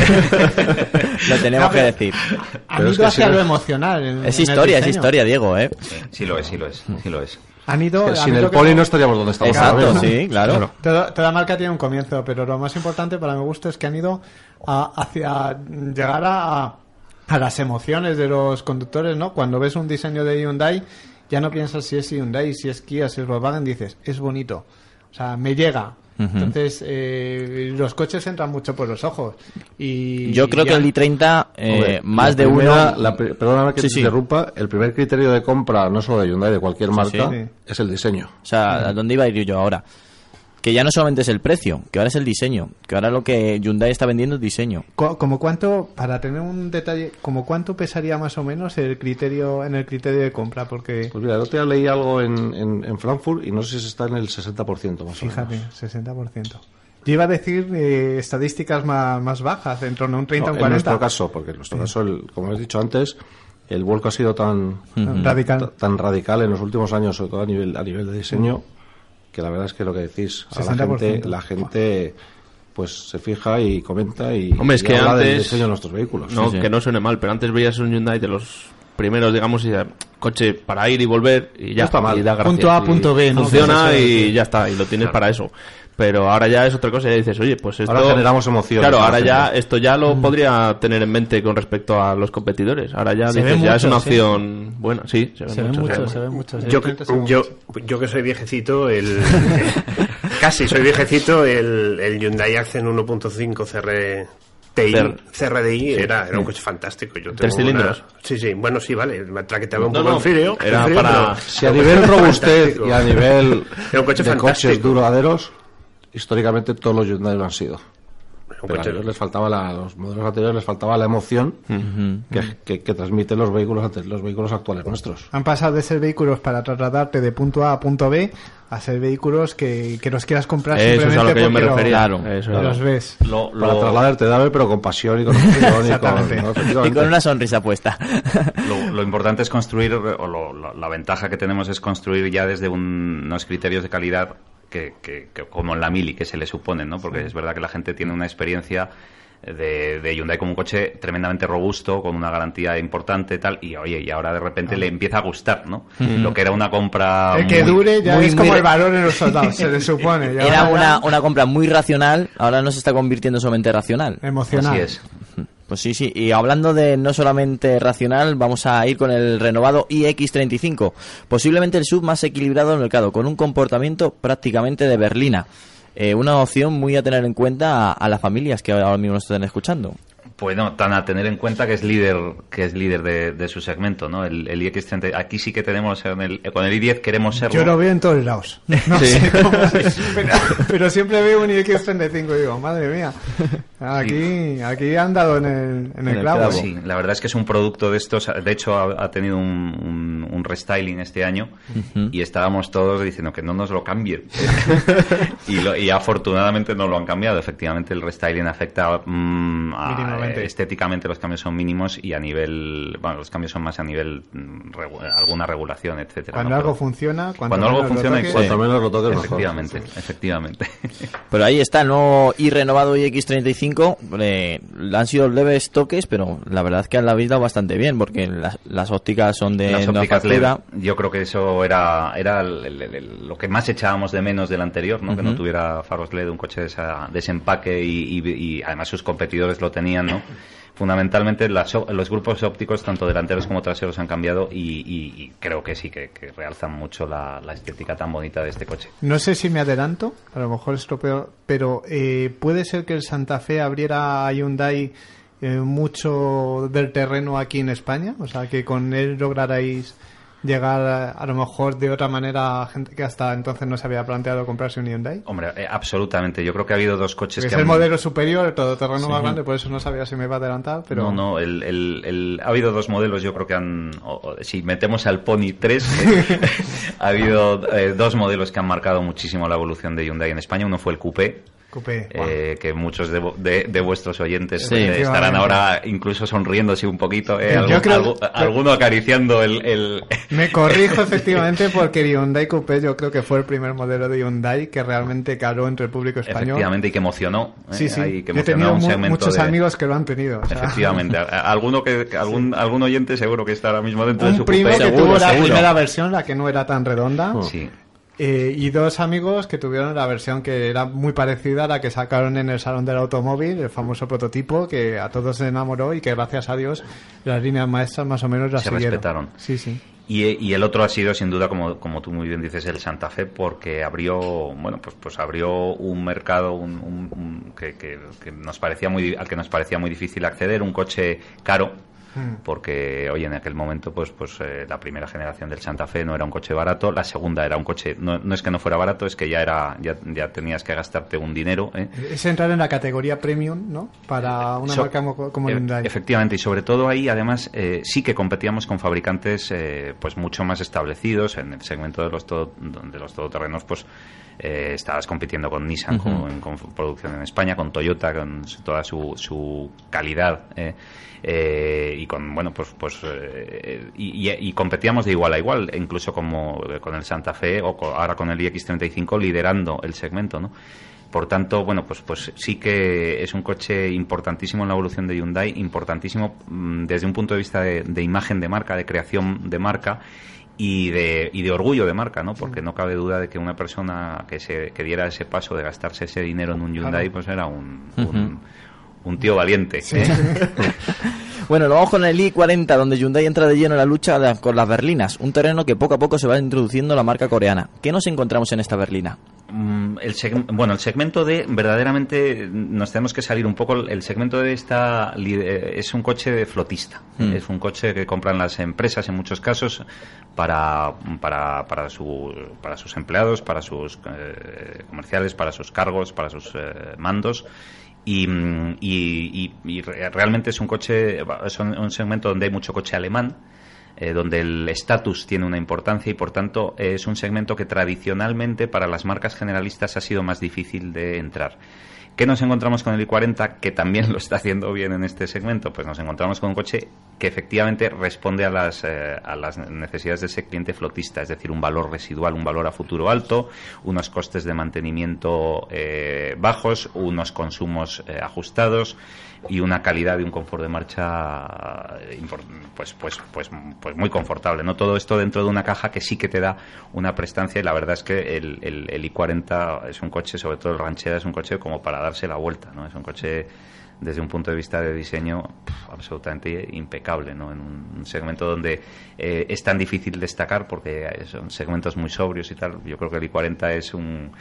Lo tenemos no, que decir. Han ido hacia lo emocional. En, es en historia, es historia, Diego, ¿eh? Sí, sí lo es, sí lo es, sí lo es. Han ido, que sin han el Pony que... no estaríamos donde estamos. Exacto, ahora, ¿no? sí, claro. claro. Toda, toda marca tiene un comienzo, pero lo más importante para mi gusto es que han ido a, hacia llegar a, a las emociones de los conductores, ¿no? Cuando ves un diseño de Hyundai, ya no piensas si es Hyundai, si es Kia, si es Volkswagen, dices, es bonito. O sea, me llega. Uh-huh. Entonces, eh, los coches entran mucho por los ojos. Y yo creo ya... que el i treinta, eh, Hombre, más de primera, uno... La, perdóname que sí, te sí. interrumpa, el primer criterio de compra, no solo de Hyundai, de cualquier marca, sí, sí. es el diseño. O sea, ¿a dónde iba a ir yo ahora? Que ya no solamente es el precio, que ahora es el diseño, que ahora lo que Hyundai está vendiendo es diseño. ¿Como cuánto, para tener un detalle, como cuánto pesaría más o menos el criterio en el criterio de compra? Porque pues mira, el otro día leí algo en, en, en Frankfurt y no sé si está en el sesenta por ciento más Fíjate, o menos. Fíjate, sesenta por ciento. Yo iba a decir eh, estadísticas más, más bajas, en torno a un treinta o no, un cuarenta. En nuestro caso, porque en nuestro sí. caso, el, como he dicho antes, el vuelco ha sido tan, uh-huh. radical. tan radical en los últimos años, sobre todo a nivel, a nivel de diseño, uh-huh. que la verdad es que lo que decís, a la gente, la gente pues se fija y comenta y, Hombre, es y que habla antes, del diseño de nuestros vehículos. No, sí, sí. que no suene mal, pero antes veías un Hyundai de los primeros, digamos, y ya, coche para ir y volver y ya no está mal. Y da gracia, punto A, punto B, ¿no? Funciona no, y sí. ya está, y lo tienes claro. para eso. Pero ahora ya es otra cosa, ya dices, oye, pues esto... Ahora generamos emociones. Claro, ahora ya, esto ya lo mm. podría tener en mente con respecto a los competidores. Ahora ya se dices, ya mucho, es una sí. opción buena, sí, se, se ve mucho. mucho se ve mucho. Yo, que, yo, yo que soy viejecito, el... casi soy viejecito, el, el Hyundai Accent uno punto cinco C R T I, C R D I era, era un coche fantástico. Yo ¿Tres cilindros? Una... Sí, sí, bueno, sí, vale, traqueteaba un no, poco no, en frío. Era frío, para... Si a nivel robustez y a nivel era un coche de fantástico. Coches duraderos, históricamente todos los Hyundai lo han sido. Un Pero coche... a ellos les faltaba la, a los modelos anteriores les faltaba la emoción uh-huh. que, que, que transmiten los vehículos los vehículos actuales nuestros. Han pasado de ser vehículos para trasladarte de punto A a punto B a ser vehículos que, que los quieras comprar eso simplemente es a lo que yo me porque refería. Lo, claro, eso los es. ves. Lo, lo... Para trasladarte dame, pero con pasión y con emoción y, con, y con una sonrisa puesta. Lo, lo importante es construir, o lo, la, la ventaja que tenemos es construir ya desde un, unos criterios de calidad que, que, que como en la Mili que se le suponen, ¿no? Porque sí. es verdad que la gente tiene una experiencia de, de Hyundai como un coche tremendamente robusto, con una garantía importante y tal, y oye, y ahora de repente ah. le empieza a gustar, ¿no? Mm-hmm. Lo que era una compra el que muy, dure ya muy, es como muy... el valor en los soldados, se le supone. Ya era una, una compra muy racional, ahora no se está convirtiendo solamente racional. Emocional. Así es. Pues sí, sí, y hablando de no solamente racional, vamos a ir con el renovado i equis treinta y cinco, posiblemente el S U V más equilibrado del mercado, con un comportamiento prácticamente de berlina. Eh, una opción muy a tener en cuenta a, a las familias que ahora mismo nos están escuchando. Pues no, tan a tener en cuenta que es líder que es líder de, de su segmento, ¿no? El, el i equis treinta, aquí sí que tenemos, en el, con el i diez queremos serlo. Yo lo veo en todos lados. No Sí. sé cómo es, pero, pero siempre veo un i equis treinta y cinco y digo, madre mía, aquí, aquí han dado en el, en el clavo. Sí, la verdad es que es un producto de estos. De hecho, ha, ha tenido un, un, un restyling este año uh-huh. y estábamos todos diciendo que no nos lo cambien. y, lo, y afortunadamente no lo han cambiado. Efectivamente, el restyling afecta mmm, a, estéticamente los cambios son mínimos y a nivel, bueno, los cambios son más a nivel regu alguna regulación, etcétera. Cuando ¿no? algo Pero, funciona, cuando algo funciona, toques, cuanto menos lo toques, efectivamente, mejor. efectivamente. Pero ahí está el nuevo y renovado i equis treinta y cinco. Eh, han sido leves toques, pero la verdad es que la habéis dado bastante bien, porque las, las ópticas son de las una ópticas L E D, factura. yo creo que eso era era el, el, el, lo que más echábamos de menos del anterior, ¿no? Uh-huh. Que no tuviera faros L E D, un coche de, esa, de ese empaque y, y, y además sus competidores lo tenían, ¿no? Fundamentalmente las, los grupos ópticos tanto delanteros como traseros han cambiado y, y, y creo que sí que, que realzan mucho la, la estética tan bonita de este coche. No sé si me adelanto, a lo mejor es lo peor, pero eh, puede ser que el Santa Fe abriera a Hyundai eh, mucho del terreno aquí en España, o sea que con él lograrais llegar a, a lo mejor de otra manera a gente que hasta entonces no se había planteado comprarse un Hyundai. Hombre, eh, absolutamente. Yo creo que ha habido dos coches que que es han... el modelo superior, el todoterreno sí. más grande, por eso no sabía si me iba a adelantar, pero... No, no, el, el, el... ha habido dos modelos, yo creo que han... O, o, si metemos al Pony tres, ha habido eh, dos modelos que han marcado muchísimo la evolución de Hyundai en España. Uno fue el Coupé, Coupé. Eh, que muchos de, de, de vuestros oyentes sí, eh, estarán ahora incluso sonriéndose un poquito, eh, algún, creo, algo, creo, alguno acariciando el, el... Me corrijo efectivamente porque Hyundai Coupé yo creo que fue el primer modelo de Hyundai que realmente caló entre el público español. Efectivamente, y que emocionó. Eh, sí, sí. y que Yo he tenido un segmento muchos de... amigos que lo han tenido. O sea... Efectivamente. Alguno que, algún, sí. algún oyente seguro que está ahora mismo dentro un de su primo Coupé. que Seguro, tuvo la seguro. primera versión, la que no era tan redonda. Oh. Sí. Eh, y dos amigos que tuvieron la versión que era muy parecida a la que sacaron en el Salón del Automóvil, el famoso prototipo que a todos se enamoró y que gracias a Dios las líneas maestras más o menos las se siguieron. respetaron. Sí, sí. Y, y el otro ha sido sin duda, como, como tú muy bien dices, el Santa Fe, porque abrió, bueno, pues, pues abrió un mercado un, un, un, que, que, que nos parecía muy, al que nos parecía muy difícil acceder, un coche caro. Porque hoy en aquel momento pues pues eh, la primera generación del Santa Fe no era un coche barato, la segunda era un coche, no, no es que no fuera barato, es que ya era ya, ya tenías que gastarte un dinero, ¿eh? Es entrar en la categoría premium, ¿no? Para una so, marca como, como Hyundai. Efectivamente, y sobre todo ahí además eh, sí que competíamos con fabricantes eh, pues mucho más establecidos en el segmento de los todo, de los todoterrenos, pues eh, estabas compitiendo con Nissan, uh-huh. con, con producción en España, con Toyota, con toda su, su calidad, eh, eh, y con, bueno, pues pues eh, y, y, y competíamos de igual a igual, incluso como con el Santa Fe o con, ahora con el i equis treinta y cinco liderando el segmento, ¿no? Por tanto, bueno, pues pues sí que es un coche importantísimo en la evolución de Hyundai, importantísimo mmm, desde un punto de vista de, de imagen de marca, de creación de marca y de y de orgullo de marca, ¿no? Porque no cabe duda de que una persona que se que diera ese paso de gastarse ese dinero en un Hyundai, pues era un, un, uh-huh. un tío valiente. Sí. ¿eh? Bueno, lo vamos con el i cuarenta, donde Hyundai entra de lleno en la lucha de, con las berlinas, un terreno que poco a poco se va introduciendo la marca coreana. ¿Qué nos encontramos en esta berlina? Mm, el seg- bueno, el segmento D, verdaderamente nos tenemos que salir un poco. El segmento D está, es un coche de flotista, mm. es un coche que compran las empresas en muchos casos para para para, su, para sus empleados, para sus eh, comerciales, para sus cargos, para sus eh, mandos. Y, y, y, y realmente es un coche, es un, un segmento donde hay mucho coche alemán, eh, donde el estatus tiene una importancia y por tanto eh, es un segmento que tradicionalmente para las marcas generalistas ha sido más difícil de entrar. ¿Qué nos encontramos con el i cuarenta, que también lo está haciendo bien en este segmento? Pues nos encontramos con un coche que efectivamente responde a las, eh, a las necesidades de ese cliente flotista, es decir, un valor residual, un valor a futuro alto, unos costes de mantenimiento eh, bajos, unos consumos eh, ajustados y una calidad y un confort de marcha pues pues pues pues muy confortable, ¿no? Todo esto dentro de una caja que sí que te da una prestancia y la verdad es que el, el, el i cuarenta es un coche, sobre todo el ranchera, es un coche como para darse la vuelta, ¿no? Es un coche desde un punto de vista de diseño pff, absolutamente impecable, ¿no? En un, un segmento donde eh, es tan difícil destacar porque son segmentos muy sobrios y tal. Yo creo que el i cuarenta es un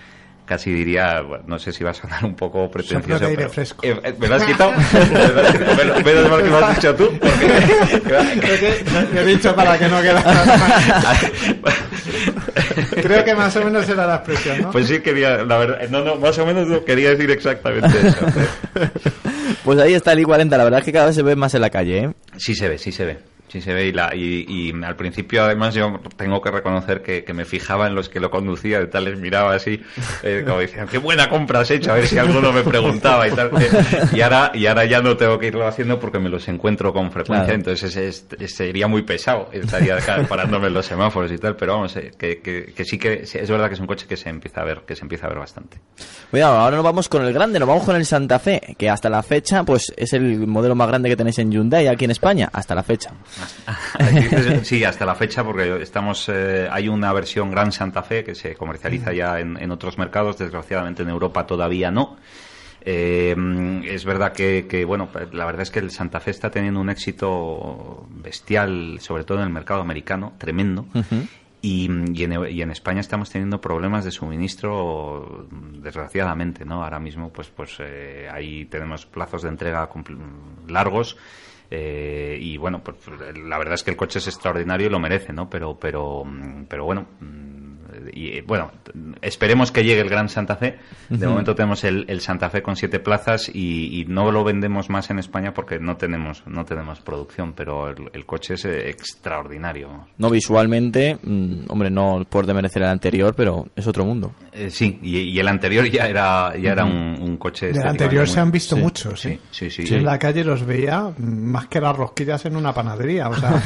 casi diría, bueno, no sé si va a sonar un poco pretencioso. Soplo de aire pero, fresco. Eh, eh, ¿Me lo has quitado? Menos menos mal que lo has dicho tú. Porque... Creo que lo he dicho para que no quedara. Creo que más o menos era la expresión, ¿no? Pues sí, quería, la verdad, no, no, más o menos lo quería decir exactamente eso. Pues ahí está el I cuarenta, la verdad es que cada vez se ve más en la calle, ¿eh? Sí se ve, sí se ve. Sí se ve y, la, y, y al principio además yo tengo que reconocer que, que me fijaba en los que lo conducía, de tal les miraba así, eh, como decían, qué buena compra has hecho, a ver si alguno me preguntaba y tal. Y ahora, y ahora ya no tengo que irlo haciendo porque me los encuentro con frecuencia, claro. Entonces es, es, sería muy pesado, estaría parándome en los semáforos y tal, pero vamos, eh, que, que, que sí que es verdad que es un coche que se empieza a ver, que se empieza a ver bastante. Cuidado, ahora nos vamos con el grande, nos vamos con el Santa Fe, que hasta la fecha pues es el modelo más grande que tenéis en Hyundai aquí en España, hasta la fecha. Sí, hasta la fecha, porque estamos eh, hay una versión Gran Santa Fe que se comercializa ya en, en otros mercados, desgraciadamente en Europa todavía no. Eh, es verdad que, que, bueno, la verdad es que el Santa Fe está teniendo un éxito bestial, sobre todo en el mercado americano, tremendo. Uh-huh. Y, y, en, y en España estamos teniendo problemas de suministro, desgraciadamente, ¿no? Ahora mismo, pues, pues eh, ahí tenemos plazos de entrega largos. Eh, y bueno, pues la verdad es que el coche es extraordinario y lo merece, ¿no? Pero, pero, pero bueno, y bueno, esperemos que llegue el Gran Santa Fe. De uh-huh. momento tenemos el, el Santa Fe con siete plazas y, y no lo vendemos más en España porque no tenemos, no tenemos producción, pero el, el coche es extraordinario. No visualmente, mmm, hombre, no por demerecer el anterior, pero es otro mundo. Eh, sí, y, y el anterior ya era, ya era un, un coche. Del anterior muy... se han visto sí. muchos, sí, sí, sí, sí, sí. En la calle los veía más que las rosquillas en una panadería, o sea.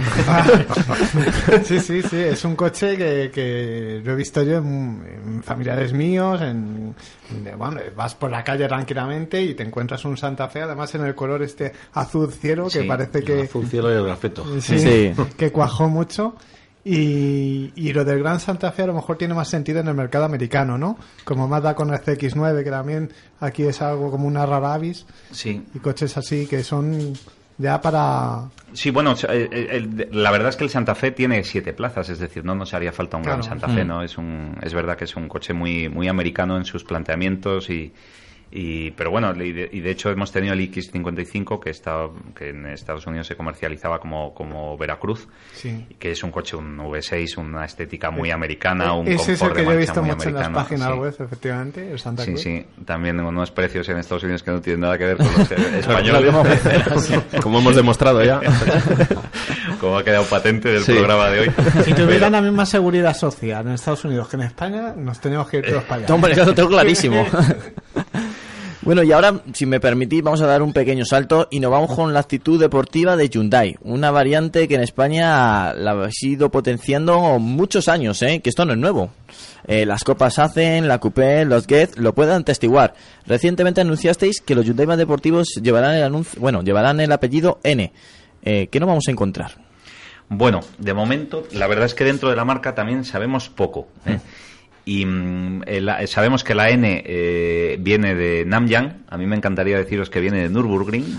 sí, sí, sí, es un coche que, que lo he visto yo en, en familiares míos, en, en, bueno, vas por la calle tranquilamente y te encuentras un Santa Fe, además en el color este azul cielo, que sí, parece que... azul cielo y el grafeto. Sí, sí. Que cuajó mucho. Y, y lo del Gran Santa Fe a lo mejor tiene más sentido en el mercado americano, ¿no? Como Mazda con el C X nueve, que también aquí es algo como una rara avis. Sí. Y coches así que son ya para... Sí, bueno, el, el, la verdad es que el Santa Fe tiene siete plazas, es decir, no nos haría falta un claro. Gran Santa Fe, ¿no? Es un, es verdad que es un coche muy, muy americano en sus planteamientos y... Y, pero bueno, y de, y de hecho hemos tenido el X cincuenta y cinco que está que en Estados Unidos se comercializaba como, como Veracruz, sí. que es un coche, un V seis, una estética muy americana, un ese es el que yo he visto mucho americano. En las páginas sí. web, efectivamente, el Santa Cruz. Sí, sí, también unos precios en Estados Unidos que no tienen nada que ver con los españoles. Como hemos demostrado ya. Como ha quedado patente del sí. programa de hoy. Si tuvieran la misma seguridad social en Estados Unidos que en España, nos tenemos que ir todos para allá. Hombre, yo lo tengo clarísimo. Bueno, y ahora, si me permitís, vamos a dar un pequeño salto y nos vamos con la actitud deportiva de Hyundai, una variante que en España la ha ido potenciando muchos años, ¿eh? Que esto no es nuevo. Eh, las copas Hacen, la Coupé, los Get lo pueden atestiguar. Recientemente anunciasteis que los Hyundai más deportivos llevarán el anuncio, bueno, llevarán el apellido N. Eh, ¿Qué nos vamos a encontrar? Bueno, de momento, la verdad es que dentro de la marca también sabemos poco, ¿eh? Y el, sabemos que la N eh, viene de Namyang. A mí me encantaría deciros que viene de Nürburgring.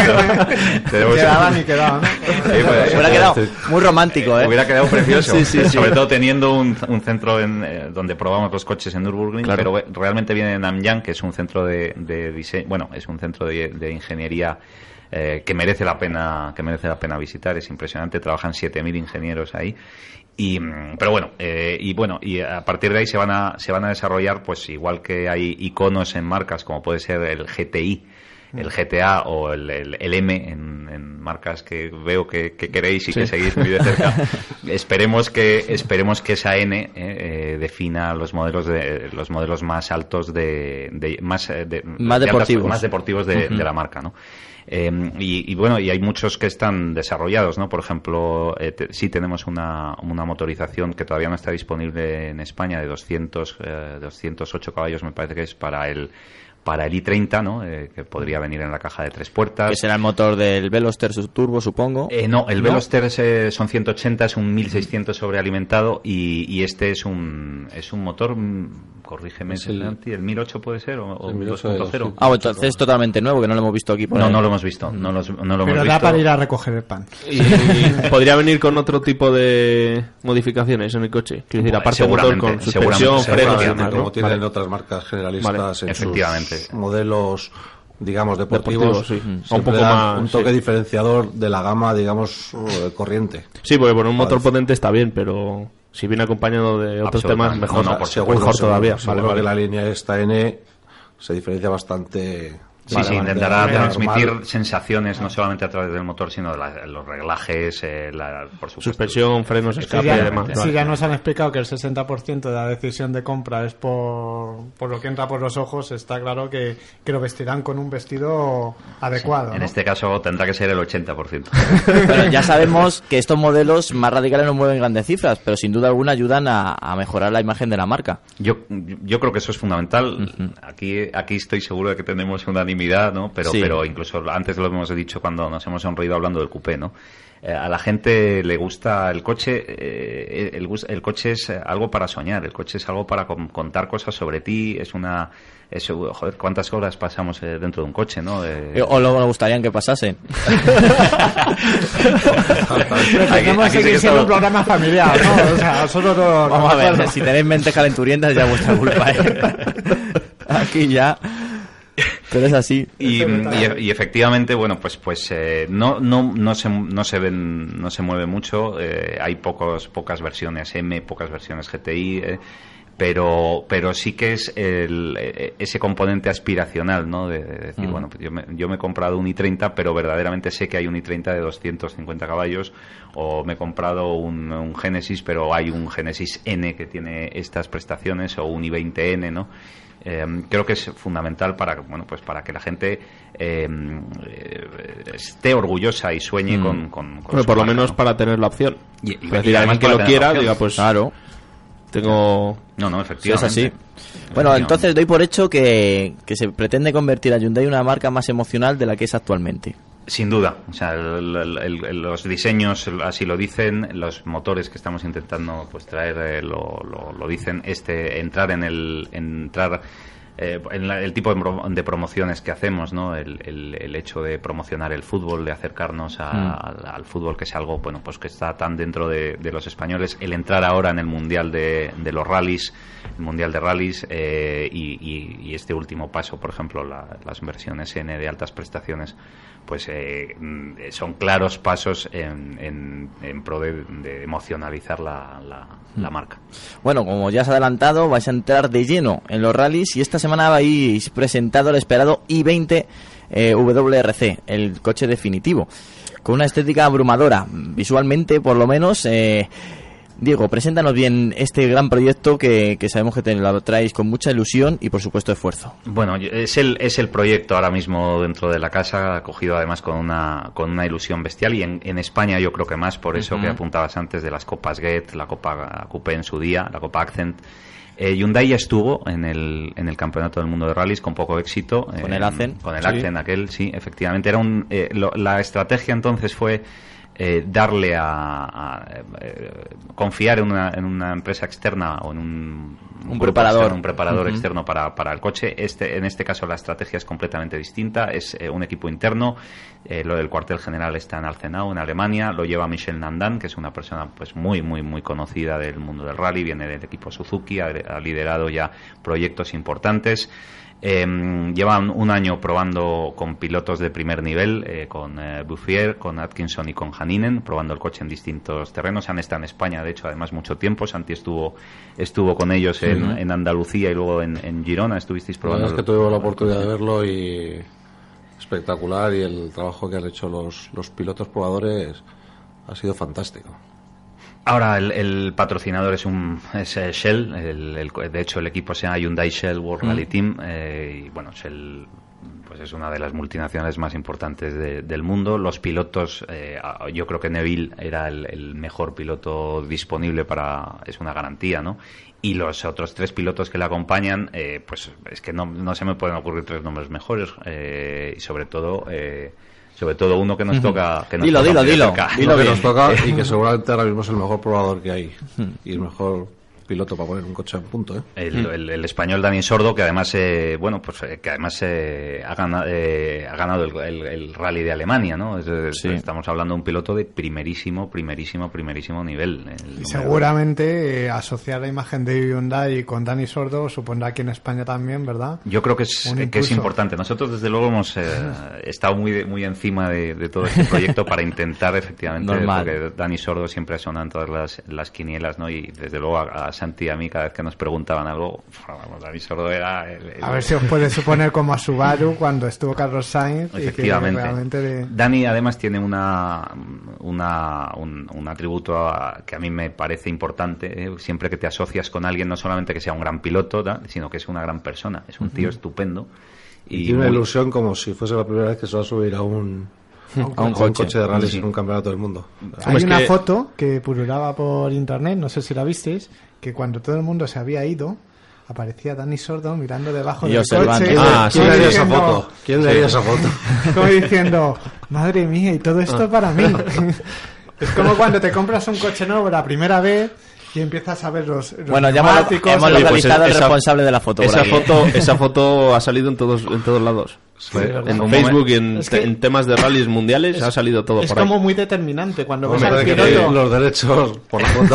Quedaban y quedaban, ¿no? Sí, pues, hubiera quedado muy romántico, ¿eh? Hubiera quedado precioso. Sí, sí, sí. Sobre todo teniendo un, un centro en, eh, donde probamos los coches en Nürburgring, claro. Pero realmente viene de Namyang, que es un centro de, de diseño, bueno, es un centro de, de ingeniería eh, que merece la pena, que merece la pena visitar. Es impresionante. Trabajan siete mil ingenieros ahí. Y, pero bueno, eh, y bueno, y a partir de ahí se van a se van a desarrollar, pues igual que hay iconos en marcas como puede ser el G T I, el G T A o el, el, el M en, en marcas que veo que, que queréis y sí. que seguís muy de cerca. esperemos que esperemos que esa N eh, eh, defina los modelos de los modelos más altos de, de más de, más de deportivos altas, más deportivos de, uh-huh. de la marca, ¿no? Eh, y, y bueno, y hay muchos que están desarrollados, ¿no? Por ejemplo, eh, te, sí tenemos una, una motorización que todavía no está disponible en España de doscientos, eh, doscientos ocho caballos, me parece que es para el para el i treinta, ¿no? Eh, que podría venir en la caja de tres puertas. Que será el motor del Veloster Turbo, supongo. Eh, no, el ¿No? Veloster es, eh, son ciento ochenta, es un mil seiscientos sobrealimentado y, y este es un es un motor, mm, corrígeme, Es el- Santi, el mil ocho puede ser o, o El mil ocho dos punto cero. sí. Ah, pues entonces es totalmente nuevo, que no lo hemos visto aquí por No, ahí. no lo hemos visto, no, los- no lo Pero hemos da visto. para ir a recoger el pan. Y podría venir con otro tipo de modificaciones en el coche. Quiero decir, Bueno, aparte motor seguramente, con suspensión, seguramente, frenos y Seguramente, demás, como ¿no? tienen Vale. otras marcas generalistas Vale, en sus efectivamente. modelos, digamos, deportivos, Deportivos, sí. siempre Un poco dan más, un toque sí. diferenciador de la gama, digamos, uh, corriente. Sí, porque por un motor Vale. potente está bien, pero si viene acompañado de otros temas, Absolutamente. mejor, No, no, por Seguro, mejor seguro, todavía. seguro Vale, vale. que la línea esta N se diferencia bastante. Sí, Vale, sí, vale, intentará de la transmitir normal. sensaciones no solamente a través del motor, sino de la- los reglajes, eh, la, por supuesto. Suspensión, frenos, escape Sí, y ya, demás. sí, Vale. ya nos han explicado que el sesenta por ciento de la decisión de compra es por, por lo que entra por los ojos. Está claro que, que lo vestirán con un vestido adecuado. En ¿no? este caso tendrá que ser el ochenta por ciento. Pero ya sabemos que estos modelos más radicales no mueven grandes cifras, pero sin duda alguna ayudan a, a mejorar la imagen de la marca. Yo, yo creo que eso es fundamental. Aquí, aquí estoy seguro de que tenemos unanimidad, ¿no? Pero, Sí. pero incluso antes lo hemos dicho cuando nos hemos sonreído hablando del coupé, ¿no? Eh, a la gente le gusta el coche. Eh, el, gus- el coche es algo para soñar. El coche es algo para con- contar cosas sobre ti. Es una, es, joder, cuántas horas pasamos eh, dentro de un coche, ¿no? Eh, O luego nos gustaría que pasasen. Pretendemos aquí sí seguir que siendo todo- un programa familiar, ¿no? O sea, solo no- Vamos a ver, no- si tenéis mentes calenturientas ya es vuestra culpa, ¿eh? Aquí ya. Pero es así. Y, y- y efectivamente, bueno, pues pues eh, no no no se no se ven no se mueve mucho. Eh, hay pocos pocas versiones M, pocas versiones G T I. eh, pero pero sí que es el, eh, ese componente aspiracional, ¿no? De, de decir, Mm. bueno, pues yo me, yo me he comprado un i treinta, pero verdaderamente sé que hay un i treinta de doscientos cincuenta caballos, o me he comprado un, un Genesis, pero hay un Genesis N que tiene estas prestaciones, o un i veinte N, ¿no? Eh, creo que es fundamental para, bueno, pues para que la gente eh, eh, esté orgullosa y sueñe Mm. con, con, con Bueno, su por lo marca, menos ¿no? para tener la opción. Y- y- Es y decir, además alguien que para lo tener quiera, la opción. diga, pues Claro. tengo... No, no, Sí, es efectivamente. así. Bueno, entonces doy por hecho que, que se pretende convertir a Hyundai en una marca más emocional de la que es actualmente. Sin duda, o sea, el- el- el- los diseños así lo dicen, los motores que estamos intentando pues traer eh, lo, lo, lo dicen. Este entrar en el entrar eh, en la- el tipo de, pro- de promociones que hacemos, ¿no? El, el, el hecho de promocionar el fútbol, de acercarnos a- Mm. al, al fútbol, que es algo bueno pues que está tan dentro de, de los españoles. El entrar ahora en el mundial de, de los rallies, el mundial de rallies eh, y, y- y este último paso, por ejemplo, la- las versiones N de altas prestaciones, pues eh, mm, son claros pasos en, en, en pro de, de emocionalizar la, la, la marca. Bueno, como ya se ha adelantado, vais a entrar de lleno en los rallies y esta semana habéis presentado el esperado i veinte eh, W R C, el coche definitivo, con una estética abrumadora, visualmente por lo menos. eh, Diego, preséntanos bien este gran proyecto que, que sabemos que te lo traéis con mucha ilusión y por supuesto esfuerzo. Bueno, yo- es el, es el proyecto ahora mismo dentro de la casa, acogido además con una, con una ilusión bestial, y en, en España yo creo que más por eso Ujú. que apuntabas antes de las copas Get, la Copa Coupé en su día, la Copa Accent. Eh, Hyundai ya estuvo en el, en el Campeonato del Mundo de Rallys con poco éxito. Con eh, el Accent. Con el Sí. Accent, aquel, sí, efectivamente. Era un, eh, lo- la estrategia entonces fue eh, darle a, a, eh, confiar en una, en una empresa externa o en un, Un grupo preparador. externo, un preparador Ujú. externo para, para el coche. Este, en este caso la estrategia es completamente distinta, es eh, un equipo interno. Eh, lo del cuartel general está en Alzenau, en Alemania. Lo lleva Michel Nandan, que es una persona pues muy muy muy conocida del mundo del rally, viene del equipo Suzuki, ha, ha liderado ya proyectos importantes. Eh, llevan un año probando con pilotos de primer nivel, eh, con eh, Bouffier, con Atkinson y con Haninen, probando el coche en distintos terrenos. Han estado en España, de hecho, además mucho tiempo. Santi estuvo estuvo con ellos en, Ujú. en Andalucía y luego en, en Girona. Estuvisteis La probando. verdad es que tuvimos la oportunidad de verlo y espectacular, y el trabajo que han hecho los, los pilotos probadores ha sido fantástico. Ahora el, el patrocinador es un es eh, Shell, el, el- de hecho el equipo se llama Hyundai Shell World Mm. Rally Team, eh, y bueno, Shell pues es una de las multinacionales más importantes de, del mundo. Los pilotos, eh, yo creo que Neville era el, el mejor piloto disponible para, es una garantía, ¿no? Y los otros tres pilotos que le acompañan, eh, pues es que no, no se me pueden ocurrir tres nombres mejores, eh, y sobre todo, eh, sobre todo uno que nos toca, que nos dilo, toca dilo, muy de dilo, cerca. dilo que bien. nos toca y que seguramente ahora mismo es el mejor probador que hay y el mejor piloto para poner un coche en punto, ¿eh? El, el, el español Dani Sordo, que además, eh, bueno, pues eh, que además eh, ha, gana, eh, ha ganado el, el, el rally de Alemania, ¿no? Es, es, Sí. Estamos hablando de un piloto de primerísimo, primerísimo, primerísimo nivel. El Y número- seguramente eh, asociar la imagen de Hyundai con Dani Sordo supondrá aquí en España también, ¿verdad? Yo creo que es, Un que es impulso. importante. Nosotros, desde luego, hemos eh, estado muy muy encima de, de todo este proyecto para intentar, efectivamente, Normal. porque Dani Sordo siempre suena en todas las, las quinielas, ¿no? Y desde luego a, a Santi y a mí, cada vez que nos preguntaban algo, vamos, Dani Sordo era... El, el- A ver si os puede suponer como a Subaru cuando estuvo Carlos Sainz y que Efectivamente. realmente de... Dani además tiene una, una un, un atributo a- que a mí me parece importante, ¿eh? Siempre que te asocias con alguien, no solamente que sea un gran piloto, ¿da? Sino que es una gran persona, es un tío Ujú. estupendo. Y tiene una muy- ilusión como si fuese la primera vez que se va a subir a un, A un coche. de rally Sí. en un campeonato del mundo. Hay es una que- foto que pululaba por internet, no sé si la visteis, que cuando todo el mundo se había ido, aparecía Dani Sordo mirando debajo Y del observando. coche. Ah, ¿Quién como le haría esa diciendo- foto? ¿Quién le haría esa foto? Como diciendo, madre mía, y todo esto para mí. Es como cuando te compras un coche nuevo la primera vez y empiezas a ver los, los Bueno, ya hemos, neumáticos, hemos Oye, pues localizado al esa- responsable de la foto. por Esa aquí. foto, esa foto ha salido en todos, en todos lados. Fue- En fue un Facebook momen- y en, Es que- en temas de rallies mundiales ha salido todo es por ahí. como muy determinante cuando ves Hombre, al que piloto. tienen los derechos por la foto.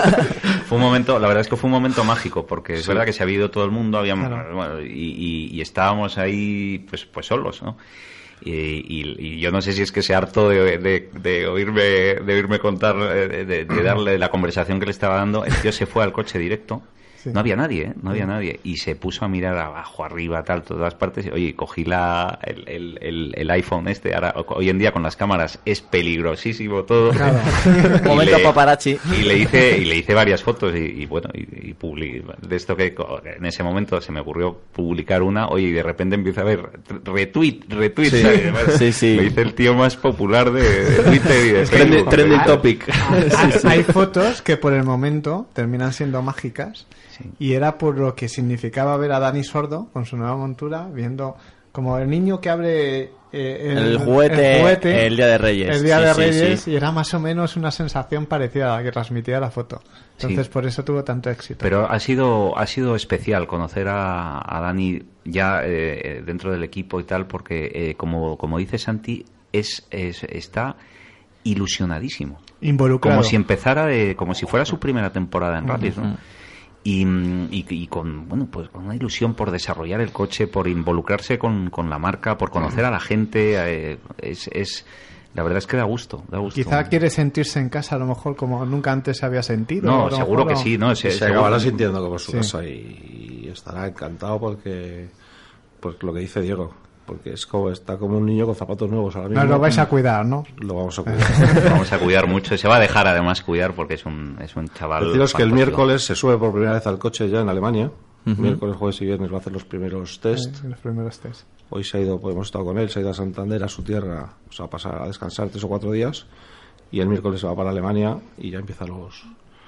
Fue un momento, la verdad es que fue un momento mágico, porque es Sí. verdad que se había ido todo el mundo, habíamos, Claro. bueno, y, y- y estábamos ahí pues pues solos, ¿no? Y, y- y yo no sé si es que se harto de, de, de oírme de oírme contar, eh, de, de darle la conversación que le estaba dando. El tío se fue al coche directo. Sí. No había nadie, ¿eh? No había nadie. Y se puso a mirar abajo, arriba, tal, todas partes. Y, oye, cogí la, el, el, el, el iPhone este. Ahora, hoy en día con las cámaras es peligrosísimo todo. Claro. Y Momento le- paparazzi. Y le hice, y le hice varias fotos. Y, y bueno, y, y publi- de esto que co- en ese momento se me ocurrió publicar una. Oye, y de repente empiezo a ver retweet, retweet. Sí. ¿sabes? Bueno, Sí, sí. Me hice el tío más popular de, de Twitter y de Trending, Facebook. trending Ah, topic. Hay, hay fotos que por el momento terminan siendo mágicas Sí. y era por lo que significaba ver a Dani Sordo con su nueva montura viendo como el niño que abre eh, El juguete el Día de Reyes. el Día Sí, de sí, Reyes sí. y era más o menos una sensación parecida a la que transmitía la foto, entonces Sí. por eso tuvo tanto éxito. Pero ha sido ha sido especial conocer a, a Dani ya eh, dentro del equipo y tal, porque eh, como como dice Santi, es, es está ilusionadísimo. Involucrado. Como si empezara de, como si fuera su primera temporada en rallies, ¿no? Ujú. Y, y, y con bueno pues con una ilusión por desarrollar el coche, por involucrarse con, con la marca, por conocer a la gente, eh, es, es la verdad es que da gusto, da gusto. Quizá quiere sentirse en casa a lo mejor como nunca antes se había sentido. No, a lo seguro mejor, que o- sí, no, se, se seguro- acabará sintiendo como su Sí. casa y, y estará encantado porque pues lo que dice Diego, porque es como está como un niño con zapatos nuevos ahora mismo. Nos lo vais a cuidar, ¿no? Lo vamos a cuidar. Vamos a cuidar mucho, se va a dejar además cuidar porque es un es un chaval. Deciros que el fantástico. miércoles se sube por primera vez al coche ya en Alemania. Ujú. Miércoles, jueves y viernes va a hacer los primeros test. Eh, los primeros test. Hoy se ha ido, pues hemos estado con él, se ha ido a Santander, a su tierra, o sea, a pasar a descansar tres o cuatro días. Y el miércoles se va para Alemania y ya empieza los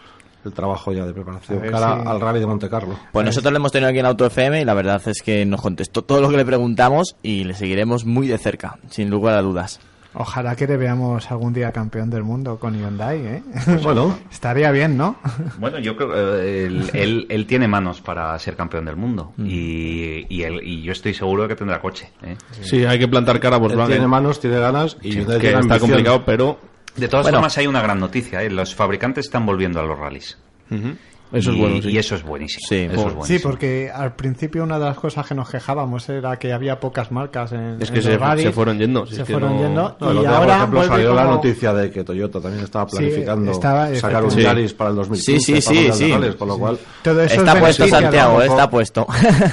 el trabajo ya de preparación A ver cara si- al Rally de Monte Carlo. Pues nosotros le hemos tenido aquí en Auto F M y la verdad es que nos contestó todo lo que le preguntamos y le seguiremos muy de cerca, sin lugar a dudas. Ojalá que le veamos algún día campeón del mundo con Hyundai, ¿eh? Bueno, Estaría bien, ¿no? Bueno, yo creo que él, él, él tiene manos para ser campeón del mundo y, y, él, y yo estoy seguro de que tendrá coche. ¿eh? Sí, hay que plantar cara a él tiene Volkswagen. manos, tiene ganas y Hyundai Que tiene está ambición. complicado, pero De todas Bueno. formas hay una gran noticia, ¿eh? Los fabricantes están volviendo a los rallies. ujú, eso es y, bueno. Sí. y eso es buenísimo. Sí, eso por- es buenísimo. Sí, porque al principio una de las cosas que nos quejábamos era que había pocas marcas en, Es en que los se, rallies. se fueron yendo. si Se es que fueron no- yendo. No, el Y otro día, ahora por ejemplo, vuelve salió la como- noticia de que Toyota también estaba Sí, planificando estaba, sacar un efectivamente. Yaris para el dos mil quince. Sí, sí, para sí, los sí. rallies, con lo cual, Todo eso Está es puesto, beneficia, Santiago, ¿no? ¿eh? Está puesto.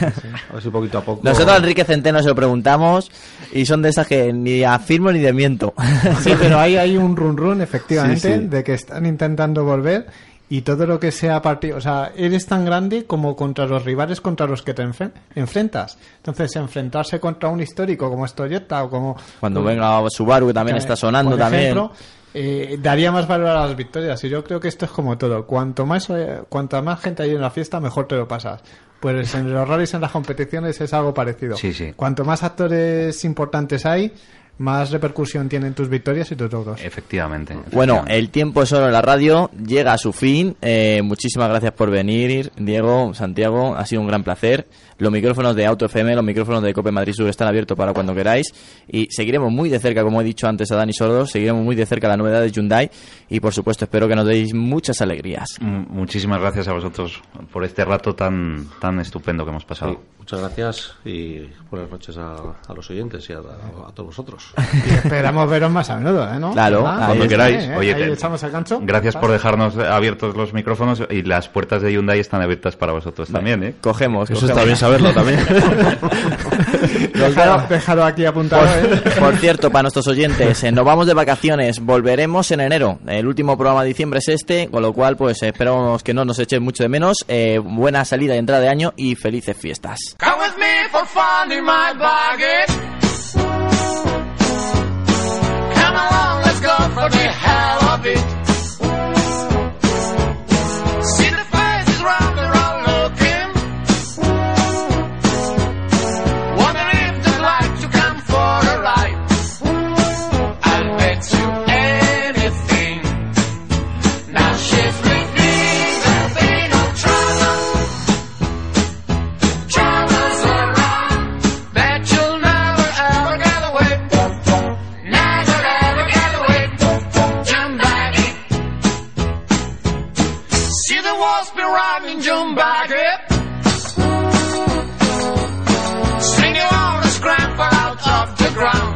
a ver si poquito a poco... Nosotros a Enrique Centeno se lo preguntamos y son de esas que ni afirmo ni desmiento. Sí, pero hay, hay un run run, efectivamente, Sí, sí. de que están intentando volver y todo lo que sea partido, o sea, eres tan grande como contra los rivales contra los que te enfren- enfrentas. Entonces, enfrentarse contra un histórico como es Toyota o como... Cuando como, venga Subaru, que también está sonando por también. ejemplo, eh, daría más valor a las victorias. Y yo creo que esto es como todo. Cuanto más, eh, cuanta más gente hay en la fiesta, mejor te lo pasas. Pues en los rallies, en las competiciones, es algo parecido. Sí, sí. Cuanto más actores importantes hay, más repercusión tienen tus victorias y tus logros. Efectivamente. Bueno, el tiempo es oro en la radio, llega a su fin. Eh, muchísimas gracias por venir, Diego, Santiago, ha sido un gran placer. Los micrófonos de Auto F M, los micrófonos de Cope Madrid Sur están abiertos para cuando queráis. Y seguiremos muy de cerca, como he dicho antes a Dani Sordo, seguiremos muy de cerca la novedad de Hyundai. Y por supuesto, espero que nos deis muchas alegrías. M- muchísimas gracias a vosotros por este rato tan tan estupendo que hemos pasado. Sí, muchas gracias y buenas noches a, a los oyentes y a, a, a todos vosotros. Y esperamos veros más a menudo, ¿eh? ¿no? Claro, Ah, cuando ahí queráis. está, ¿eh? Oye, Ahí te- echamos el gancho. Gracias Vas. por dejarnos abiertos los micrófonos y las puertas de Hyundai están abiertas para vosotros también, ¿eh? Cogemos. Eso está bien saberlo también. Déjalo, déjalo aquí apuntado, ¿eh? Por, por cierto, para nuestros oyentes, eh, nos vamos de vacaciones, volveremos en enero. El último programa de diciembre es este, con lo cual, pues esperamos que no nos echen mucho de menos. Eh, buena salida y entrada de año y felices fiestas. Come with me for fun in my baggage. Come along, let's go for the hell of it. See the faces round, they're all looking. Wonder if they'd like to come for a ride. I'll bet you anything. Now she's with me, there'll be no trouble. Trouble's around that you'll never ever get away. Never ever get away. Jump back in. See the walls be running, jump back in. String you on a scramble out of the ground.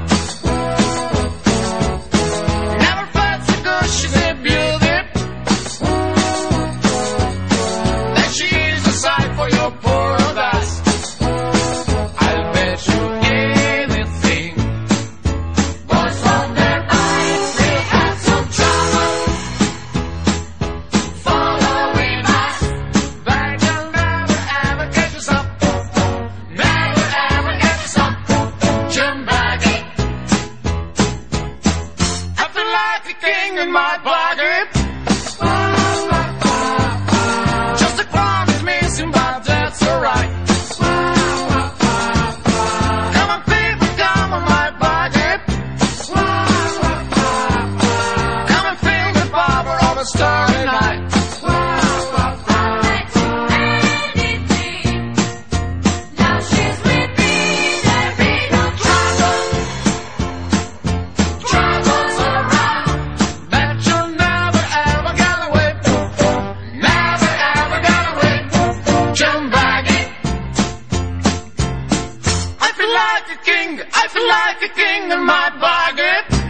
Never felt so good, she's a beauty. That she is a sight for your poor old eyes. I'll bet you anything. Boys from their eyes, they have some trouble. Following us, but you'll never ever get yourself. Never ever get yourself. Jump back in. I feel like a king in my pocket. Just a crown is missing, but that's alright. Come on, people, come on my pocket. Come and feel the power of a starry night. Now she's with me, there be no trouble. Trouble's around that you'll never ever get away. Never ever get away. Jump back in. I feel like a king, I feel like a king in my pocket.